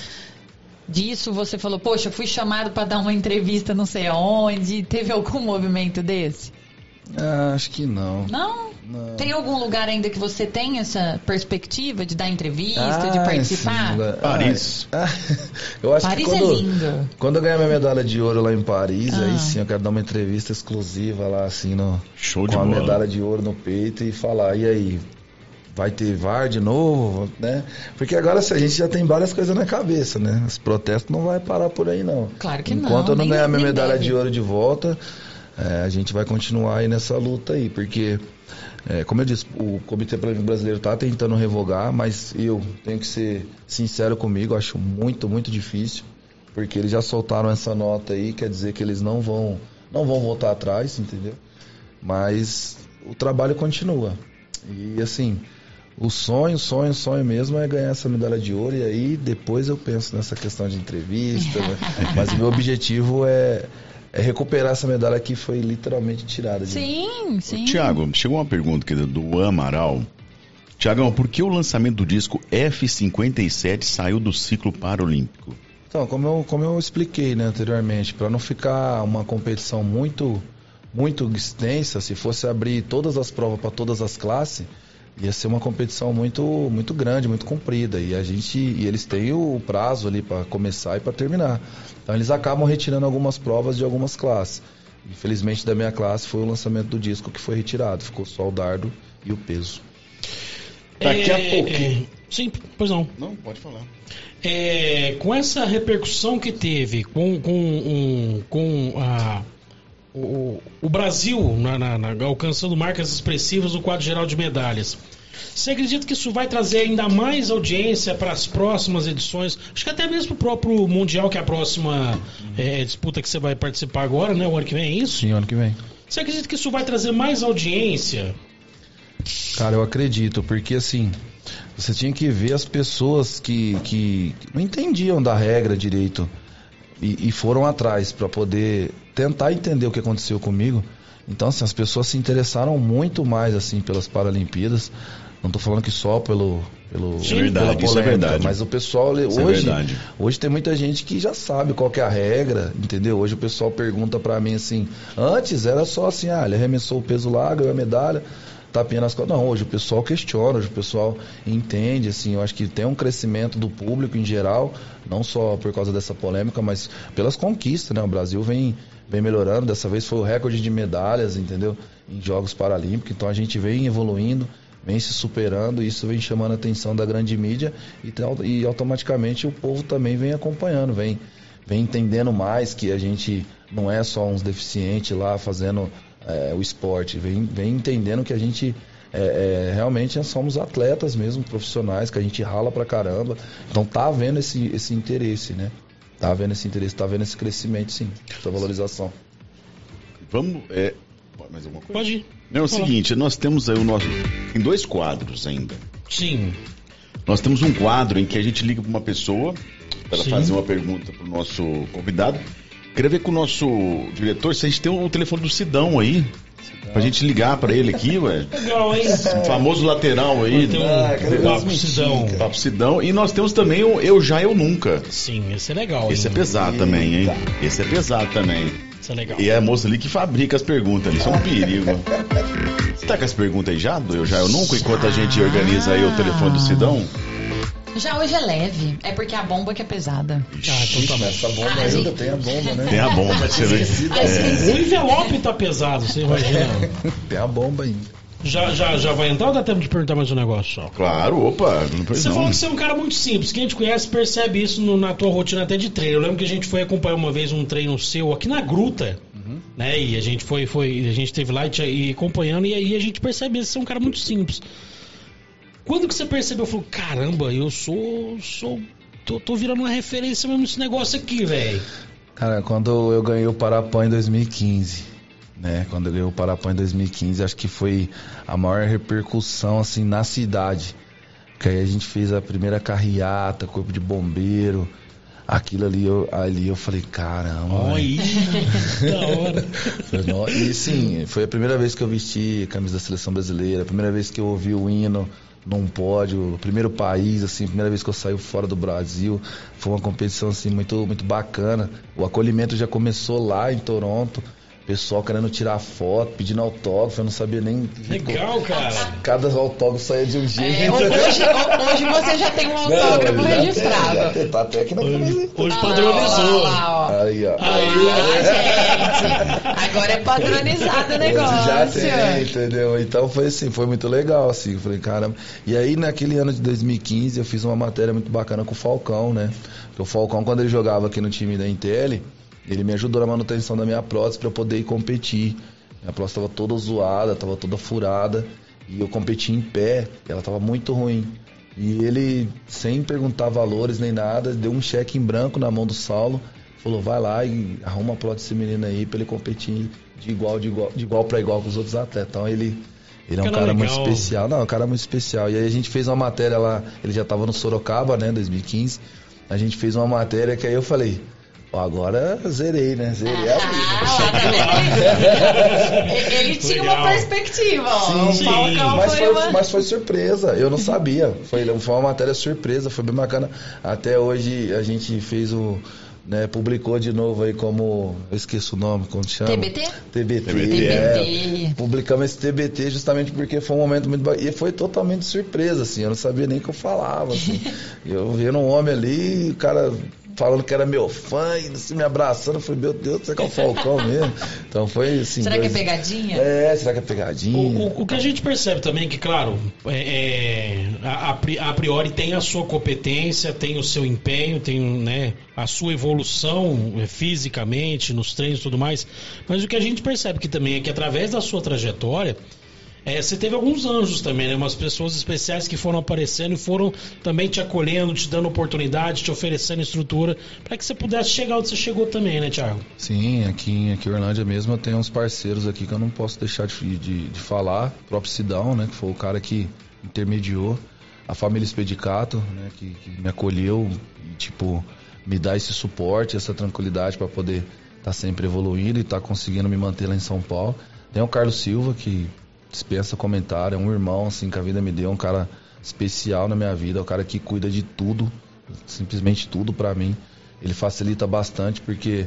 disso você falou, poxa, fui chamado para dar uma entrevista não sei aonde, teve algum movimento desse? Ah, acho que não. Não? Não. Tem algum lugar ainda que você tem essa perspectiva de dar entrevista, ah, de participar? Sim, Paris. Ah, eu acho Paris que quando, é lindo. Quando eu ganhar minha medalha de ouro lá em Paris, Ah. aí sim eu quero dar uma entrevista exclusiva lá, assim, no, Show de com a bola. medalha de ouro no peito e falar, e aí, vai ter V A R de novo, né? Porque agora assim, a gente já tem várias coisas na cabeça, né? Os protestos não vai parar por aí, não. Claro que Enquanto não. eu não nem, ganhar minha nem medalha deve. de ouro de volta, é, a gente vai continuar aí nessa luta aí, porque, é, como eu disse, o Comitê Paralímpico Brasileiro está tentando revogar, mas eu tenho que ser sincero comigo, acho muito, muito difícil, porque eles já soltaram essa nota aí, quer dizer que eles não vão, não vão voltar atrás, entendeu? Mas o trabalho continua. E assim, o sonho, sonho, sonho mesmo é ganhar essa medalha de ouro, e aí depois eu penso nessa questão de entrevista, né? Mas o meu objetivo é, é recuperar essa medalha que foi literalmente tirada de mim. Sim, sim. Tiago, chegou uma pergunta aqui do Amaral. Tiagão, por que o lançamento do disco F cinquenta e sete saiu do ciclo paralímpico? Então, como eu, como eu expliquei, né, anteriormente, para não ficar uma competição muito, muito extensa, se fosse abrir todas as provas para todas as classes, ia ser uma competição muito, muito grande, muito comprida, e a gente, e eles têm o prazo ali para começar e para terminar. Então eles acabam retirando algumas provas de algumas classes. Infelizmente da minha classe foi o lançamento do disco que foi retirado, ficou só o dardo e o peso. Daqui a É, pouquinho. é, sim, pois não. Não, pode falar. É, com essa repercussão que teve, com, com, um, com a, o, o Brasil na, na, na, alcançando marcas expressivas no quadro geral de medalhas, você acredita que isso vai trazer ainda mais audiência para as próximas edições? Acho que até mesmo para o próprio Mundial, que é a próxima é, disputa que você vai participar agora, né? O ano que vem, é isso? Sim, ano que vem. Você acredita que isso vai trazer mais audiência? Cara, eu acredito, porque assim, você tinha que ver as pessoas que, que não entendiam da regra direito e, e foram atrás para poder tentar entender o que aconteceu comigo. Então, assim, as pessoas se interessaram muito mais assim pelas Paralimpíadas. Não estou falando que só pelo, pelo Isso é verdade, pela polêmica, isso é verdade. mas o pessoal Isso hoje, é verdade. hoje tem muita gente que já sabe qual que é a regra, entendeu? Hoje o pessoal pergunta para mim assim, antes era só assim, ah, ele arremessou o peso lá, ganhou a medalha, tapinha nas costas. Não, hoje o pessoal questiona, hoje o pessoal entende, assim, eu acho que tem um crescimento do público em geral, não só por causa dessa polêmica, mas pelas conquistas, né? O Brasil vem, vem melhorando, dessa vez foi o recorde de medalhas, entendeu? Em Jogos Paralímpicos, então a gente vem evoluindo, vem se superando, isso vem chamando a atenção da grande mídia e, e automaticamente o povo também vem acompanhando, vem, vem entendendo mais que a gente não é só uns deficientes lá fazendo é, o esporte, vem, vem entendendo que a gente é, é, realmente somos atletas mesmo, profissionais, que a gente rala pra caramba. Então tá havendo esse, esse interesse, né? Tá havendo esse interesse, tá havendo esse crescimento, sim, essa valorização. Vamos... É, mais alguma coisa? Pode ir. É o Fala. seguinte, nós temos aí o nosso... Tem dois quadros ainda. Sim. Nós temos um quadro em que a gente liga para uma pessoa para Sim. fazer uma pergunta para o nosso convidado. Queria ver com o nosso diretor se a gente tem o telefone do Sidão aí. Cidão. Pra gente ligar para ele aqui, ué. Legal, hein? O famoso lateral aí. Tem um Ah, cara, Papo eu Sidão. Papo Sidão. E nós temos também o Eu Já, Eu Nunca. Sim, esse é legal. Esse hein? é pesado Eita. também, hein? Esse é pesado também. Esse é legal. E é a moça ali que fabrica as perguntas ali. Isso é um perigo. Você tá com as perguntas aí já, do Eu Já, Eu Nunca? Enquanto a gente organiza aí o telefone do Sidão? Já hoje é leve, é porque a bomba que é pesada. Ah, então tá bom. Essa bomba Ah, aí, gente. ainda tem a bomba, né? Tem a bomba, você vê. O envelope tá pesado, você imagina. Tem a bomba ainda. Já, já, já vai entrar ou dá tempo de perguntar mais um negócio só? Claro, opa, não Você precisa falou não. que você é um cara muito simples. Quem te conhece percebe isso no- na tua rotina até de treino. Eu lembro que a gente foi acompanhar uma vez um treino seu aqui na Gruta, Uhum. né? E a gente foi, foi, a gente teve lá e, te- e acompanhando e aí a gente percebe que você é um cara muito simples. Quando que você percebeu? Falou, caramba, eu sou, sou, tô, tô virando uma referência mesmo nesse negócio aqui, velho. Cara, quando eu ganhei o Parapan em dois mil e quinze, né? Quando eu ganhei o Parapan em dois mil e quinze, acho que foi a maior repercussão, assim, na cidade. Porque aí a gente fez a primeira carreata, corpo de bombeiro. Aquilo ali, eu, ali eu falei, caramba. Olha velho. aí, da hora. Falei, "Nó", e sim, foi a primeira vez que eu vesti a camisa da seleção brasileira, a primeira vez que eu ouvi o hino num pódio, o primeiro país, assim, a primeira vez que eu saí fora do Brasil. Foi uma competição, assim, muito, muito bacana. O acolhimento já começou lá em Toronto. Pessoal querendo tirar foto, pedindo autógrafo, eu não sabia nem... Legal, cara. Cada autógrafo saía de um jeito. É, hoje, hoje você já tem um autógrafo Não, já tem, registrado. já tem, tá até aqui na camisa. Hoje Ah, lá, padronizou. lá, lá, ó. Aí, ó. Ah, gente, agora é padronizado o negócio. Já tem, entendeu? Então foi assim, foi muito legal, assim. Eu falei, caramba. E aí, naquele ano de dois mil e quinze, eu fiz uma matéria muito bacana com o Falcão, né? Porque o Falcão, quando ele jogava aqui no time da Intel, ele me ajudou na manutenção da minha prótese para eu poder ir competir. Minha prótese estava toda zoada, estava toda furada. E eu competi em pé, e ela estava muito ruim. E ele, sem perguntar valores nem nada, deu um cheque em branco na mão do Saulo. Falou, vai lá e arruma a prótese desse menino aí para ele competir de igual, de igual, de igual para igual com os outros atletas. Então ele, ele é um Cara cara legal. muito especial. Não, é um cara muito especial. E aí a gente fez uma matéria lá, ele já estava no Sorocaba, né, dois mil e quinze. A gente fez uma matéria que aí eu falei... Ó, agora zerei, né? Zerei a Ah, ele, ele tinha Legal. uma perspectiva, ó. Sim, O sim. Falcão Mas foi foi, uma... mas foi surpresa, eu não sabia. Foi, foi uma matéria surpresa, foi bem bacana. Até hoje a gente fez o. Né, publicou de novo aí como. Eu esqueço o nome, como chama? T B T? T B T. T B T, é. T B T. Publicamos esse T B T justamente porque foi um momento muito bacana. E foi totalmente surpresa, assim. Eu não sabia nem o que eu falava, assim. Eu vendo um homem ali, o cara falando que era meu fã, e assim, me abraçando. Eu falei, meu Deus, será que é o Falcão mesmo? Então foi assim. Será dois... que é pegadinha? É, será que é O, pegadinha? o- o que a gente percebe também é que, claro, é, é, a, a pri- a priori tem a sua competência, tem o seu empenho, tem, né, a sua evolução é, fisicamente, nos treinos e tudo mais, mas o que a gente percebe que também é que através da sua trajetória, é, você teve alguns anjos também, né, umas pessoas especiais que foram aparecendo e foram também te acolhendo, te dando oportunidade, te oferecendo estrutura, para que você pudesse chegar onde você chegou também, né, Thiago? Sim, aqui, aqui em Orlândia mesmo eu tenho uns parceiros aqui que eu não posso deixar de, de, de falar. O próprio Sidão, né, que foi o cara que intermediou. A família Expedicato, né, que, que me acolheu e, tipo, me dá esse suporte, essa tranquilidade para poder estar tá sempre evoluindo e estar tá conseguindo me manter lá em São Paulo. Tem o Carlos Silva, que dispensa comentário, é um irmão, assim, que a vida me deu, um cara especial na minha vida, é o cara que cuida de tudo, simplesmente tudo pra mim. Ele facilita bastante porque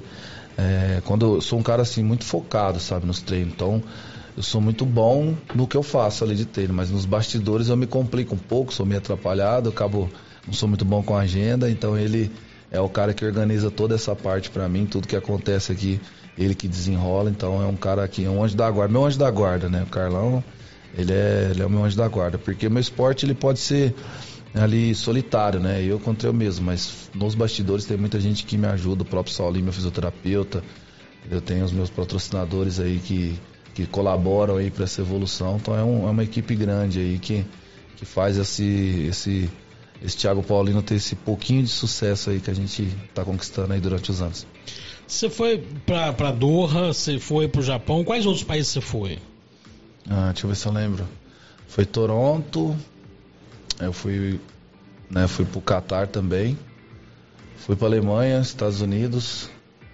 é, quando eu sou um cara assim muito focado, sabe, nos treinos, então eu sou muito bom no que eu faço ali de treino, mas nos bastidores eu me complico um pouco, sou meio atrapalhado, eu acabo, não sou muito bom com a agenda, então ele é o cara que organiza toda essa parte pra mim, tudo que acontece aqui, ele que desenrola, então é um cara que é um anjo da guarda, meu anjo da guarda, né, o Carlão, ele é, ele é o meu anjo da guarda, porque meu esporte ele pode ser ali solitário, né, eu contra eu mesmo, mas nos bastidores tem muita gente que me ajuda, o próprio Saulinho, meu fisioterapeuta, eu tenho os meus patrocinadores aí que que colaboram aí para essa evolução. Então é, um, é uma equipe grande aí que, que faz esse, esse, esse Thiago Paulino ter esse pouquinho de sucesso aí que a gente está conquistando aí durante os anos. Você foi para Doha, você foi para o Japão, quais outros países você foi? Ah, deixa eu ver se eu lembro. Foi Toronto, eu fui, né, fui pro Catar também, fui pra Alemanha, Estados Unidos,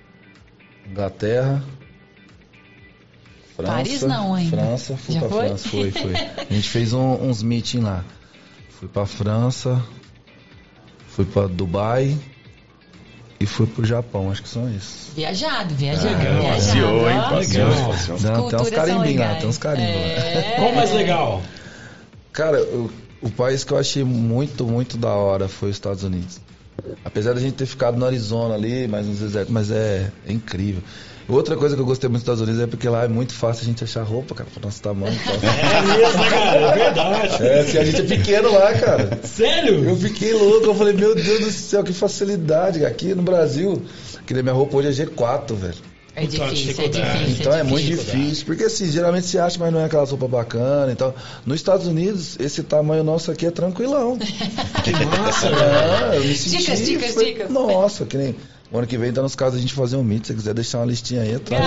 Inglaterra, França. Paris não ainda. França, fui Já pra foi? França, foi, foi. A gente fez um, uns meeting lá. Fui pra França, fui pra Dubai e fui pro Japão, acho que são esses. Viajado, viajado. Ah, legal. viajado. Passeou, hein? Ó, Passeou. Legal. as Não, tem uns culturas são carimbinhos lá, legais. tem uns carimbos lá. É. Qual mais legal? Cara, o, o país que eu achei muito, muito da hora foi os Estados Unidos. Apesar da gente ter ficado no Arizona ali, mais nos desertos, mas é, é incrível. Outra coisa que eu gostei muito dos Estados Unidos é porque lá é muito fácil a gente achar roupa, cara, pro nosso tamanho. Então. É mesmo, né, cara? É verdade. É, assim, a gente é pequeno lá, cara. Sério? Eu fiquei louco, eu falei, meu Deus do céu, que facilidade. Aqui no Brasil, que nem minha roupa hoje é G quatro, velho. É difícil, é dificuldade. difícil. Então é, é muito difícil. difícil, porque assim, geralmente você acha, mas não é aquela roupa bacana e tal. Nos Estados Unidos, esse tamanho nosso aqui é tranquilão. Que massa, velho. Ah, eu me senti, Dicas, dicas, foi- dicas. Nossa, que nem... O ano que vem tá nos casos a gente fazer um meet. Se você quiser deixar uma listinha aí, tá?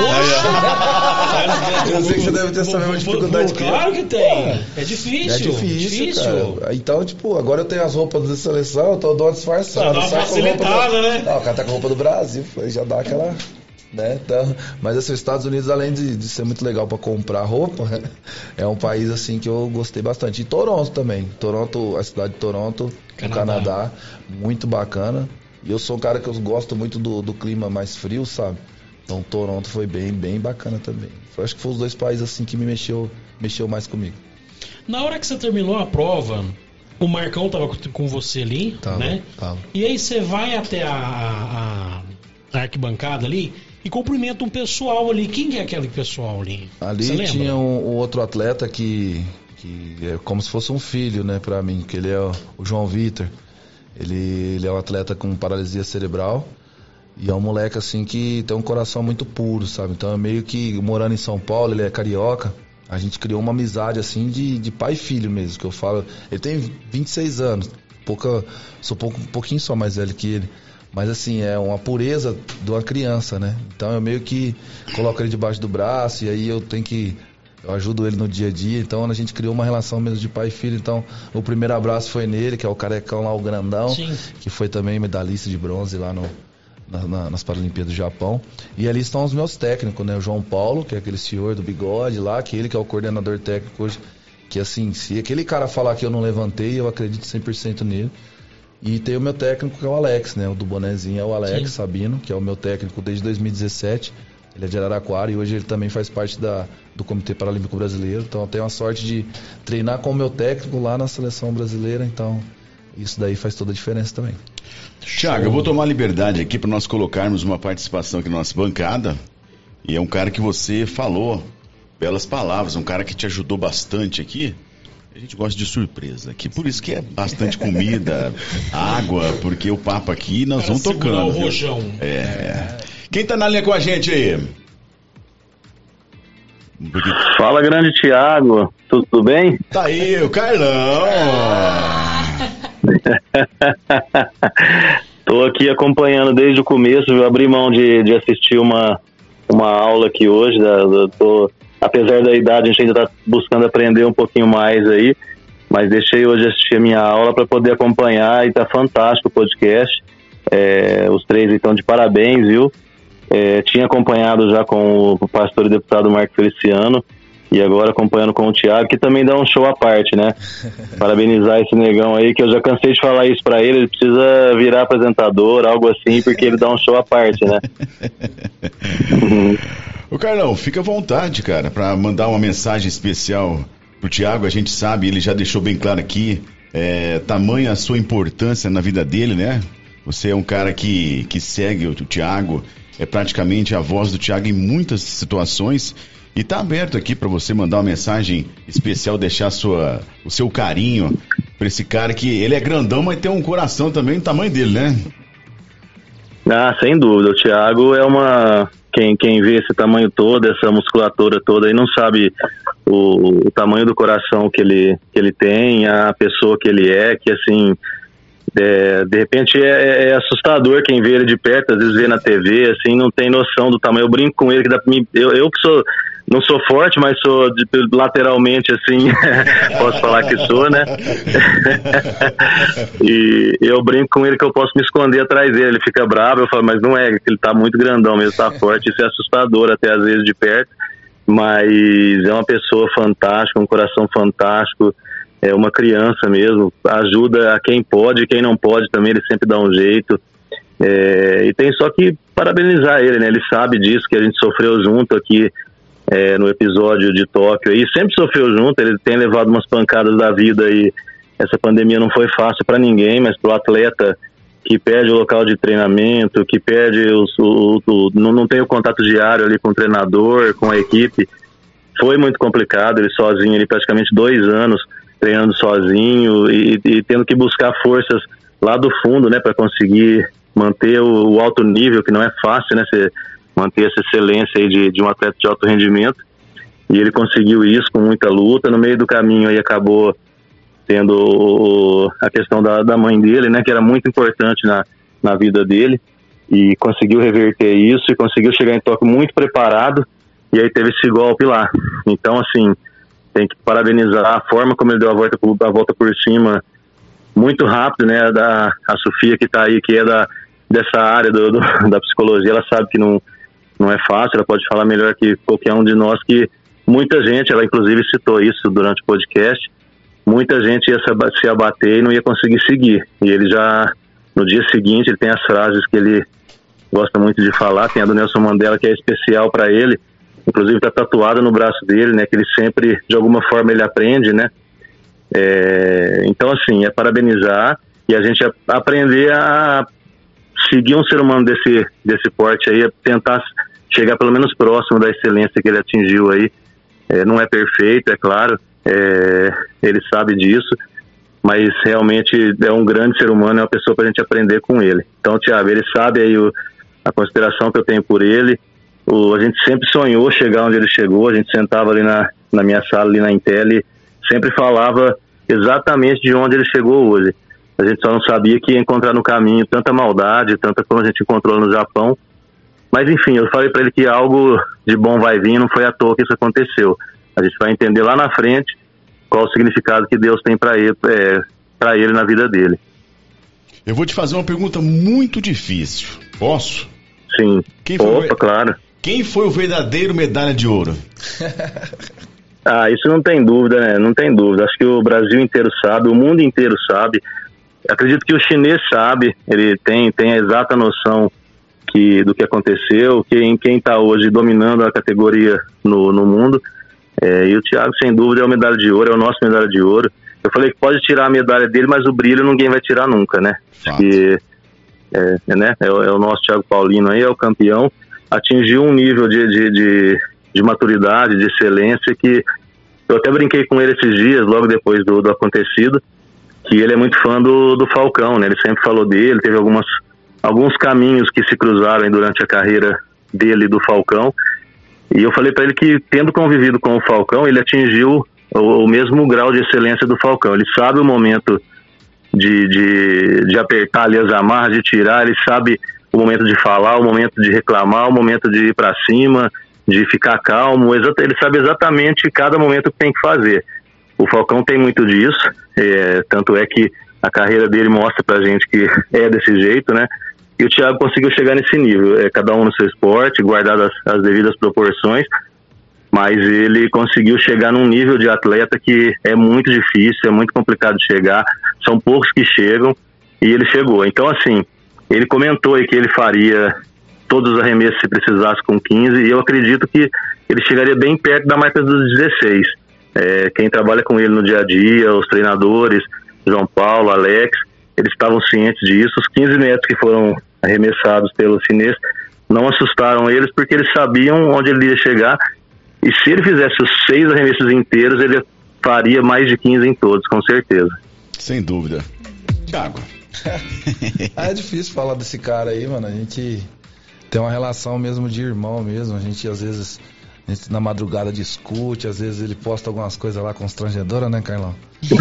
Eu sei que você deve ter essa mesma dificuldade que eu. Claro que tem. É difícil. É difícil, cara. Então, tipo, agora eu tenho as roupas da seleção, então eu dou uma disfarçada. Já dá uma Sai com a roupa facilitada, do- né? Não, o cara tá com a roupa do Brasil, aí já dá aquela... Né? Então, mas assim, os Estados Unidos, além de, de ser muito legal pra comprar roupa, é um país assim que eu gostei bastante. E Toronto também. Toronto, a cidade de Toronto, no Canadá. Canadá, muito bacana. E eu sou um cara que eu gosto muito do, do clima mais frio, sabe? Então Toronto foi bem, bem bacana também. Eu acho que foi os dois países assim que me mexeu, mexeu mais comigo. Na hora que você terminou a prova, o Marcão tava com você ali, Tava, né? tava. E aí você vai até a, a, a arquibancada ali e cumprimenta um pessoal ali. Quem que é aquele pessoal ali? Ali Você lembra? tinha um, um outro atleta que, que é como se fosse um filho, né, pra mim, que ele é o, o João Vitor. Ele, ele é um atleta com paralisia cerebral e é um moleque assim que tem um coração muito puro, sabe? Então é meio que morando em São Paulo, ele é carioca. A gente criou uma amizade assim de, de pai e filho mesmo, que eu falo. Ele tem vinte e seis anos, pouca, sou pouco, um pouquinho só mais velho que ele. Mas assim, é uma pureza de uma criança, né? Então eu meio que coloco ele debaixo do braço e aí eu tenho que... Eu ajudo ele no dia a dia, então a gente criou uma relação mesmo de pai e filho. Então o primeiro abraço foi nele, que é o carecão lá, o grandão, Sim. que foi também medalhista de bronze lá no, na, na, nas Paralimpíadas do Japão. E ali estão os meus técnicos, né? O João Paulo, que é aquele senhor do bigode lá, que ele que é o coordenador técnico hoje. Que assim, se aquele cara falar que eu não levantei, eu acredito cem por cento nele. E tem o meu técnico que é o Alex, né? O do bonezinho é o Alex Sim. Sabino, que é o meu técnico desde dois mil e dezessete. Ele é de Araraquara e hoje ele também faz parte da, do Comitê Paralímpico Brasileiro. Então eu tenho a sorte de treinar com o meu técnico lá na seleção brasileira. Então isso daí faz toda a diferença também. Thiago, eu vou tomar liberdade aqui para nós colocarmos uma participação aqui na nossa bancada. E é um cara que você falou belas palavras, um cara que te ajudou bastante aqui. A gente gosta de surpresa aqui, por isso que é bastante comida, água, porque o papo aqui nós Cara, vamos segurar tocando. o viu? rojão. É. Quem tá na linha com a gente aí? Porque Fala, grande Thiago, tudo bem? tá aí, o Carlão. Tô aqui acompanhando desde o começo, viu? Abri mão de, de assistir uma, uma aula aqui hoje. Da, da- tô, apesar da idade, a gente ainda tá buscando aprender um pouquinho mais aí, mas deixei hoje assistir a minha aula para poder acompanhar e tá fantástico o podcast. É, os três estão de parabéns, viu? É, tinha acompanhado já com o pastor e deputado Marco Feliciano e agora acompanhando com o Thiago, que também dá um show à parte, né? Parabenizar esse negão aí, que eu já cansei de falar isso pra ele, ele precisa virar apresentador, algo assim, porque ele dá um show à parte, né? Uhum. Ô Carlão, fica à vontade, cara, pra mandar uma mensagem especial pro Thiago. A gente sabe, ele já deixou bem claro aqui, é, tamanha a sua importância na vida dele, né? Você é um cara que, que segue o Thiago, é praticamente a voz do Thiago em muitas situações. E tá aberto aqui para você mandar uma mensagem especial, deixar sua, o seu carinho pra esse cara que ele é grandão, mas tem um coração também do tamanho dele, né? Ah, sem dúvida, o Thiago é uma, quem, quem vê esse tamanho todo, essa musculatura toda aí, não sabe o, o tamanho do coração que ele, que ele tem, a pessoa que ele é, que assim, é, de repente é, é assustador quem vê ele de perto, às vezes vê na T V, assim, não tem noção do tamanho. Eu brinco com ele, que dá pra mim, eu, eu que sou, não sou forte, mas sou de, lateralmente, assim, posso falar que sou, né? E eu brinco com ele que eu posso me esconder atrás dele, ele fica bravo, eu falo, mas não é, ele tá muito grandão mesmo, tá forte, isso é assustador até às vezes de perto, mas é uma pessoa fantástica, um coração fantástico, é uma criança mesmo, ajuda a quem pode, quem não pode também, ele sempre dá um jeito, é, e tem só que parabenizar ele, né? Ele sabe disso, que a gente sofreu junto aqui, É, no episódio de Tóquio, e sempre sofreu junto, ele tem levado umas pancadas da vida, e essa pandemia não foi fácil para ninguém, mas para o atleta que perde o local de treinamento, que perde os, o, o, não, não tem o contato diário ali com o treinador, com a equipe, foi muito complicado, ele sozinho, ele praticamente dois anos treinando sozinho e, e tendo que buscar forças lá do fundo, né, para conseguir manter o, o alto nível, que não é fácil, né, você manter essa excelência aí de, de um atleta de alto rendimento, e ele conseguiu isso com muita luta. No meio do caminho aí acabou tendo o, a questão da, da mãe dele, né, que era muito importante na, na vida dele, e conseguiu reverter isso, e conseguiu chegar em Tóquio muito preparado, e aí teve esse golpe lá. Então, assim, tem que parabenizar a forma como ele deu a volta, a volta por cima, muito rápido, né, da, a Sofia que tá aí, que é da, dessa área do, do, da psicologia, ela sabe que não não é fácil, ela pode falar melhor que qualquer um de nós, que muita gente, ela inclusive citou isso durante o podcast, muita gente ia se abater e não ia conseguir seguir, e ele já, no dia seguinte, ele tem as frases que ele gosta muito de falar, tem a do Nelson Mandela, que é especial para ele, inclusive está tatuada no braço dele, né, que ele sempre, de alguma forma, ele aprende, né, é, então assim, é parabenizar, e a gente aprender a seguir um ser humano desse, desse porte aí, é tentar chegar pelo menos próximo da excelência que ele atingiu aí. É, não é perfeito, é claro, é, ele sabe disso, mas realmente é um grande ser humano, é uma pessoa para a gente aprender com ele. Então, Thiago, ele sabe aí o, a consideração que eu tenho por ele. O, a gente sempre sonhou chegar onde ele chegou, a gente sentava ali na, na minha sala, ali na Intel, e sempre falava exatamente de onde ele chegou hoje. A gente só não sabia que ia encontrar no caminho tanta maldade, tanta como a gente encontrou no Japão. Mas enfim, eu falei para ele que algo de bom vai vir, não foi à toa que isso aconteceu. A gente vai entender lá na frente qual o significado que Deus tem para ele, é, para ele na vida dele. Eu vou te fazer uma pergunta muito difícil. Posso? Sim. Quem foi Opa, o... claro. Quem foi o verdadeiro medalha de ouro? Ah, isso não tem dúvida, né? Não tem dúvida. Acho que o Brasil inteiro sabe, o mundo inteiro sabe. Acredito que o chinês sabe, ele tem, tem a exata noção que, do que aconteceu, quem está hoje dominando a categoria no, no mundo. É, e o Thiago, sem dúvida, é o medalha de ouro, é o nosso medalha de ouro. Eu falei que pode tirar a medalha dele, mas o brilho ninguém vai tirar nunca, né? Que, é, é, né? É, é o nosso Thiago Paulino aí, é o campeão. Atingiu um nível de, de, de, de maturidade, de excelência, que eu até brinquei com ele esses dias, logo depois do, do acontecido, que ele é muito fã do, do Falcão, né? Ele sempre falou dele, teve algumas, alguns caminhos que se cruzaram durante a carreira dele do Falcão, e eu falei para ele que, tendo convivido com o Falcão, ele atingiu o, o mesmo grau de excelência do Falcão. Ele sabe o momento de, de, de apertar ali as amarras, de tirar, ele sabe o momento de falar, o momento de reclamar, o momento de ir para cima, de ficar calmo, ele sabe exatamente cada momento que tem que fazer. O Falcão tem muito disso, é, tanto é que a carreira dele mostra pra gente que é desse jeito, né? E o Thiago conseguiu chegar nesse nível, é, cada um no seu esporte, guardado as, as devidas proporções, mas ele conseguiu chegar num nível de atleta que é muito difícil, é muito complicado de chegar, são poucos que chegam, e ele chegou. Então, assim, ele comentou aí que ele faria todos os arremessos se precisasse com quinze, e eu acredito que ele chegaria bem perto da marca dos dezesseis. É, quem trabalha com ele no dia a dia, os treinadores, João Paulo, Alex, eles estavam cientes disso. Os quinze metros que foram arremessados pelo chinês não assustaram eles, porque eles sabiam onde ele ia chegar, e se ele fizesse os seis arremessos inteiros, ele faria mais de quinze em todos, com certeza. Sem dúvida. Thiago. Ah, é difícil falar desse cara aí, mano. A gente tem uma relação mesmo de irmão mesmo. A gente às vezes, a gente, na madrugada discute, às vezes ele posta algumas coisas lá constrangedoras, né, Carlão?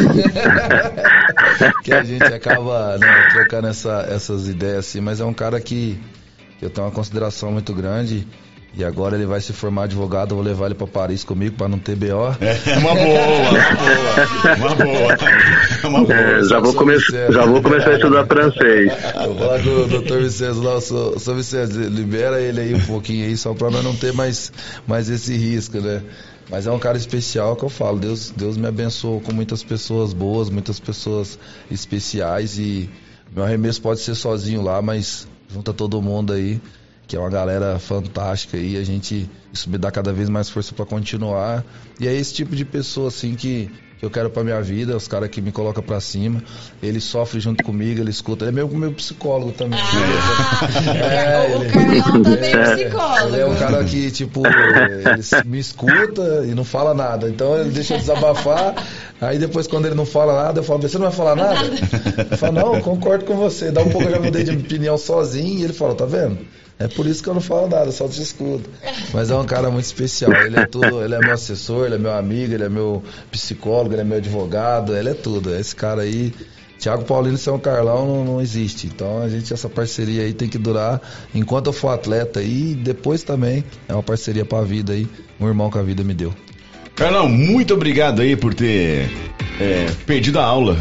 Que a gente acaba, né, trocando essa, essas ideias assim, mas é um cara que eu tenho uma consideração muito grande. E agora ele vai se formar advogado, eu vou levar ele pra Paris comigo pra não ter B O. É uma boa, uma boa, uma boa. Uma boa. É, já, vou come... já vou começar a estudar francês. Eu vou lá com o doutor Vicente lá, sou, sou Vicente, libera ele aí um pouquinho aí, só pra nós não ter mais, mais esse risco, né? Mas é um cara especial que eu falo, Deus, Deus me abençoou com muitas pessoas boas, muitas pessoas especiais e meu arremesso pode ser sozinho lá, mas junta todo mundo aí, que é uma galera fantástica aí, a gente, isso me dá cada vez mais força para continuar, e é esse tipo de pessoa assim que, que eu quero pra minha vida, os caras que me colocam pra cima, ele sofre junto comigo, ele escuta, ele é meu, meu psicólogo também. Ah, é, o ele, Carlão também é ele psicólogo. é um cara que, tipo, ele me escuta e não fala nada, então ele deixa eu desabafar, aí depois quando ele não fala nada, eu falo, você não vai falar nada? Eu falo, não, eu concordo com você, dá um pouco eu já mudei de opinião sozinho, e ele fala, tá vendo? É por isso que eu não falo nada, só te escuto. Mas é um cara muito especial. Ele é tudo, ele é meu assessor, ele é meu amigo, ele é meu psicólogo, ele é meu advogado, ele é tudo. Esse cara aí, Thiago Paulino sem o Carlão não, não existe. Então a gente, essa parceria aí tem que durar enquanto eu for atleta aí, e depois também é uma parceria pra vida aí, um irmão que a vida me deu. Carlão, muito obrigado aí por ter é, perdido a aula.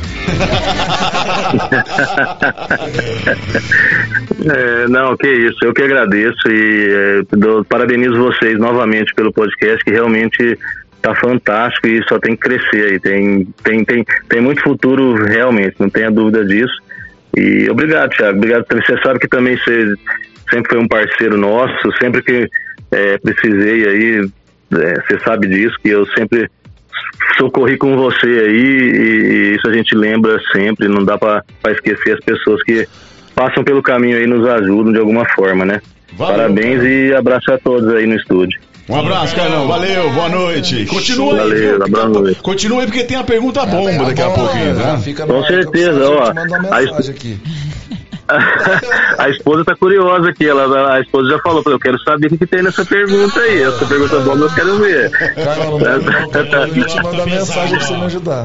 É, não, que isso, eu que agradeço e é, dou, parabenizo vocês novamente pelo podcast, que realmente tá fantástico e só tem que crescer aí, tem, tem, tem, tem muito futuro realmente, não tenha dúvida disso. E obrigado, Thiago, obrigado, você sabe que também você sempre foi um parceiro nosso, sempre que é, precisei aí, é, você sabe disso, que eu sempre socorri com você aí e isso a gente lembra sempre, não dá pra, pra esquecer as pessoas que passam pelo caminho aí e nos ajudam de alguma forma, né? Valeu, Parabéns, cara. E abraço a todos aí no estúdio. Um abraço, Carlão. Valeu, boa noite. Continua aí. Valeu, viu? Continua aí porque tem a pergunta bomba daqui a pouquinho, né? Fica com certeza, ó. A, aqui. A esposa tá curiosa aqui, ela, a esposa já falou, eu quero saber o que, que tem nessa pergunta aí, essa pergunta bomba eu quero ver. Carlão, não, não, não, eu vou te mandar mensagem pra você me ajudar.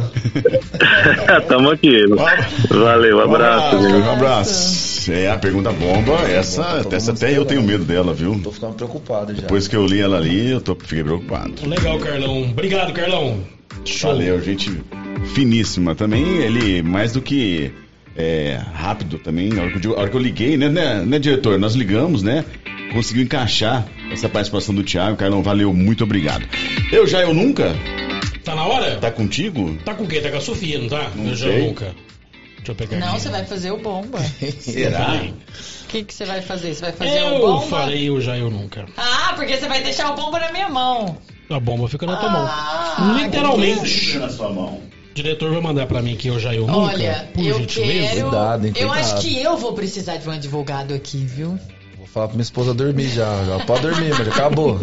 Tamo aqui. Valeu, um abraço. Um abraço. É a pergunta bomba, essa, essa até eu tenho medo dela, viu? Tô ficando preocupado já. Depois que eu li ela ali, eu tô, fiquei preocupado. Legal, Carlão. Obrigado, Carlão. Show. Valeu, gente finíssima também, ele mais do que é, rápido também, a hora, que eu, a hora que eu liguei, né, né, né, diretor? Nós ligamos, né? Conseguiu encaixar essa participação do Thiago. Carlão, valeu, muito obrigado. Eu já, eu nunca? Tá na hora? Tá contigo? Tá com quem? Tá com a Sofia, não tá? Não eu sei. já nunca. Deixa eu pegar Não, aqui. você vai fazer o bomba. Será? O que, que você vai fazer? Você vai fazer eu o bomba? Eu falei eu já, eu nunca. Ah, porque você vai deixar o bomba na minha mão. A bomba fica na tua Ah, mão. Literalmente. Fica na sua mão. O diretor vai mandar pra mim que eu já, eu nunca. Olha, por eu gentileza. quero... Cuidado, hein, eu cuidado. acho que eu vou precisar de um advogado aqui, viu? Vou falar pra minha esposa dormir já, já pode dormir, mas já acabou.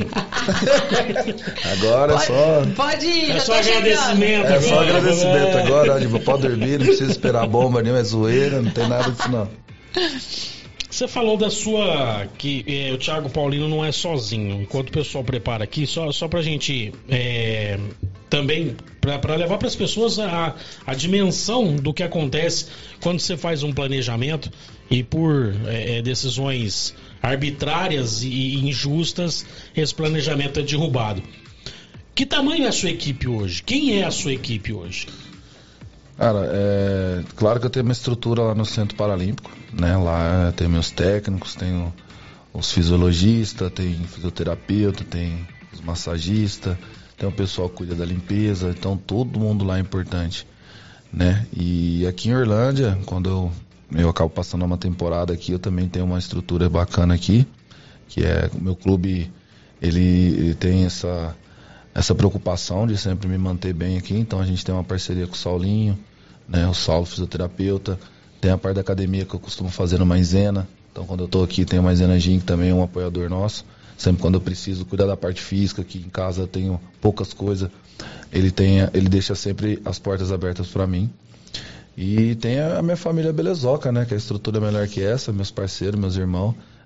Agora Pode, é só... pode ir, É já só tô chegando. agradecimento É só agora. agradecimento agora, olha, pode dormir, não precisa esperar bomba nenhuma, é zoeira, não tem nada disso não. Você falou da sua... que é, o Thiago Paulino não é sozinho. Enquanto o pessoal prepara aqui, só, só pra gente é, também, pra, pra levar pras pessoas a, a dimensão do que acontece quando você faz um planejamento e por é, decisões arbitrárias e injustas, esse planejamento é derrubado. Que tamanho é a sua equipe hoje? Quem é a sua equipe hoje? Cara, é claro que eu tenho uma estrutura lá no Centro Paralímpico, né? Lá tem meus técnicos, tenho os fisiologistas, tem fisioterapeuta, tem os massagistas, tem o pessoal que cuida da limpeza, então todo mundo lá é importante, né? E aqui em Orlândia, quando eu, eu acabo passando uma temporada aqui, eu também tenho uma estrutura bacana aqui, que é o meu clube, ele, ele tem essa, essa preocupação de sempre me manter bem aqui, então a gente tem uma parceria com o Saulinho, né, o Saulo, fisioterapeuta, tem a parte da academia que eu costumo fazer no Maisena, então quando eu tô aqui tem o Maisena Gym, que também é um apoiador nosso, sempre quando eu preciso cuidar da parte física, que em casa eu tenho poucas coisas, ele, tem, ele deixa sempre as portas abertas para mim. E tem a minha família Belezoca, né, que a estrutura é melhor que essa, meus parceiros, meus irmãos,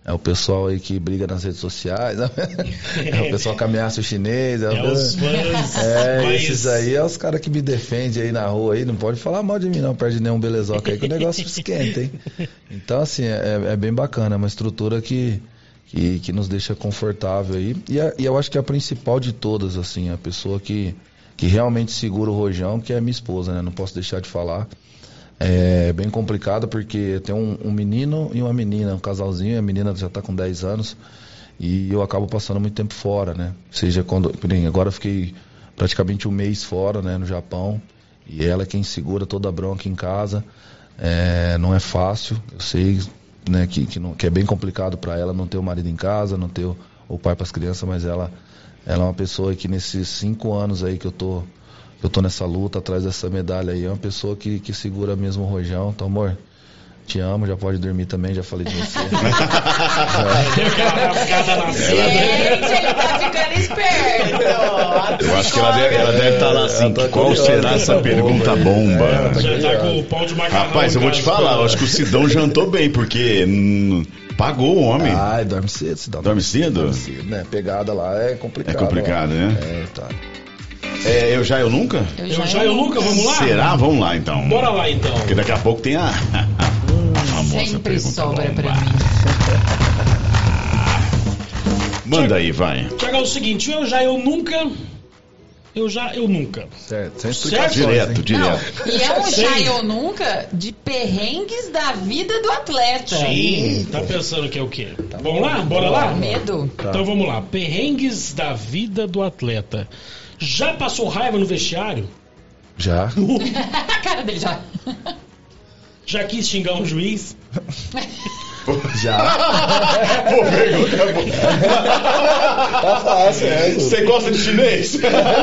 É o pessoal aí que briga nas redes sociais, né? É o pessoal que ameaça o chinês. É, é os fãs. É, mas... esses aí é os caras que me defendem aí na rua aí. Não pode falar mal de mim, não. Perde nenhum belezoca aí que o negócio esquenta, hein? Então, assim, é, é bem bacana. É uma estrutura que, que, que nos deixa confortável aí. E, a, e eu acho que é a principal de todas, assim, a pessoa que, que realmente segura o rojão, que é a minha esposa, né? Não posso deixar de falar. É bem complicado porque tem um, um menino e uma menina, um casalzinho, a menina já está com dez anos e eu acabo passando muito tempo fora, né? Seja quando, agora eu fiquei praticamente um mês fora, né, no Japão, e ela é quem segura toda a bronca em casa. É, não é fácil, eu sei, né, que, que, não, que é bem complicado para ela não ter o marido em casa, não ter o, o pai para as crianças, mas ela, ela é uma pessoa que nesses cinco anos aí que eu tô Eu tô nessa luta atrás dessa medalha aí. É uma pessoa que, que segura mesmo o rojão. Então, amor, te amo, já pode dormir também, já falei de você. Gente, ele tá ficando esperto. Eu acho que ela deve, ela deve estar lá assim. Tá qual será essa pergunta bomba? É, tá já tá com o pau de macarrão. Rapaz, eu vou te falar, eu acho que o Sidão jantou bem, porque hum, pagou o homem. Ai, dorme cedo, Sidão. Dorme cedo? Dorme cedo, né? Pegada lá é complicado. É complicado, ó. né? É, tá. É, eu já, eu nunca? Eu Eu já, eu nunca, vamos lá? Será? Vamos lá então. Bora lá então. Porque daqui a pouco tem a, a famosa Sempre pergunta sobra bomba. pra mim. Manda aí, vai. Tiago, é o seguinte, eu já, eu nunca... Eu já, eu nunca. Certo, sem Certo? explicações, Direto, hein? direto. Não, e é um Sim. já eu nunca de perrengues da vida do atleta. Sim, tá pensando que é o quê? Vamos lá? Bora lá? Medo? Tá. Então vamos lá. Perrengues da vida do atleta. Já passou raiva no vestiário? Já. A cara dele já. Já quis xingar um juiz? Já. Pô, pergunta é boa. Tá fácil, é. Você gosta de chinês?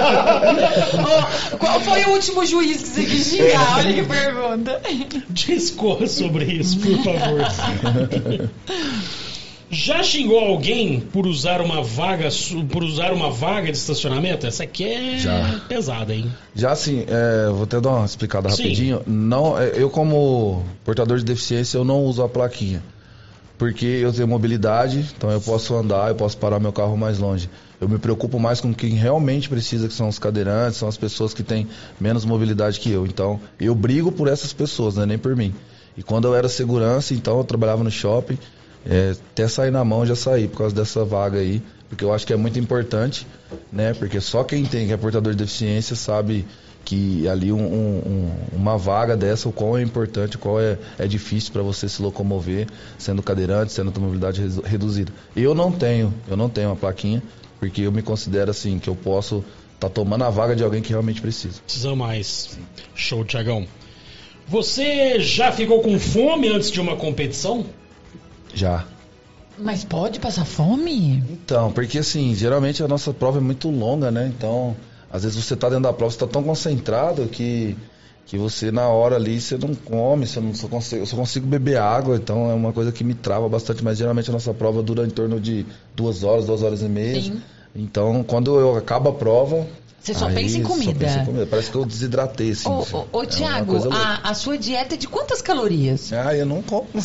Ô, qual foi o último juiz que você quis xingar? Olha que pergunta. Discorra sobre isso, por favor. Já xingou alguém por usar uma vaga su- por usar uma vaga de estacionamento? Essa aqui é Já. pesada, hein? Já assim, é, vou até dar uma explicada Sim. rapidinho. Não, é, eu como portador de deficiência, eu não uso a plaquinha. Porque eu tenho mobilidade, então eu posso andar, eu posso parar meu carro mais longe. Eu me preocupo mais com quem realmente precisa, que são os cadeirantes, são as pessoas que têm menos mobilidade que eu. Então, eu brigo por essas pessoas, né, nem por mim. E quando eu era segurança, então eu trabalhava no shopping, é, até sair na mão já saí por causa dessa vaga aí, porque eu acho que é muito importante, né? Porque só quem tem, que é portador de deficiência, sabe que ali um, um, uma vaga dessa, o qual é importante, o qual é, é difícil para você se locomover, sendo cadeirante, sendo tua mobilidade redu- reduzida. Eu não tenho, eu não tenho uma plaquinha, porque eu me considero assim, que eu posso estar tá tomando a vaga de alguém que realmente precisa. Precisa mais. Show, Tiagão. Você já ficou com fome antes de uma competição? Já. Mas pode passar fome? Então, porque assim, geralmente a nossa prova é muito longa, né? Então, às vezes você tá dentro da prova, você tá tão concentrado que, que você na hora ali, você não come, você não só consigo, eu só consigo beber água, então é uma coisa que me trava bastante, mas geralmente a nossa prova dura em torno de duas horas, duas horas e meia. Sim. Então, quando eu acabo a prova... Você só aí pensa em só comida. penso em comida. Parece que eu desidratei, assim. Ô, assim. ô, ô É uma Tiago, coisa louca. a, a sua dieta é de quantas calorias? Ah, eu não como. Não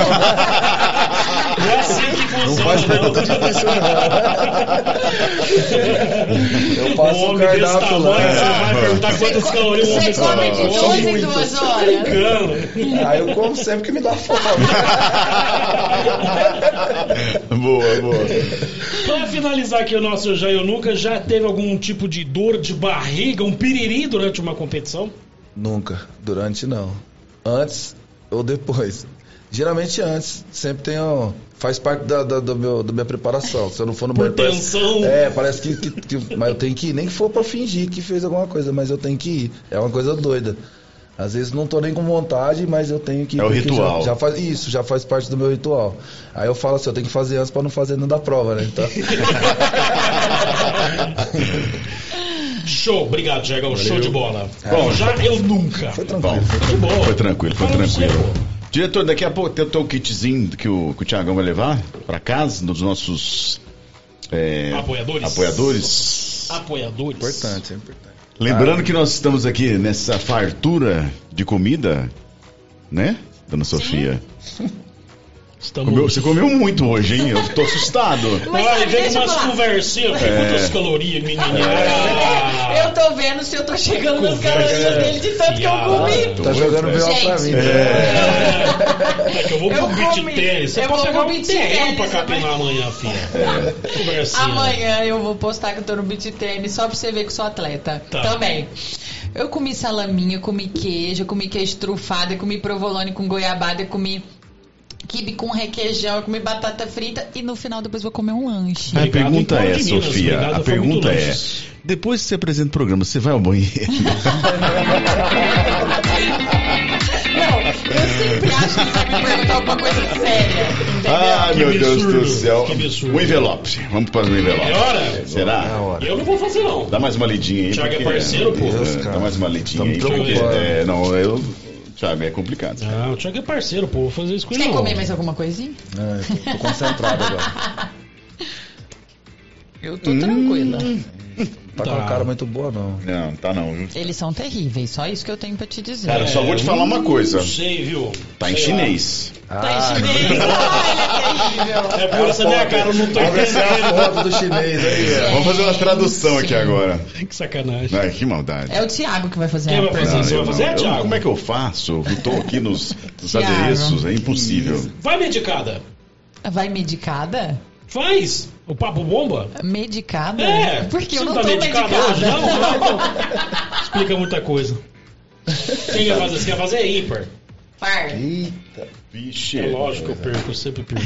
é assim que funciona. Não faz pergunta difícil, não. Eu passo Um o homem desse cardápio tamanho, lá. você vai perguntar quantas co- calorias um homem você come de desse duas em muito. duas horas? tamanho. Ah, eu como sempre que me dá fome. Boa, boa. Pra finalizar aqui o nosso Já Eu Nunca, já teve algum tipo de dor de barriga, um piriri durante uma competição? Nunca. Durante não. Antes ou depois. Geralmente antes. Sempre tenho... Faz parte da, da, do meu, da minha preparação. Se eu não for no Por banheiro, parece- tensão. É, parece que, que, que... Mas eu tenho que ir. Nem que for pra fingir que fez alguma coisa, mas eu tenho que ir. É uma coisa doida. Às vezes não tô nem com vontade, mas eu tenho que ir. É o porque ritual. Já, já faz, isso, já faz parte do meu ritual. Aí eu falo assim, eu tenho que fazer antes pra não fazer dentro da prova, né? Então... Show, obrigado, Diego. Show de bola. Bom, Já Eu Nunca. Foi Bom, tranquilo. De boa. foi tranquilo, foi Fala pra tranquilo. você, pô. Diretor, daqui a pouco tem o teu kitzinho que o, que o Thiagão vai levar pra casa, dos nossos é, Apoiadores. apoiadores. Apoiadores. Importante, é importante. Lembrando que nós estamos aqui nessa fartura de comida, né, dona Sofia? Estamos... Comeu, você comeu muito hoje, hein? Eu tô assustado. Mas Ai, sabe, vem deixa eu umas falar. conversinhas, É. quantas calorias, menina. Ah, Eu tô vendo se eu tô chegando nas Conversa calorias dele de tanto que eu comi. Tá jogando B O pra Gente. mim. É que eu vou pro Eu beat comi. tênis. Você Eu pode vou pegar pro um beach terreno pra tênis, capinar mas- amanhã, filha. Conversinha. Amanhã eu vou postar que eu tô no beat tênis só pra você ver que eu sou atleta. Tá. Também. Eu comi salaminho, eu comi queijo, eu comi queijo trufado, eu comi provolone com goiabada, eu comi quibe com requeijão, eu comi batata frita e no final depois vou comer um lanche. A Obrigado, pergunta Encontro é, de Minas. Sofia, Obrigado, a foi muito pergunta é, lanches. depois que você apresenta o programa, você vai ao banheiro? Não, eu sempre acho que você vai me perguntar alguma coisa séria, entendeu? Ai, Que meu Deus absurdo, do céu. que absurdo. Um envelope. Vamos para o envelope. É hora? Será? É a hora. Eu não vou fazer, não. Dá mais uma lidinha aí. Thiago é porque- parceiro, pô. Deus, É, cara. Dá mais uma lidinha aí. Estamos Porque, preocupados. é, não, eu... Thiago, é complicado. Ah, o Thiago é parceiro, pô. Vou fazer isso com Você ele, quer não. comer mais alguma coisinha? É, tô, tô concentrado agora. Eu tô tranquila. Tá, Tá. com uma cara muito boa, não. Não, tá não, viu? Eles são terríveis, só isso que eu tenho pra te dizer. Cara, eu só vou te falar uma coisa. Não sei, viu? Tá em Sei lá. chinês. Tá em chinês? Ah, ele é terrível. É por essa minha cara, eu não tô Abre essa entendendo. foto do chinês aí, ó. Vamos fazer uma tradução aqui agora. Que sacanagem. Ai, que maldade. É o Thiago que vai fazer Quem a vai fazer? pergunta. Você vai eu fazer, Eu- Thiago? como é que eu faço? Eu tô aqui nos, nos Thiago. adereços, é impossível. Vai medicada. Vai medicada? Faz. O papo bomba. Medicada? É. Porque Você eu não tá tô medicada medicada. hoje, não? Não, então. Explica muita coisa. Quem quer fazer? Você quer fazer é ímpar. Par. Eita. Vixe. É lógico que eu perco, eu sempre perco.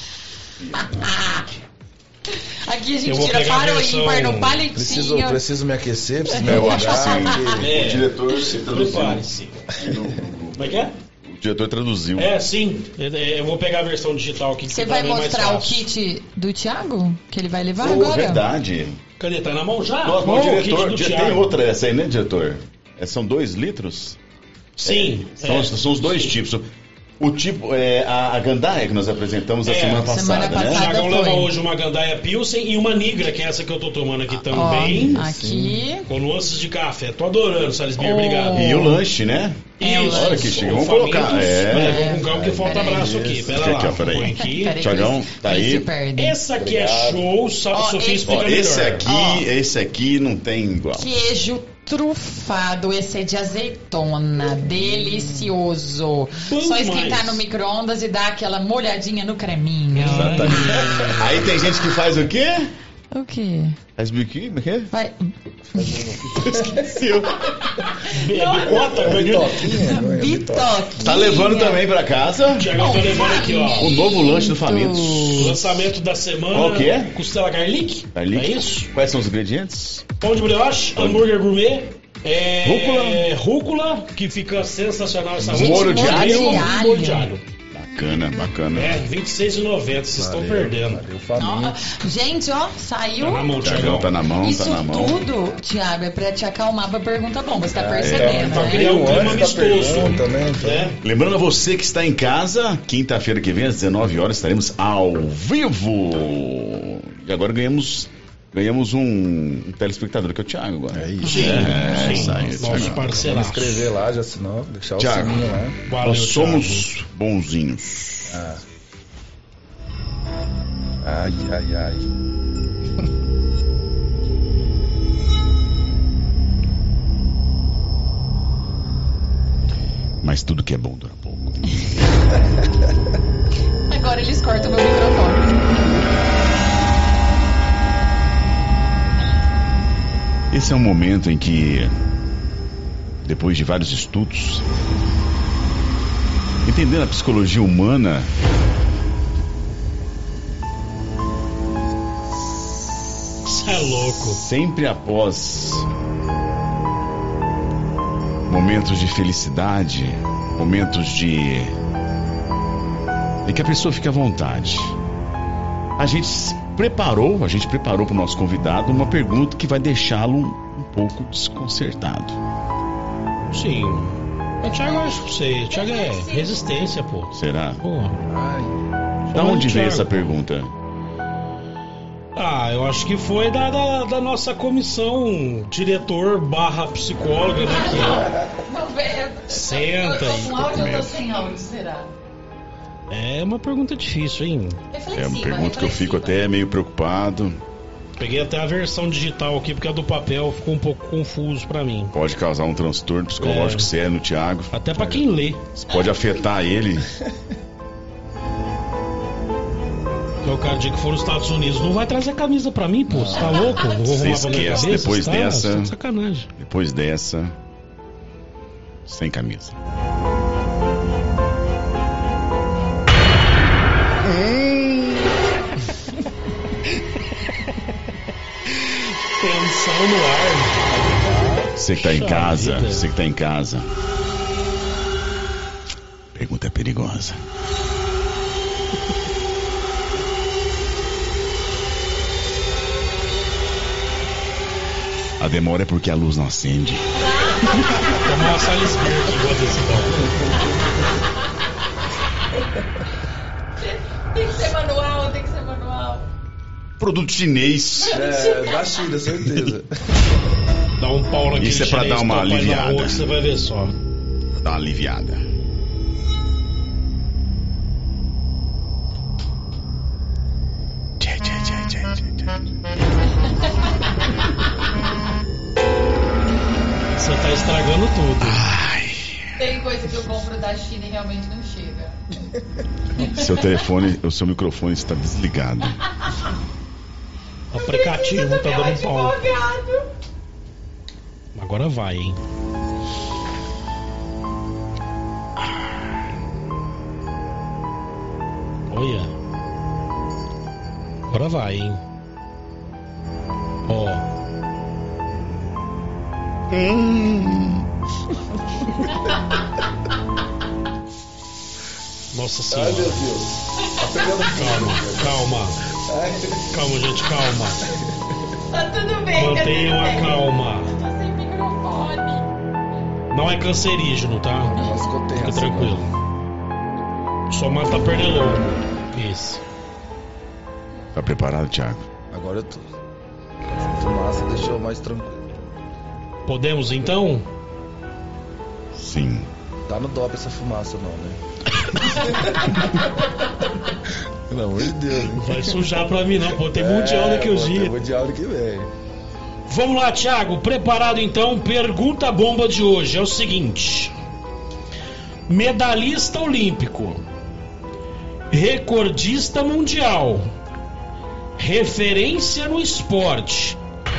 Aqui a Eu gente vou tira pegar a par ou versão- ímpar no palitinho. Preciso, preciso me aquecer, preciso me Eu acho que sim. alongar, É. O diretor se traduziu. Prepare-se. Como é que é? O diretor traduziu. É, sim. É, Eu vou pegar a versão digital aqui. Que Você pra vai mim é mais mostrar o fácil. kit do Thiago? Que ele vai levar Oh, agora? verdade. Cadê? Tá na mão já? Nossa, Bom, o o kit diretor, do já tem Thiago. outra essa aí, né, diretor? É, são dois litros? Sim. São, é. são os dois tipos. O tipo, é, a, a gandaia que nós apresentamos a É, semana passada, semana O passada. né? Thiagão foi. leva hoje uma gandaia Pilsen e uma Nigra, que é essa que eu tô tomando aqui Ó, também. aqui. Com nuances de café. Tô adorando, Salisbury. Oh. Obrigado. E o lanche, né? É, o Isso. Olha que chique. Vamos Famintos. colocar. É. É, vamos com calma que falta Peraí. abraço aqui. Pera Aqui, lá. ó, peraí. Põe aqui. Peraí, Thiagão, Luiz, tá Luiz aí. se perde. Esse aqui é show. Sa- Ó, Sofia esse- explica Ó, melhor. esse aqui, Ó. esse aqui não tem igual. Queijo trufado, esse é de azeitona, delicioso. Bom Só esquentar demais. no micro-ondas e dar aquela molhadinha no creminho. Exatamente. Aí tem gente que faz o quê? O quê? Faz biquinho, o quê? Vai. Esqueceu. Bicota, como é que é? Toquinha, não é? Bitoquinha. Tá levando também pra casa Thiagão tá levando aqui, ó. o novo lanche do Famintos. Lançamento da semana. Qual que é? Costela garlic. Garlic. É isso? Quais são os ingredientes? Pão de brioche, hambúrguer gourmet. É, Rúcula. Rúcula, que fica sensacional essa Gente, Molho de alho. E molho de alho. Bacana, bacana. É, vinte e seis reais e noventa centavos, vocês estão Valeu, perdendo. valeu, Ó, família. gente, ó, saiu. Tá na mão, Thiagão Thiagão. tá na mão, Isso tá na mão. tudo, Thiago, é pra te acalmar pra pergunta bomba. Você tá É, percebendo, pra né? criar um clima Antes da amistoso. pergunta, né? Então, É. Lembrando a você que está em casa, quinta-feira que vem, às dezenove horas, estaremos ao vivo. E agora ganhamos, ganhamos um, um telespectador, que é o Thiago agora. É isso. Sim, É, sim. isso aí, Nosso Thiagão. Vamos parceiro. escrever lá, já assinou, deixar o Thiago. sininho lá. Valeu, Nós Thiago. somos bonzinhos. Ah. Ai, ai, ai. Mas tudo que é bom dura pouco. Agora eles cortam meu microfone. Esse é um momento em que, depois de vários estudos, entendendo a psicologia humana, Você é louco. sempre após momentos de felicidade, momentos de em que a pessoa fica à vontade, a gente se preparou, a gente preparou para o nosso convidado uma pergunta que vai deixá-lo um pouco desconcertado. Sim. O Thiago, eu acho que não sei. O Thiago é resistência, pô. Será? Pô. Ai. Da onde veio Thiago. essa pergunta? Ah, eu acho que foi da, da, da nossa comissão diretor barra psicóloga, né? Que Não, velho. Senta Eu tô aí, com tô áudio com ou tô medo. sem áudio, será? É uma pergunta difícil, hein? É uma pergunta que eu fico até meio preocupado. Peguei até a versão digital aqui, porque a do papel ficou um pouco confuso pra mim. Pode causar um transtorno psicológico é. sério no Thiago. Até pra quem lê. Isso pode afetar ele. O cara, dia que for nos Estados Unidos, não vai trazer camisa pra mim, pô. Você tá louco? Vou Você arrumar pra minha esquece, cabeça, depois tá? dessa. Tá de sacanagem. Depois dessa. Sem camisa. Tensão no ar. Você que tá em Puxa casa, vida. você que tá em casa. Pergunta perigosa. A demora é porque a luz não acende. Tomar uma Salisbury que igual desse bom. Tem que ser manual, tem que ser manual. Produto chinês. É, da China, certeza. Dá um pau naquele Isso é pra chinês dar uma que tá faz na aliviada. rua que você vai ver só. Dá uma aliviada. Tchê, tchê, tchê, tchê, tchê, tchê. Você tá estragando tudo. Ai. Tem coisa que eu compro da China e realmente não chega. Seu telefone, o seu microfone está desligado. O aplicativo tá dando um pau. Advogado. Agora vai, hein? Olha. Agora vai, hein? Ó. Hum. Nossa Ai, senhora. meu Deus. Tá pegando Calma, calma. Ai, Calma, gente, calma. Tá tudo bem, Mantenham tá a tudo bem. calma. Tô sem microfone. Não é cancerígeno, tá? nossa, ficou tenso. Fica tranquilo. Só mata pernilongo. Isso. Tá preparado, Thiago? Agora eu tô. Essa fumaça deixou mais tranquilo. Podemos então? Sim. Tá no dop essa fumaça não, né? Pelo amor de Deus, hein? Não vai sujar pra mim não, pô. Tem mundial daqui os pô, dias. Tem mundial daqui vem. Vamos lá, Thiago. Preparado então? Pergunta bomba de hoje é o seguinte: medalhista olímpico, recordista mundial, referência no esporte.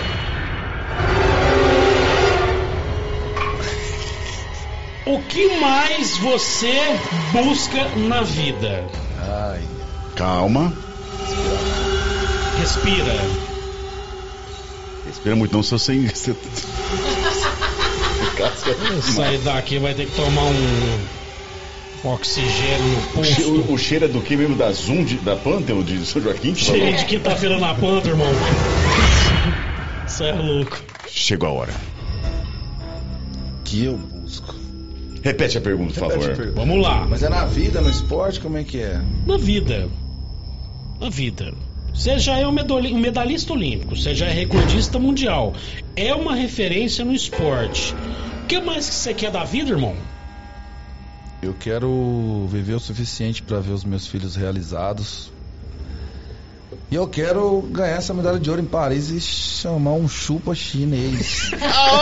O que mais você busca na vida? Ai, Calma. Respira. Respira muito, não sou sem. Você... Sair daqui vai ter que tomar um, um oxigênio no O, che- pulso. o, o cheiro é do que mesmo? Da Zoom, de, da Pantheon, de São Joaquim? que Cheio falou? de quinta-feira na planta, irmão. Isso é louco. Chegou a hora. que eu busco. Repete a pergunta, por Repete favor. a pergunta. Vamos lá. Mas é na vida, no esporte, como é que é? Na vida. Na vida. Você já é um medalhi- um medalhista olímpico, você já é recordista mundial. É uma referência no esporte. O que mais que você quer da vida, irmão? Eu quero viver o suficiente para ver os meus filhos realizados. E eu quero ganhar essa medalha de ouro em Paris e chamar um chupa chinês.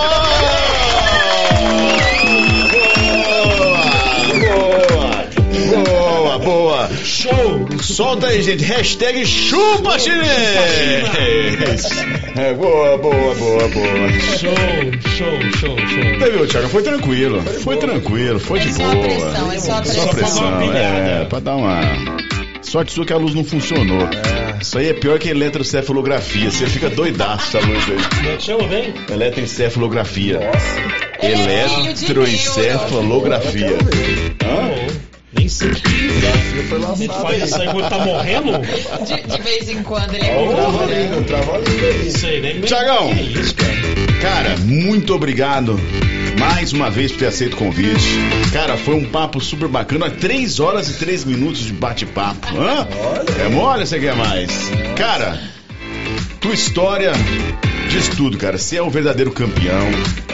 Boa, boa. Show! Solta aí, gente. Hashtag chupa chinês. É, boa, boa, boa, boa. Show, show, show, show. Você viu, Thiago? Foi tranquilo. Foi tranquilo, foi de É só boa. a pressão, é só a Só pressão. pressão, pilhada. é, pra dar uma... Sorte sua que a luz não funcionou. Isso aí é pior que eletrocefalografia. Você fica doidaço essa luz aí. Como é que chama, bem? Eletroencefalografia. Ele é filho de Eletroencefalografia. Hã? Nem sei. Desafio foi Ele lançado faz isso aí quando tá morrendo? De, de vez em quando ele Ó, o é trava-língua, o trava-língua aí. Não sei, nem Thiagão. Que isso, cara? Cara, muito obrigado mais uma vez por ter aceito o convite. Cara, foi um papo super bacana. três horas e três minutos de bate-papo. Hã? Olha. É mole, você quer mais? Cara, tua história diz tudo, cara. Você é um verdadeiro campeão.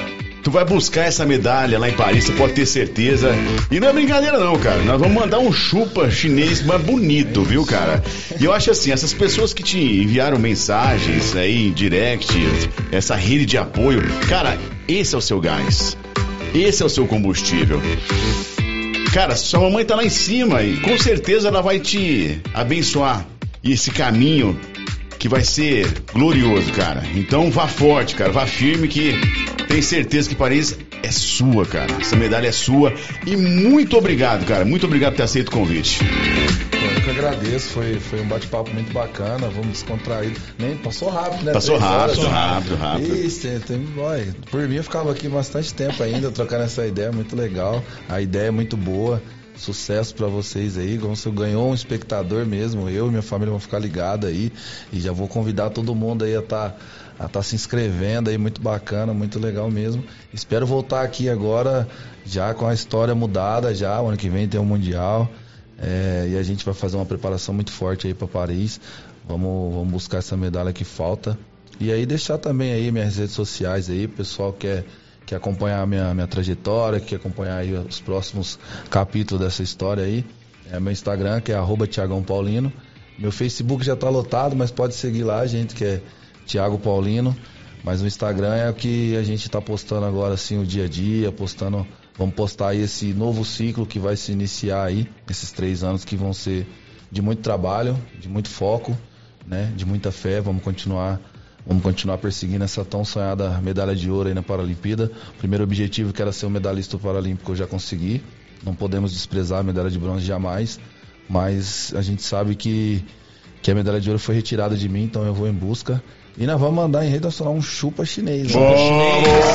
tu vai buscar essa medalha lá em Paris, você pode ter certeza. E não é brincadeira não, cara. Nós vamos mandar um chupa chinês mais bonito, viu, cara? E eu acho assim, essas pessoas que te enviaram mensagens aí em direct, essa rede de apoio, cara, esse é o seu gás. Esse é o seu combustível. Cara, sua mamãe tá lá em cima e com certeza ela vai te abençoar. E esse caminho que vai ser glorioso, cara. Então vá forte, cara. Vá firme que tem certeza que Paris é sua, cara. Essa medalha é sua. E muito obrigado, cara. Muito obrigado por ter aceito o convite. Eu que agradeço. Foi, foi um bate-papo muito bacana. Vamos descontrair. Nem passou rápido, né? Passou rápido, horas, rápido, rápido. Isso, tem, tem, olha, por mim eu ficava aqui bastante tempo ainda trocando essa ideia. Muito legal. A ideia é muito boa. Sucesso pra vocês aí, como você ganhou um espectador mesmo, eu e minha família vão ficar ligados aí, e já vou convidar todo mundo aí a estar tá, a tá se inscrevendo aí, muito bacana, muito legal mesmo. Espero voltar aqui agora, já com a história mudada, já, o ano que vem tem um Mundial, é, e a gente vai fazer uma preparação muito forte aí pra Paris, vamos, vamos buscar essa medalha que falta, e aí deixar também aí minhas redes sociais aí, o pessoal quer que acompanhar a minha, minha trajetória, que acompanhar aí os próximos capítulos dessa história aí. É meu Instagram, que é arroba Thiagão Paulino. Meu Facebook já tá lotado, mas pode seguir lá, gente, que é Thiago Paulino. Mas o Instagram é o que a gente tá postando agora, assim, o dia a dia, postando... Vamos postar aí esse novo ciclo que vai se iniciar aí, esses três anos que vão ser de muito trabalho, de muito foco, né, de muita fé. Vamos continuar... Vamos continuar perseguindo essa tão sonhada medalha de ouro aí na Paralimpíada. O primeiro objetivo, que era ser um medalhista paralímpico, eu já consegui. Não podemos desprezar a medalha de bronze jamais. Mas a gente sabe que, que a medalha de ouro foi retirada de mim, então eu vou em busca. E nós vamos mandar em rede nacional um chupa chinês. Chupa né? chinês!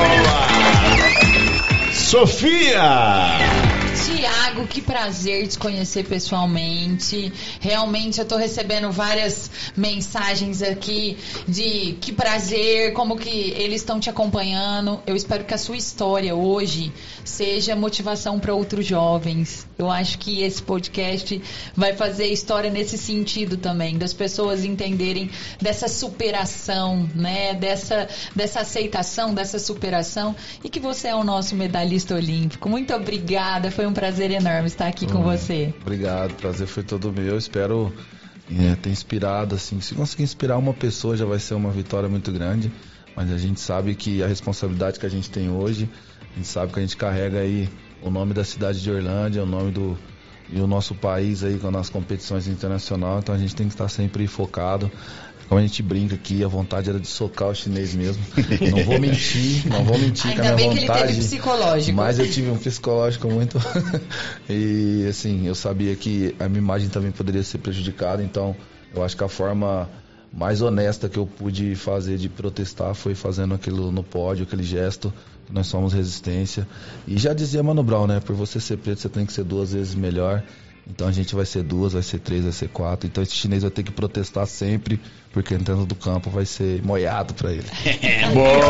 Sofia! Tiago, que prazer te conhecer pessoalmente. Realmente eu tô recebendo várias mensagens aqui de que prazer, como que eles estão te acompanhando. Eu espero que a sua história hoje seja motivação para outros jovens. Eu acho que esse podcast vai fazer história nesse sentido também, das pessoas entenderem dessa superação, né? Dessa, dessa aceitação, dessa superação, e que você é o nosso medalhista olímpico. Muito obrigada, foi um prazer enorme estar aqui com você. Obrigado, o prazer foi todo meu. Espero é, ter inspirado, assim, se conseguir inspirar uma pessoa já vai ser uma vitória muito grande, mas a gente sabe que a responsabilidade que a gente tem hoje, a gente sabe que a gente carrega aí o nome da cidade de Orlândia, o nome do e o nosso país aí nas competições internacionais, então a gente tem que estar sempre focado. Como a gente brinca aqui, a vontade era de socar o chinês mesmo. Não vou mentir, não vou mentir Ainda com a minha bem vontade. Que ele teve psicológico. Mas eu tive um psicológico muito... E assim, eu sabia que a minha imagem também poderia ser prejudicada, então eu acho que a forma mais honesta que eu pude fazer de protestar foi fazendo aquilo no pódio, aquele gesto, que nós somos resistência. E já dizia Mano Brown, né? Por você ser preto, você tem que ser duas vezes melhor. Então a gente vai ser duas, vai ser três, vai ser quatro. Então esse chinês vai ter que protestar sempre, porque dentro do campo vai ser moiado pra ele. É, boa!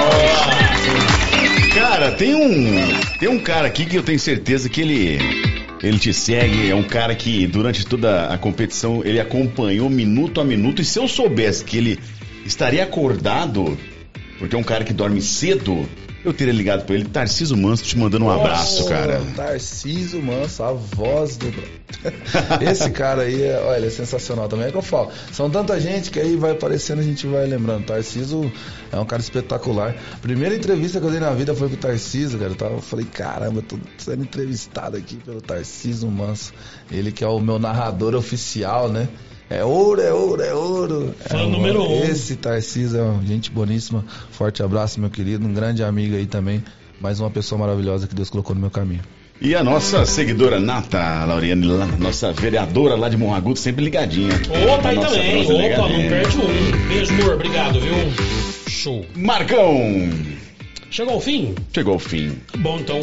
Cara, tem um, tem um cara aqui que eu tenho certeza que ele, ele te segue. É um cara que durante toda a competição ele acompanhou minuto a minuto. E se eu soubesse que ele estaria acordado, porque é um cara que dorme cedo, eu teria ligado pra ele. Tarcísio Manso te mandando um abraço, oh, cara. Tarcísio Manso, a voz do... Esse cara aí, é, olha, é sensacional também. É que eu falo, são tanta gente que aí vai aparecendo, a gente vai lembrando. Tarcísio é um cara espetacular. Primeira entrevista que eu dei na vida foi com o Tarcísio, cara. Eu, tava, eu falei, caramba, eu tô sendo entrevistado aqui pelo Tarcísio Manso. Ele que é o meu narrador oficial, né? É ouro, é ouro, é ouro. Fã é número um. Esse Tarcísio é uma gente boníssima. Forte abraço, meu querido. Um grande amigo aí também. Mais uma pessoa maravilhosa que Deus colocou no meu caminho. E a nossa seguidora nata, Lauriane, nossa vereadora lá de Morragudo, sempre ligadinha. Ô, tá aí também. Opa, não perde um. Beijo, amor. Obrigado, viu? Show. Marcão. Chegou ao fim? Chegou ao fim. Bom, então...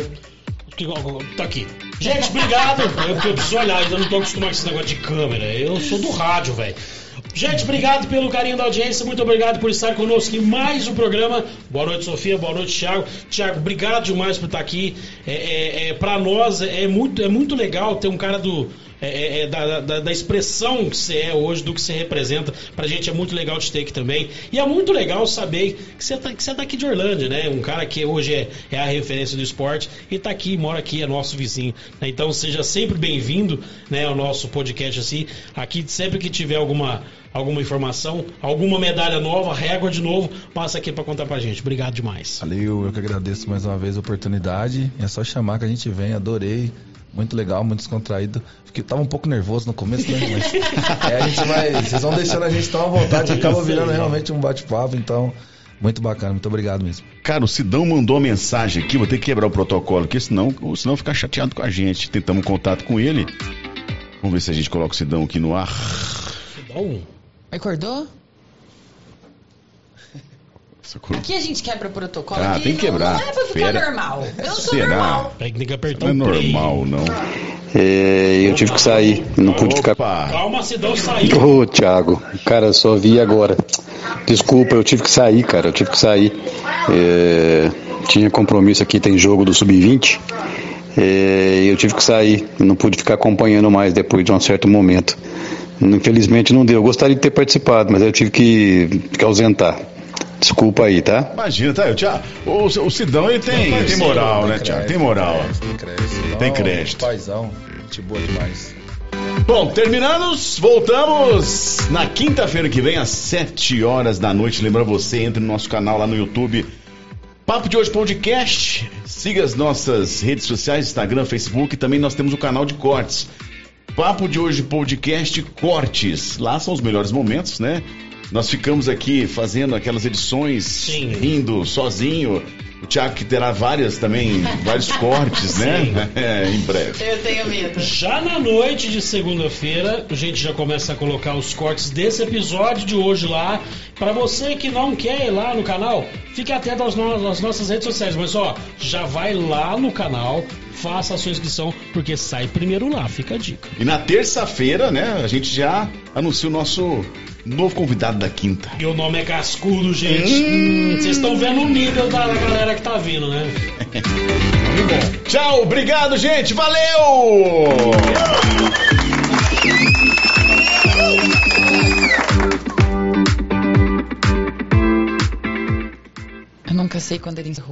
Tá aqui. Gente, obrigado. Eu, eu preciso olhar, ainda não tô acostumado com esse negócio de câmera. Eu sou do rádio, velho. Gente, obrigado pelo carinho da audiência, muito obrigado por estar conosco em mais um programa. Boa noite, Sofia, boa noite, Thiago. Thiago, obrigado demais por estar aqui. É, é, é, para nós é muito, é muito legal ter um cara do... É, é, da, da, da expressão que você é hoje, do que você representa. Pra gente é muito legal te ter aqui também. E é muito legal saber que você tá, que você tá aqui de Orlândia, né? Um cara que hoje é, é a referência do esporte e tá aqui, mora aqui, é nosso vizinho, né? Então seja sempre bem-vindo, né, ao nosso podcast assim. Aqui sempre que tiver alguma, alguma informação, alguma medalha nova, régua de novo, passa aqui pra contar pra gente. Obrigado demais. Valeu, eu que agradeço mais uma vez a oportunidade. É só chamar que a gente vem, adorei. Muito legal, muito descontraído. Fiquei, tava um pouco nervoso no começo, né? Mas é, a gente vai. Vocês vão deixando a gente tomar vontade e acaba virando realmente um bate-papo, então. Muito bacana, muito obrigado mesmo. Cara, o Sidão mandou uma mensagem aqui, vou ter que quebrar o protocolo aqui, senão, senão ficar chateado com a gente. Tentamos contato com ele. Vamos ver se a gente coloca o Sidão aqui no ar. Sidão? Acordou? Aqui a gente quebra o protocolo. Ah, aqui tem que quebrar. Não, não é pra ficar Fera. normal. Eu não sou Será? normal. Tem que apertar Não é o play. normal, não. É, eu tive que sair, não pude ficar. Opa! Calma, Sidão saiu. Ô, Thiago, cara, só vi agora. Desculpa, eu tive que sair, cara, eu tive que sair. É, tinha compromisso aqui, tem jogo do sub vinte. É, eu tive que sair, não pude ficar acompanhando mais depois de um certo momento. Infelizmente não deu. Eu gostaria de ter participado, mas eu tive que, que ausentar. Desculpa aí, tá? Imagina, tá? Eu, Thiago, o, o Sidão ele tem, tem, tem moral, tem né, Thiago? Tem moral. Tem crédito. Tem crédito. Paizão, gente boa demais. Bom, terminamos, voltamos na quinta-feira que vem, às sete horas da noite. Lembrando você, entre no nosso canal lá no YouTube, Papo de Hoje Podcast. Siga as nossas redes sociais, Instagram, Facebook. E também nós temos o canal de cortes. Papo de Hoje Podcast Cortes. Lá são os melhores momentos, né? Nós ficamos aqui fazendo aquelas edições, Sim. rindo sozinho. O Thiago que terá várias também, vários cortes, né? É, em breve. Eu tenho medo. Já na noite de segunda-feira, a gente já começa a colocar os cortes desse episódio de hoje lá. Pra você que não quer ir lá no canal, fique atento às, no- às nossas redes sociais. Mas ó, já vai lá no canal, faça a sua inscrição, porque sai primeiro lá, fica a dica. E na terça-feira, né, a gente já anuncia o nosso novo convidado da quinta. E o nome é Cascudo, gente. Hum, Vocês estão vendo o nível da galera que tá vindo, né? Muito bom. Tchau, obrigado, gente, valeu! Eu nunca sei quando ele encerrou.